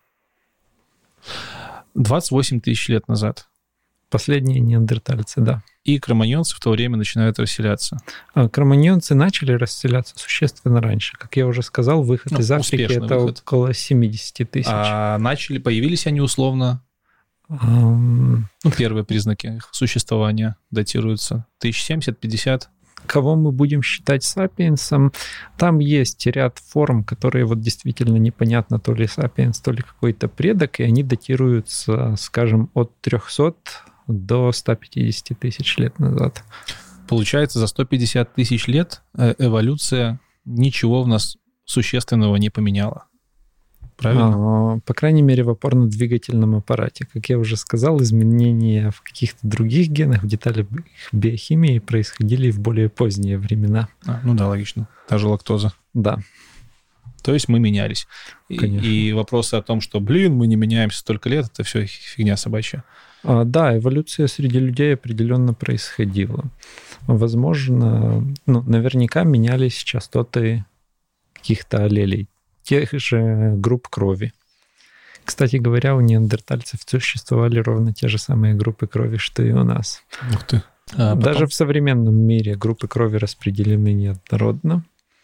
S2: 28 тысяч лет назад.
S3: Последние неандертальцы, да.
S2: И кроманьонцы в то время начинают расселяться.
S3: Кроманьонцы начали расселяться существенно раньше. Как я уже сказал, выход из Африки — это около 70 тысяч.
S2: А появились они условно? Первые признаки их существования датируются 1070-50.
S3: Кого мы будем считать сапиенсом? Там есть ряд форм, которые вот действительно непонятно, то ли сапиенс, то ли какой-то предок, и они датируются, скажем, от 300 до 150 тысяч лет назад.
S2: Получается, за 150 тысяч лет эволюция ничего в нас существенного не поменяла. Правильно?
S3: По крайней мере, в опорно-двигательном аппарате. Как я уже сказал, изменения в каких-то других генах, в деталях биохимии происходили в более поздние времена.
S2: Ну да, логично. Та же лактоза.
S3: Да.
S2: То есть мы менялись. И вопросы о том, что, мы не меняемся столько лет, это все фигня собачья.
S3: Да, эволюция среди людей определенно происходила. Возможно, наверняка менялись частоты каких-то аллелей, тех же групп крови. Кстати говоря, у неандертальцев существовали ровно те же самые группы крови, что и у нас.
S2: Ух ты.
S3: Даже в современном мире группы крови распределены неоднородно.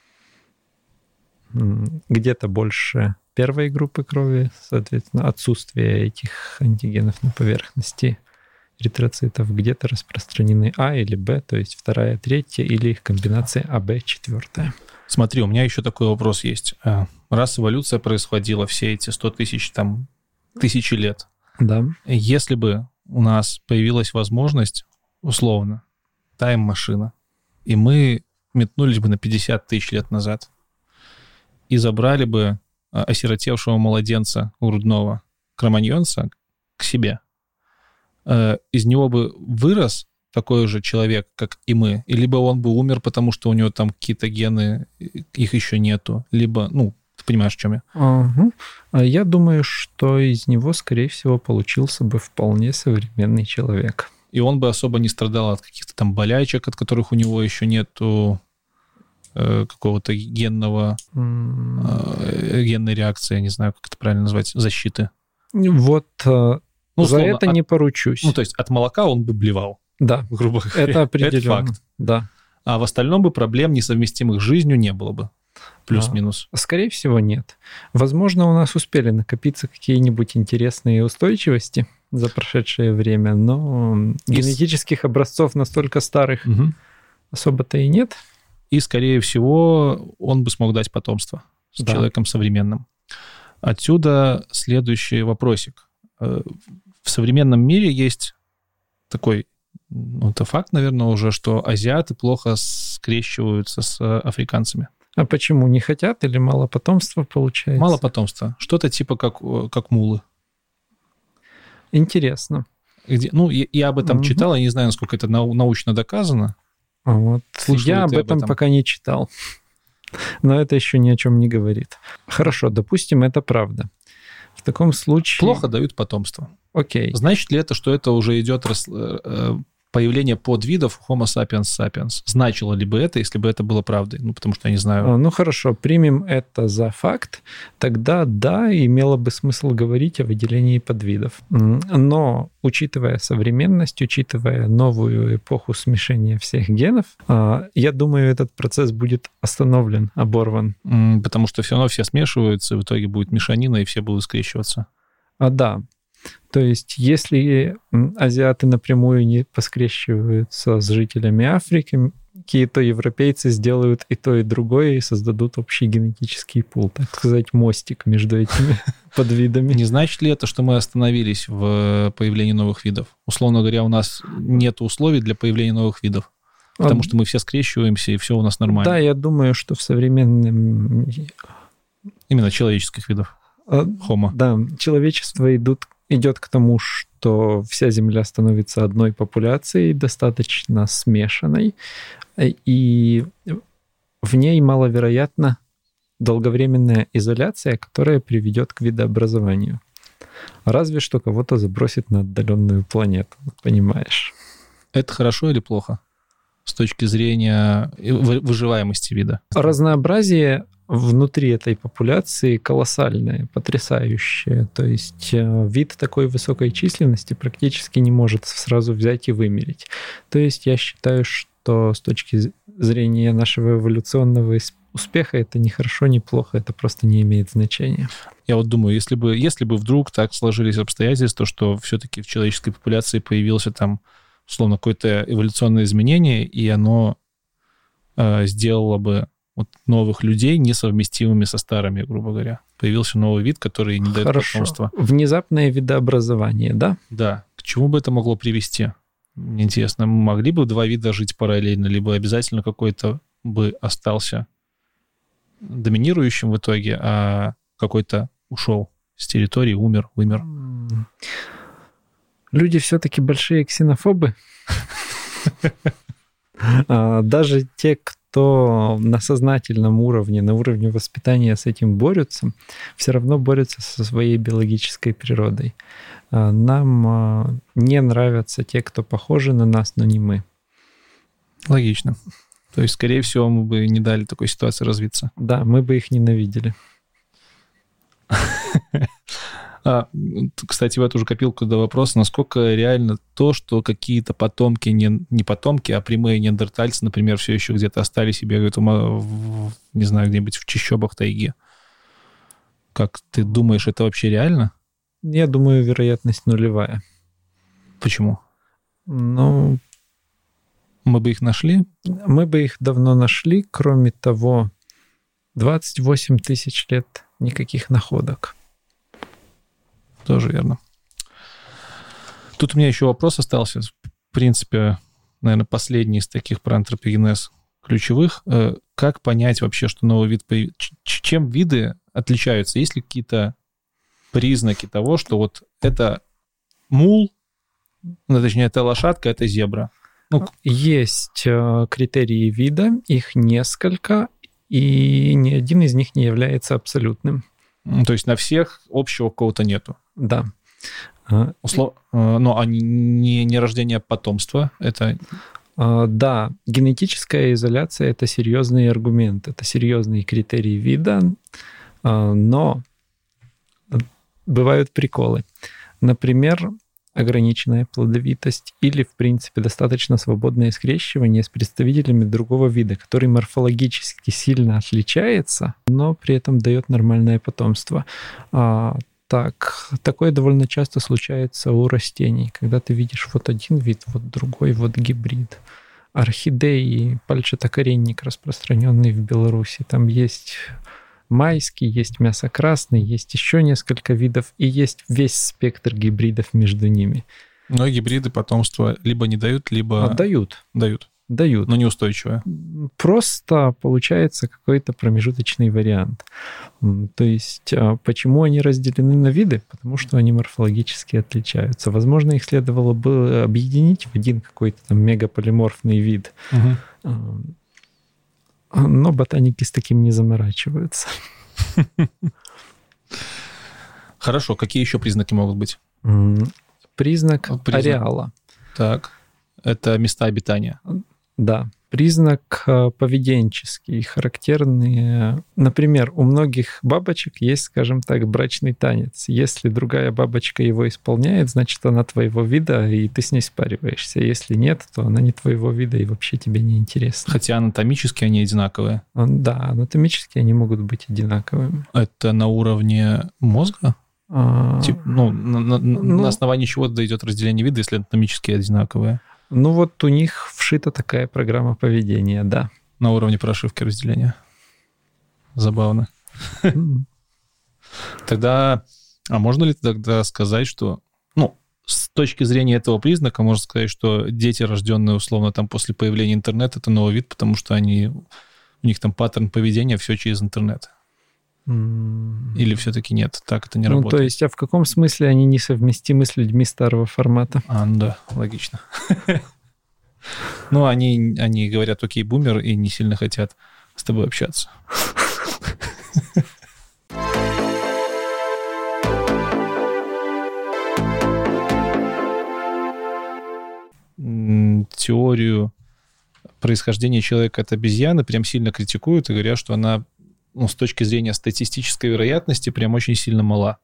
S3: Где-то больше первой группы крови, соответственно, отсутствие этих антигенов на поверхности эритроцитов, где-то распространены А или Б, то есть вторая, третья, или их комбинация АБ, четвертая.
S2: Смотри, у меня еще такой вопрос есть. Раз эволюция происходила все эти 100 тысяч, тысячи лет,
S3: да.
S2: Если бы у нас появилась возможность, условно, тайм-машина, и мы метнулись бы на 50 тысяч лет назад и забрали бы осиротевшего младенца грудного кроманьонца к себе, из него бы вырос такой же человек, как и мы, и либо он бы умер, потому что у него там какие-то гены, их еще нету, либо, ты понимаешь, в чем я?
S3: Угу. Я думаю, что из него, скорее всего, получился бы вполне современный человек.
S2: И он бы особо не страдал от каких-то там болячек, от которых у него еще нету какого-то генной реакции, я не знаю, как это правильно назвать, защиты.
S3: Вот
S2: условно,
S3: за это не поручусь.
S2: То есть от молока он бы блевал.
S3: Да,
S2: грубо говоря.
S3: Это определенно.
S2: Это факт.
S3: Да.
S2: А в остальном бы проблем, несовместимых с жизнью, не было бы. Плюс-минус.
S3: Скорее всего, нет. Возможно, у нас успели накопиться какие-нибудь интересные устойчивости за прошедшее время, но генетических образцов настолько старых особо-то и нет.
S2: И, скорее всего, он бы смог дать потомство с человеком современным. Отсюда следующий вопросик. В современном мире есть такой, это факт, наверное, уже, что азиаты плохо скрещиваются с африканцами.
S3: А почему? Не хотят или мало потомства получается?
S2: Мало потомства. Что-то типа как мулы.
S3: Интересно.
S2: Я об этом читал, я не знаю, насколько это научно доказано.
S3: Я об этом пока не читал. Но это еще ни о чем не говорит. Хорошо, допустим, это правда. В таком случае...
S2: Плохо дают потомство.
S3: Окей.
S2: Значит ли это, что это уже идет появление подвидов Homo sapiens sapiens? Значило ли бы это, если бы это было правдой? Ну, потому что я не знаю.
S3: Ну, хорошо, примем это за факт. Тогда, да, имело бы смысл говорить о выделении подвидов. Но, учитывая современность, учитывая новую эпоху смешения всех генов, я думаю, этот процесс будет остановлен, оборван.
S2: Потому что все равно все смешиваются, в итоге будет мешанина, и все будут скрещиваться.
S3: Да. То есть, если азиаты напрямую не поскрещиваются с жителями Африки, то европейцы сделают и то, и другое, и создадут общий генетический пул, так сказать, мостик между этими подвидами.
S2: Не значит ли это, что мы остановились в появлении новых видов? Условно говоря, у нас нет условий для появления новых видов, потому что мы все скрещиваемся, и все у нас нормально.
S3: Да, я думаю, что в современном...
S2: Именно человеческих видов. Homo.
S3: Да, человечество идет к тому, что вся Земля становится одной популяцией, достаточно смешанной, и в ней маловероятна долговременная изоляция, которая приведет к видообразованию. Разве что кого-то забросит на отдаленную планету, понимаешь?
S2: Это хорошо или плохо с точки зрения выживаемости вида?
S3: Разнообразие внутри этой популяции колоссальное, потрясающее. То есть вид такой высокой численности практически не может сразу взять и вымереть. То есть я считаю, что с точки зрения нашего эволюционного успеха это не хорошо, не плохо, это просто не имеет значения.
S2: Я вот думаю, если бы вдруг так сложились обстоятельства, что все-таки в человеческой популяции появился там, условно, какое-то эволюционное изменение, и оно сделало бы вот новых людей несовместимыми со старыми, грубо говоря. Появился новый вид, который не дает потомства.
S3: Внезапное видообразование, да?
S2: Да. К чему бы это могло привести? Мне интересно, могли бы два вида жить параллельно, либо обязательно какой-то бы остался доминирующим в итоге, а какой-то ушел с территории, вымер.
S3: Люди все-таки большие ксенофобы. Даже те, кто на сознательном уровне, на уровне воспитания с этим борются, все равно борются со своей биологической природой. Нам не нравятся те, кто похожи на нас, но не мы.
S2: Логично. То есть, скорее всего, мы бы не дали такой ситуации развиться.
S3: Да, мы бы их ненавидели.
S2: Кстати, в эту же копилку до вопроса, насколько реально то, что какие-то потомки, не потомки, а прямые неандертальцы, например, все еще где-то остались и бегают, не знаю, где-нибудь в чащобах тайги. Как ты думаешь, это вообще реально?
S3: Я думаю, вероятность нулевая.
S2: Почему?
S3: Ну...
S2: Мы бы их нашли?
S3: Мы бы их давно нашли. Кроме того, 28 тысяч лет никаких находок.
S2: Тоже верно. Тут у меня еще вопрос остался. В принципе, наверное, последний из таких про антропогенез ключевых. Как понять вообще, что новый вид появился? Чем виды отличаются? Есть ли какие-то признаки того, что вот это мул, ну, точнее, это лошадка, это зебра? Ну,
S3: есть критерии вида, их несколько, и ни один из них не является абсолютным.
S2: То есть на всех общего какого-то нету?
S3: Да.
S2: Но не рождение потомства, это...
S3: Да, генетическая изоляция — это серьезный аргумент, это серьезный критерий вида, но бывают приколы. Например, ограниченная плодовитость или, в принципе, достаточно свободное скрещивание с представителями другого вида, который морфологически сильно отличается, но при этом дает нормальное потомство. Такое довольно часто случается у растений, когда ты видишь вот один вид, вот другой, вот гибрид. Орхидеи, пальчатокоренник, распространенный в Беларуси, там есть майский, есть мясокрасный, есть еще несколько видов, и есть весь спектр гибридов между ними.
S2: Но гибриды потомства либо не дают, либо...
S3: Дают.
S2: Дают. Но неустойчивое.
S3: Просто получается какой-то промежуточный вариант. То есть почему они разделены на виды? Потому что они морфологически отличаются. Возможно, их следовало бы объединить в один какой-то там мегаполиморфный вид. Угу. Но ботаники с таким не заморачиваются.
S2: Хорошо, какие еще признаки могут быть?
S3: Признак ареала.
S2: Так, это места обитания.
S3: Да. Признак поведенческий, характерный. Например, у многих бабочек есть, скажем так, брачный танец. Если другая бабочка его исполняет, значит, она твоего вида, и ты с ней спариваешься. Если нет, то она не твоего вида и вообще тебе не интересна.
S2: Хотя анатомически они одинаковые.
S3: Да, анатомически они могут быть одинаковыми.
S2: Это на уровне мозга? На основании чего идет разделение вида, если анатомически одинаковые?
S3: Ну вот у них вшита такая программа поведения, да.
S2: На уровне прошивки разделения. Забавно. Тогда, а можно ли тогда сказать, что, с точки зрения этого признака, можно сказать, что дети, рожденные условно там после появления интернета, это новый вид, потому что у них там паттерн поведения все через интернет? Или все-таки нет, так это не работает?
S3: То есть, а в каком смысле они несовместимы с людьми старого формата?
S2: Да, логично. Они говорят, окей, бумер, и не сильно хотят с тобой общаться. Теорию происхождения человека от обезьяны прям сильно критикуют и говорят, что она с точки зрения статистической вероятности прям очень сильно мала.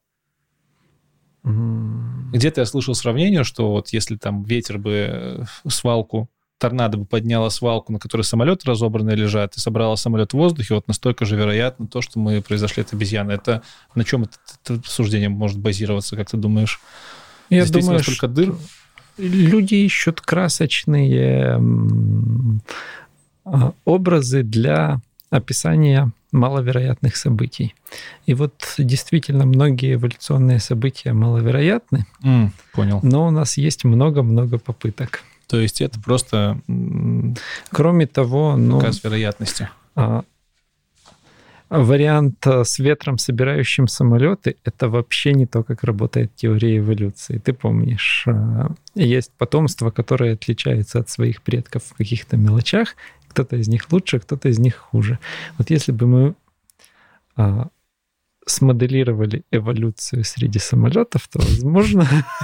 S2: Где-то я слышал сравнение, что вот если там ветер бы свалку, торнадо бы подняла свалку, на которой самолеты разобранные лежат, и собрала самолет в воздухе, вот настолько же вероятно то, что мы произошли от обезьяны. Это на чем это суждение может базироваться, как ты думаешь?
S3: Я думаю,
S2: столько дыр?
S3: Люди ищут красочные образы для описания маловероятных событий. И вот действительно многие эволюционные события маловероятны.
S2: Понял.
S3: Но у нас есть много-много попыток.
S2: То есть это просто...
S3: Кроме того...
S2: Показ вероятности.
S3: Вариант с ветром, собирающим самолеты, это вообще не то, как работает теория эволюции. Ты помнишь, есть потомство, которое отличается от своих предков в каких-то мелочах. Кто-то из них лучше, кто-то из них хуже. Вот если бы мы смоделировали эволюцию среди самолетов, то, возможно,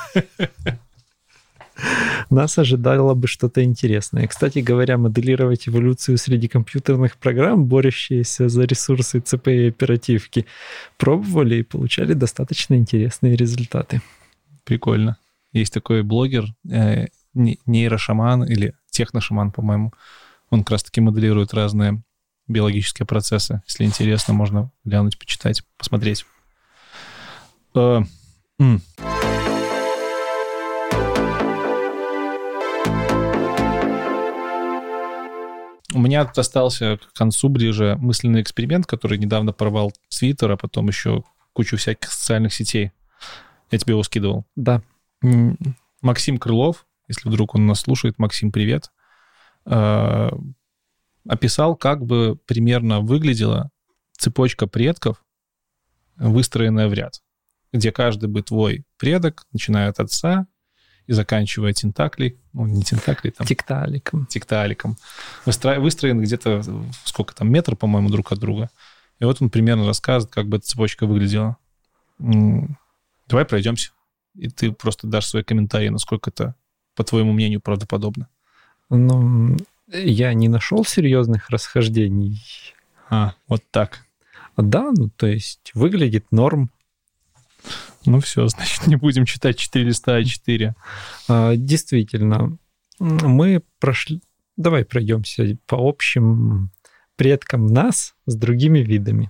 S3: нас ожидало бы что-то интересное. Кстати говоря, моделировать эволюцию среди компьютерных программ, борющиеся за ресурсы ЦП и оперативки, пробовали и получали достаточно интересные результаты.
S2: Прикольно. Есть такой блогер, нейрошаман или техношаман, по-моему. Он как раз-таки моделирует разные биологические процессы. Если интересно, можно глянуть, почитать, посмотреть. У меня тут остался к концу ближе мысленный эксперимент, который недавно порвал Твиттер, а потом еще кучу всяких социальных сетей. Я тебе его скидывал.
S3: Да.
S2: Максим Крылов, если вдруг он нас слушает, Максим, привет, описал, как бы примерно выглядела цепочка предков, выстроенная в ряд, где каждый бы твой предок, начиная от отца и заканчивая тентаклей, не тентаклей, там... Тикталиком. Выстроен где-то, сколько там, метр, по-моему, друг от друга. И вот он примерно рассказывает, как бы эта цепочка выглядела. Давай пройдемся, и ты просто дашь свои комментарии, насколько это, по твоему мнению, правдоподобно.
S3: Я не нашел серьезных расхождений.
S2: Вот так.
S3: Да, то есть выглядит норм.
S2: Все, значит, не будем читать 4 листа А4.
S3: Действительно, мы прошли... Давай пройдемся по общим предкам нас с другими видами.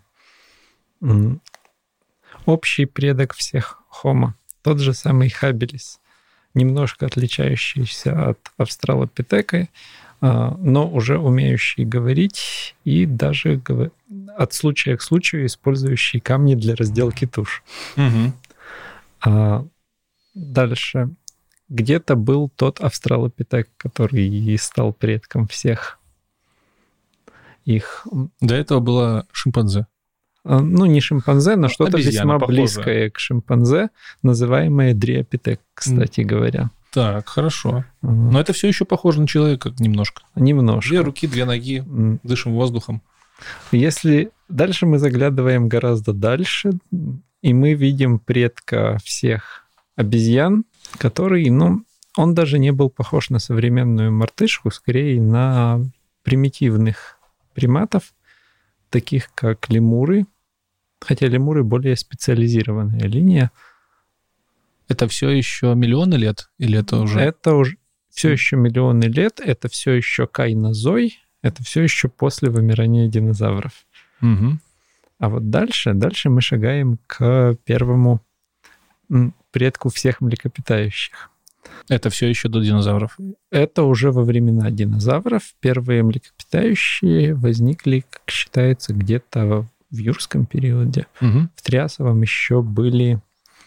S3: Общий предок всех Homo, тот же самый Habilis, немножко отличающийся от австралопитека, но уже умеющий говорить и даже от случая к случаю использующий камни для разделки туш. Дальше. Где-то был тот австралопитек, который стал предком всех их.
S2: До этого было шимпанзе.
S3: Не шимпанзе, но что-то
S2: обезьяна,
S3: весьма
S2: похожее.
S3: близкое к шимпанзе, называемое дриопитек, кстати говоря.
S2: Так, хорошо. Но это все еще похоже на человека немножко.
S3: Немножко.
S2: 2 руки, 2 ноги, дышим воздухом.
S3: Если дальше мы заглядываем гораздо дальше, И мы видим предка всех обезьян, который, он даже не был похож на современную мартышку, скорее на примитивных приматов, таких как лемуры, хотя лемуры более специализированная линия.
S2: Это все еще миллионы лет? Или это уже...
S3: Это уже все еще миллионы лет, это все еще кайнозой, это все еще после вымирания динозавров.
S2: Угу.
S3: А вот дальше мы шагаем к первому предку всех млекопитающих.
S2: Это все еще до динозавров?
S3: Это уже во времена динозавров. Первые млекопитающие возникли, как считается, где-то в юрском периоде.
S2: Угу.
S3: В Триасовом еще были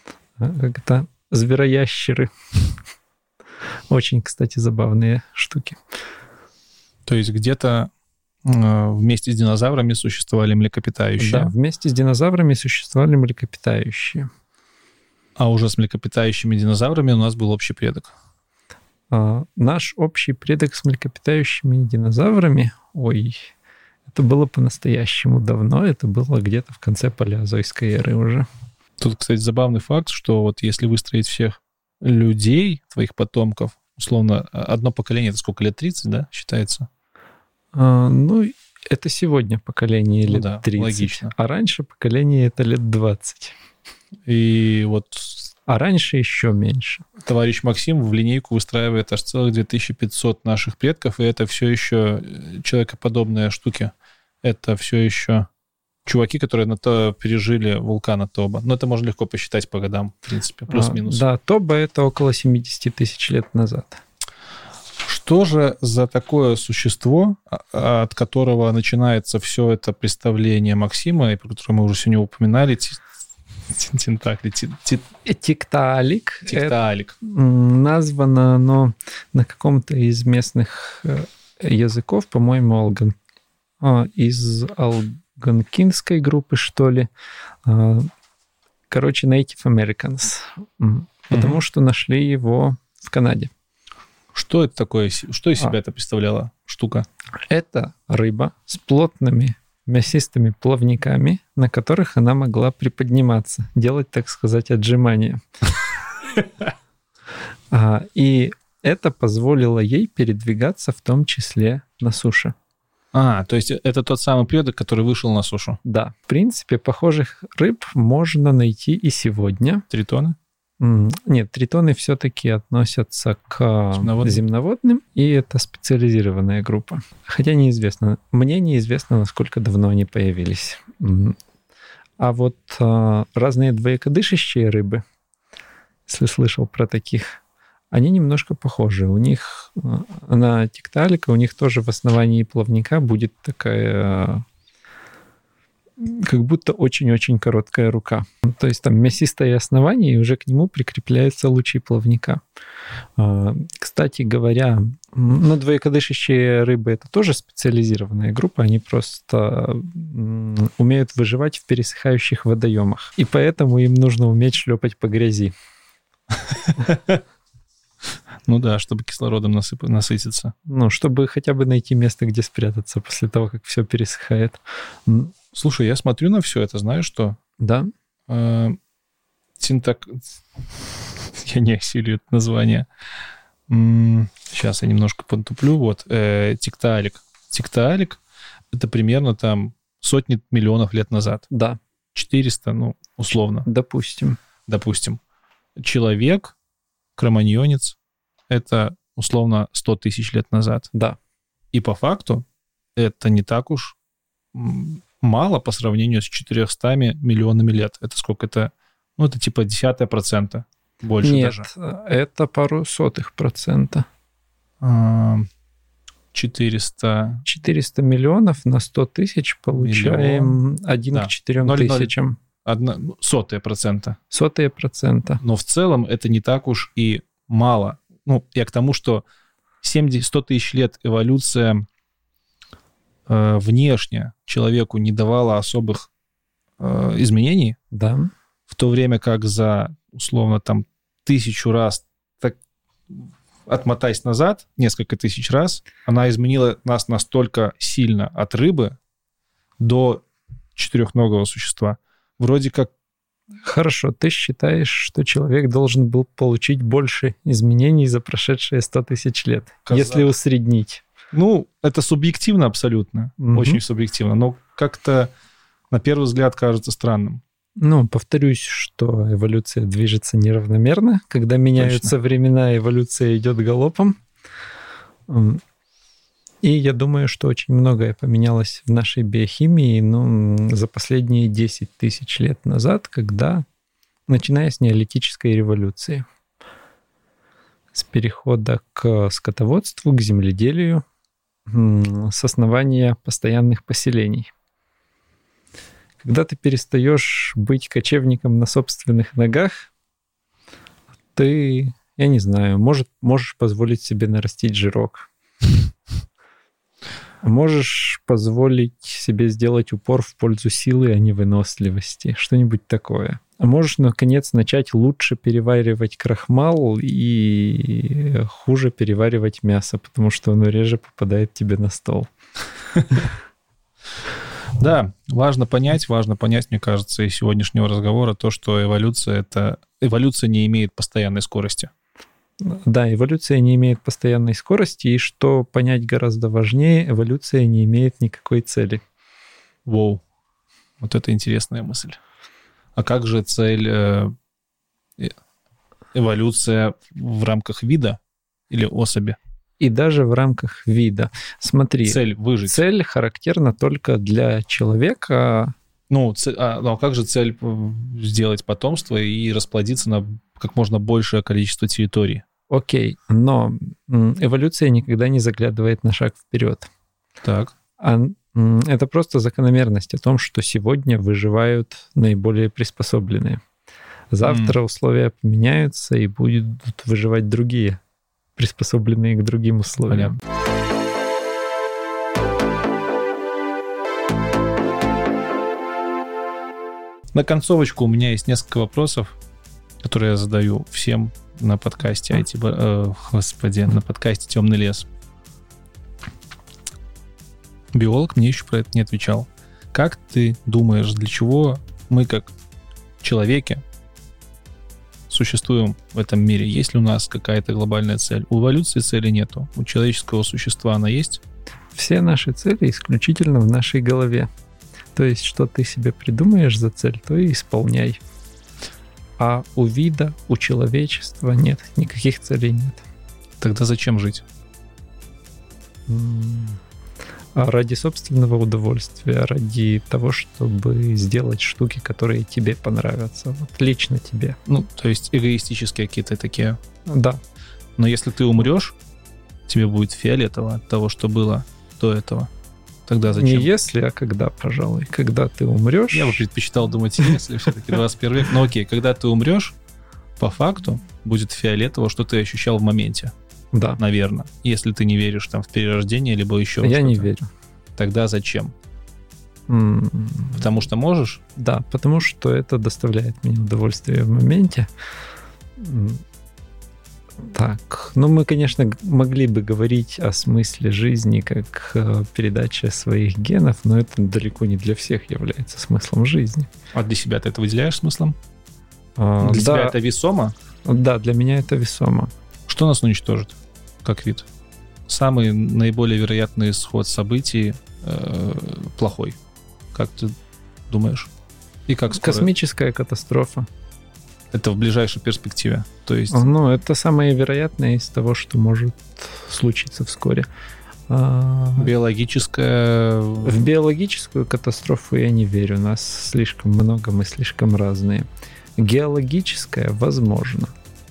S3: звероящеры. Очень, кстати, забавные штуки.
S2: То есть где-то вместе с динозаврами существовали млекопитающие?
S3: Да, вместе с динозаврами существовали млекопитающие.
S2: А уже с млекопитающими динозаврами у нас был общий предок.
S3: Наш общий предок с млекопитающими динозаврами, это было по-настоящему давно, это было где-то в конце палеозойской эры уже.
S2: Тут, кстати, забавный факт, что вот если выстроить всех людей, твоих потомков, условно, одно поколение, это сколько, лет 30, да, считается?
S3: Это сегодня поколение лет 30,
S2: логично.
S3: А раньше поколение это лет 20.
S2: И вот...
S3: А раньше еще меньше.
S2: Товарищ Максим в линейку выстраивает аж целых 2500 наших предков, и это все еще человекоподобные штуки. Это все еще чуваки, которые пережили вулкана Тоба. Но это можно легко посчитать по годам, в принципе, плюс-минус.
S3: Да, Тоба это около 70 тысяч лет назад.
S2: Что же за такое существо, от которого начинается все это представление Максима, и про которое мы уже сегодня упоминали,
S3: Тиктаалик.
S2: Тиктаалик.
S3: Названо оно на каком-то из местных языков, по-моему, из алганкинской группы, что ли. Короче, Native Americans. Потому что нашли его в Канаде.
S2: Что это такое? Что из себя это представляла штука?
S3: Это рыба с плотными мясистыми плавниками, на которых она могла приподниматься, делать, так сказать, отжимания. И это позволило ей передвигаться в том числе на суше.
S2: То есть это тот самый предок, который вышел на сушу?
S3: Да. В принципе, похожих рыб можно найти и сегодня.
S2: Тритоны?
S3: Нет, тритоны все-таки относятся к земноводным, и это специализированная группа. Хотя неизвестно, мне неизвестно, насколько давно они появились. А вот разные двоекодышащие рыбы, если слышал про таких, они немножко похожи. У них на тиктаалика, у них тоже в основании плавника будет такая... как будто очень-очень короткая рука. То есть там мясистое основание, и уже к нему прикрепляются лучи плавника. Кстати говоря, двоекодышащие рыбы — это тоже специализированная группа, они просто умеют выживать в пересыхающих водоемах. И поэтому им нужно уметь шлепать по грязи.
S2: Ну да, чтобы кислородом насытиться.
S3: Чтобы хотя бы найти место, где спрятаться после того, как все пересыхает.
S2: Слушай, я смотрю на все это, знаешь что?
S3: Да.
S2: Я не осилю это название. Сейчас я немножко потуплю. Вот, тиктаалик. Тиктаалик — это примерно там сотни миллионов лет назад.
S3: Да.
S2: 400, условно.
S3: Допустим.
S2: Человек, кроманьонец, это условно 100 тысяч лет назад.
S3: Да.
S2: И по факту это не так уж мало по сравнению с 400 миллионами лет. Это сколько это? Это типа 0,1%. Больше
S3: Нет,
S1: даже.
S3: Нет, это пару сотых процента.
S2: 400
S3: миллионов на 100 тысяч получаем 1 к 4 тысячам.
S2: 0,01%.
S3: 0,01%.
S2: Но в целом это не так уж и мало. Я к тому, что 100 тысяч лет эволюция внешне человеку не давала особых изменений.
S3: Да.
S2: В то время как за, условно, 1000 раз отмотаясь назад, несколько тысяч раз, она изменила нас настолько сильно от рыбы до четырехногого существа. Вроде как
S3: Хорошо, ты считаешь, что человек должен был получить больше изменений за прошедшие 100 тысяч лет, если усреднить?
S2: Ну, это субъективно абсолютно, очень субъективно, но как-то на первый взгляд кажется странным.
S3: Ну, повторюсь, что эволюция движется неравномерно. Когда меняются времена, эволюция идет галопом. И я думаю, что очень многое поменялось в нашей биохимии, за последние 10 тысяч лет назад, начиная с неолитической революции, с перехода к скотоводству, к земледелию, с основания постоянных поселений. Когда ты перестаешь быть кочевником на собственных ногах, ты, я не знаю, можешь позволить себе нарастить жирок. Можешь позволить себе сделать упор в пользу силы, а не выносливости. Что-нибудь такое. А можешь, наконец, начать лучше переваривать крахмал и хуже переваривать мясо, потому что оно реже попадает тебе на стол.
S2: Да, важно понять, мне кажется, из сегодняшнего разговора то, что эволюция не имеет постоянной скорости.
S3: Да, эволюция не имеет постоянной скорости, и что понять гораздо важнее, эволюция не имеет никакой цели.
S2: Воу, вот это интересная мысль. А как же цель эволюция в рамках вида или особи?
S3: И даже в рамках вида. Смотри,
S2: цель выжить.
S3: Цель характерна только для человека.
S2: А как же цель сделать потомство и расплодиться на как можно большее количество территорий?
S3: Окей, но эволюция никогда не заглядывает на шаг вперед.
S2: Так.
S3: Это просто закономерность о том, что сегодня выживают наиболее приспособленные. Завтра условия поменяются, и будут выживать другие, приспособленные к другим условиям. Понятно.
S2: На концовочку у меня есть несколько вопросов, которые я задаю всем на подкасте на подкасте «Темный лес». Биолог мне еще про это не отвечал. Как ты думаешь, для чего мы, как человеки, существуем в этом мире? Есть ли у нас какая-то глобальная цель? У эволюции цели нету. У человеческого существа она есть?
S3: Все наши цели исключительно в нашей голове. То есть, что ты себе придумаешь за цель, то и исполняй. А у вида, у человечества нет, никаких целей нет.
S2: Тогда зачем жить?
S3: Ради собственного удовольствия, ради того, чтобы сделать штуки, которые тебе понравятся, вот лично тебе.
S2: То есть эгоистические какие-то такие.
S3: Да.
S2: Но если ты умрешь, тебе будет фиолетово от того, что было до этого. Тогда зачем?
S3: Не если, а когда, пожалуй. Когда ты умрешь...
S2: Я бы предпочитал думать если, все-таки 21 век. Но окей, когда ты умрешь, по факту будет фиолетово, что ты ощущал в моменте.
S3: Да.
S2: Наверное. Если ты не веришь в перерождение, либо еще что-то.
S3: Я не верю.
S2: Тогда зачем? Потому что можешь?
S3: Да, потому что это доставляет мне удовольствие в моменте. Так, мы, конечно, могли бы говорить о смысле жизни как передача своих генов, но это далеко не для всех является смыслом жизни.
S2: А для себя ты это выделяешь смыслом? Для тебя это весомо?
S3: Да, для меня это весомо.
S2: Что нас уничтожит как вид? Самый наиболее вероятный исход событий плохой. Как ты думаешь? И как скоро?
S3: Космическая катастрофа.
S2: Это в ближайшей перспективе. То есть...
S3: это самое вероятное из того, что может случиться вскоре.
S2: Биологическая...
S3: В биологическую катастрофу я не верю. Нас слишком много, мы слишком разные. Геологическая, возможно.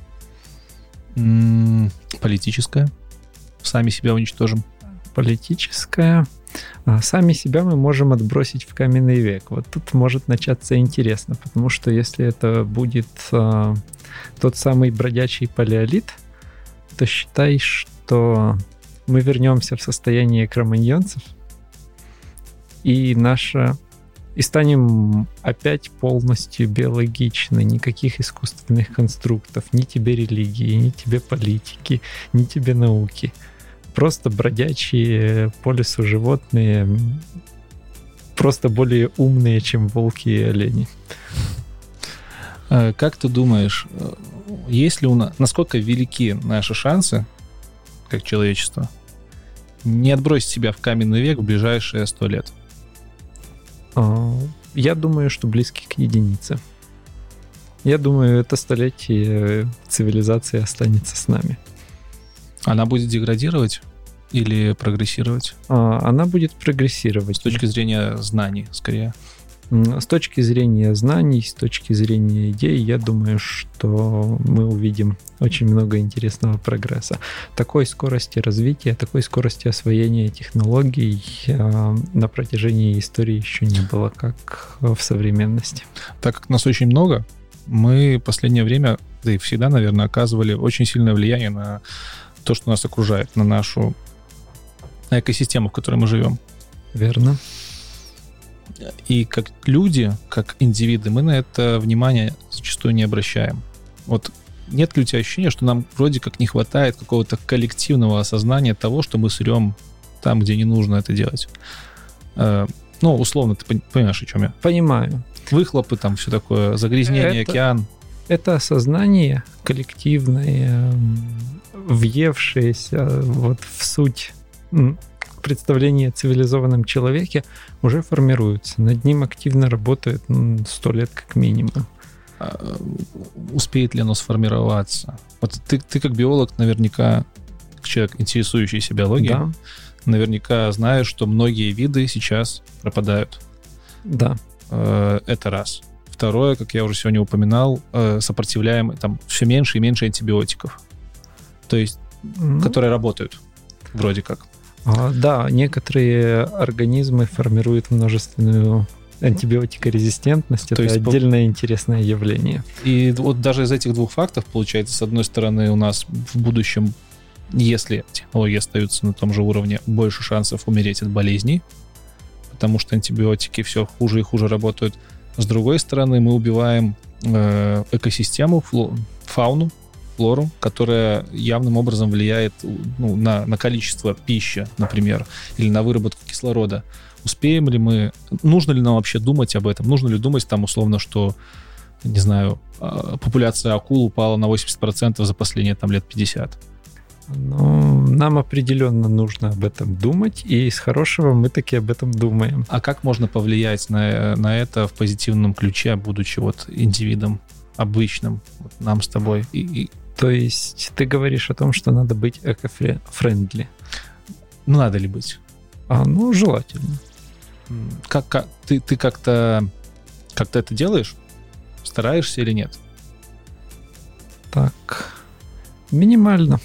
S2: Политическая? Сами себя уничтожим.
S3: Политическая. Сами себя мы можем отбросить в каменный век. Вот тут может начаться интересно, потому что если это будет тот самый бродячий палеолит, то считай, что мы вернемся в состояние кроманьонцев и станем опять полностью биологичны. Никаких искусственных конструктов, ни тебе религии, ни тебе политики, ни тебе науки. Просто бродячие по лесу животные, просто более умные, чем волки и олени.
S2: Как ты думаешь, есть ли у нас, насколько велики наши шансы, как человечество, не отбросить себя в каменный век в ближайшие 100 лет?
S3: Я думаю, что близки к единице. Я думаю, это столетие цивилизации останется с нами.
S2: Она будет деградировать или прогрессировать?
S3: Она будет прогрессировать.
S2: С точки зрения знаний, скорее.
S3: С точки зрения знаний, с точки зрения идей, я думаю, что мы увидим очень много интересного прогресса. Такой скорости развития, такой скорости освоения технологий на протяжении истории еще не было, как в современности.
S2: Так как нас очень много, мы в последнее время, да и всегда, наверное, оказывали очень сильное влияние на то, что нас окружает, на нашу экосистему, в которой мы живем.
S3: Верно.
S2: И как люди, как индивиды, мы на это внимание зачастую не обращаем. Вот нет ли у тебя ощущения, что нам вроде как не хватает какого-то коллективного осознания того, что мы срем там, где не нужно это делать? Ну, условно, ты понимаешь, о чем я?
S3: Понимаю.
S2: Выхлопы, там все такое, загрязнение, океан.
S3: Это осознание коллективное, въевшееся вот в суть представление о цивилизованном человеке уже формируется. Над ним активно работает 100 лет как минимум.
S2: Успеет ли оно сформироваться? Вот ты как биолог наверняка, как человек, интересующийся биологией,
S3: да,
S2: наверняка знаешь, что многие виды сейчас пропадают.
S3: Да.
S2: Это раз. Второе, как я уже сегодня упоминал, сопротивляем там все меньше и меньше антибиотиков. То есть, которые работают вроде как.
S3: Да, некоторые организмы формируют множественную антибиотикорезистентность. Это отдельное интересное явление.
S2: И вот даже из этих двух фактов, получается, с одной стороны, у нас в будущем, если технологии остаются на том же уровне, больше шансов умереть от болезней, потому что антибиотики все хуже и хуже работают. С другой стороны, мы убиваем экосистему, фауну, флору, которая явным образом влияет на количество пищи, например, или на выработку кислорода. Успеем ли мы, нужно ли нам вообще думать об этом? Нужно ли думать там условно, что, не знаю, популяция акул упала на 80% за последние там лет 50?
S3: Ну, нам определенно нужно об этом думать, и с хорошего мы таки об этом думаем.
S2: А как можно повлиять на это в позитивном ключе, будучи вот индивидом обычным, вот нам с тобой?
S3: То есть ты говоришь о том, что надо быть эко-френдли?
S2: Ну, надо ли быть?
S3: Ну, желательно.
S2: Ты как-то это делаешь? Стараешься или нет?
S3: Так, минимально.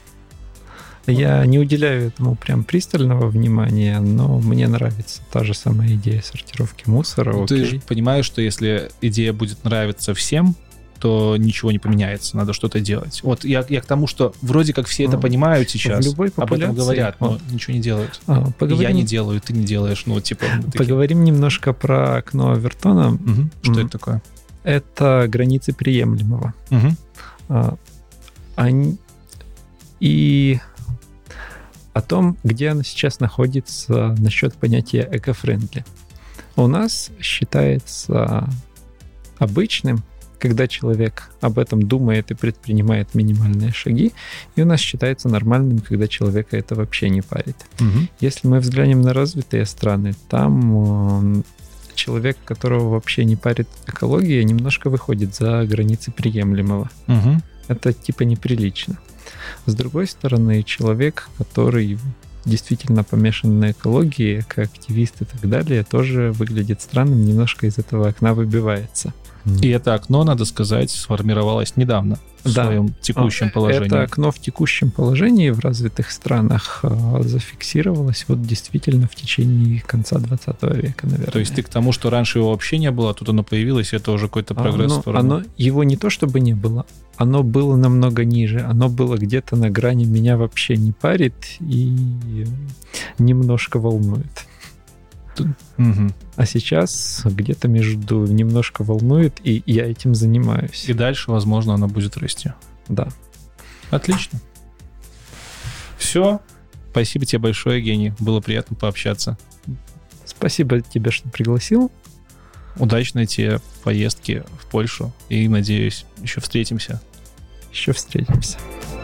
S3: Я не уделяю этому прям пристального внимания, но мне нравится та же самая идея сортировки мусора.
S2: Ты же понимаешь, что если идея будет нравиться всем, то ничего не поменяется, надо что-то делать. Вот я к тому, что вроде как все это понимают сейчас,
S3: в любой
S2: об этом говорят, но ничего не делают. Я не делаю, ты не делаешь,
S3: Поговорим немножко про окно Овертона.
S2: Что это такое?
S3: Это границы приемлемого. И о том, где она сейчас находится насчет понятия эко-френдли. У нас считается обычным, когда человек об этом думает и предпринимает минимальные шаги, и у нас считается нормальным, когда человека это вообще не парит. Если мы взглянем на развитые страны, там человек, которого вообще не парит экология, немножко выходит за границы приемлемого. Это типа неприлично. С другой стороны, человек, который действительно помешан на экологии, как активист и так далее, тоже выглядит странным, немножко из этого окна выбивается.
S2: И это окно, надо сказать, сформировалось недавно в своем текущем положении.
S3: Это окно в текущем положении в развитых странах зафиксировалось вот действительно в течение конца 20 века, наверное.
S2: То есть ты к тому, что раньше его вообще не было, а тут оно появилось, и это уже какой-то прогресс в сторону?
S3: Его не то чтобы не было, оно было намного ниже. Оно было где-то на грани «меня вообще не парит» и немножко волнует. А сейчас где-то между немножко волнует, и я этим занимаюсь.
S2: И дальше, возможно, оно будет расти.
S3: Да.
S2: Отлично. Все. Спасибо тебе большое, Евгений. Было приятно пообщаться.
S3: Спасибо тебе, что пригласил.
S2: Удачной тебе поездки в Польшу. И, надеюсь, еще встретимся.
S3: Еще встретимся.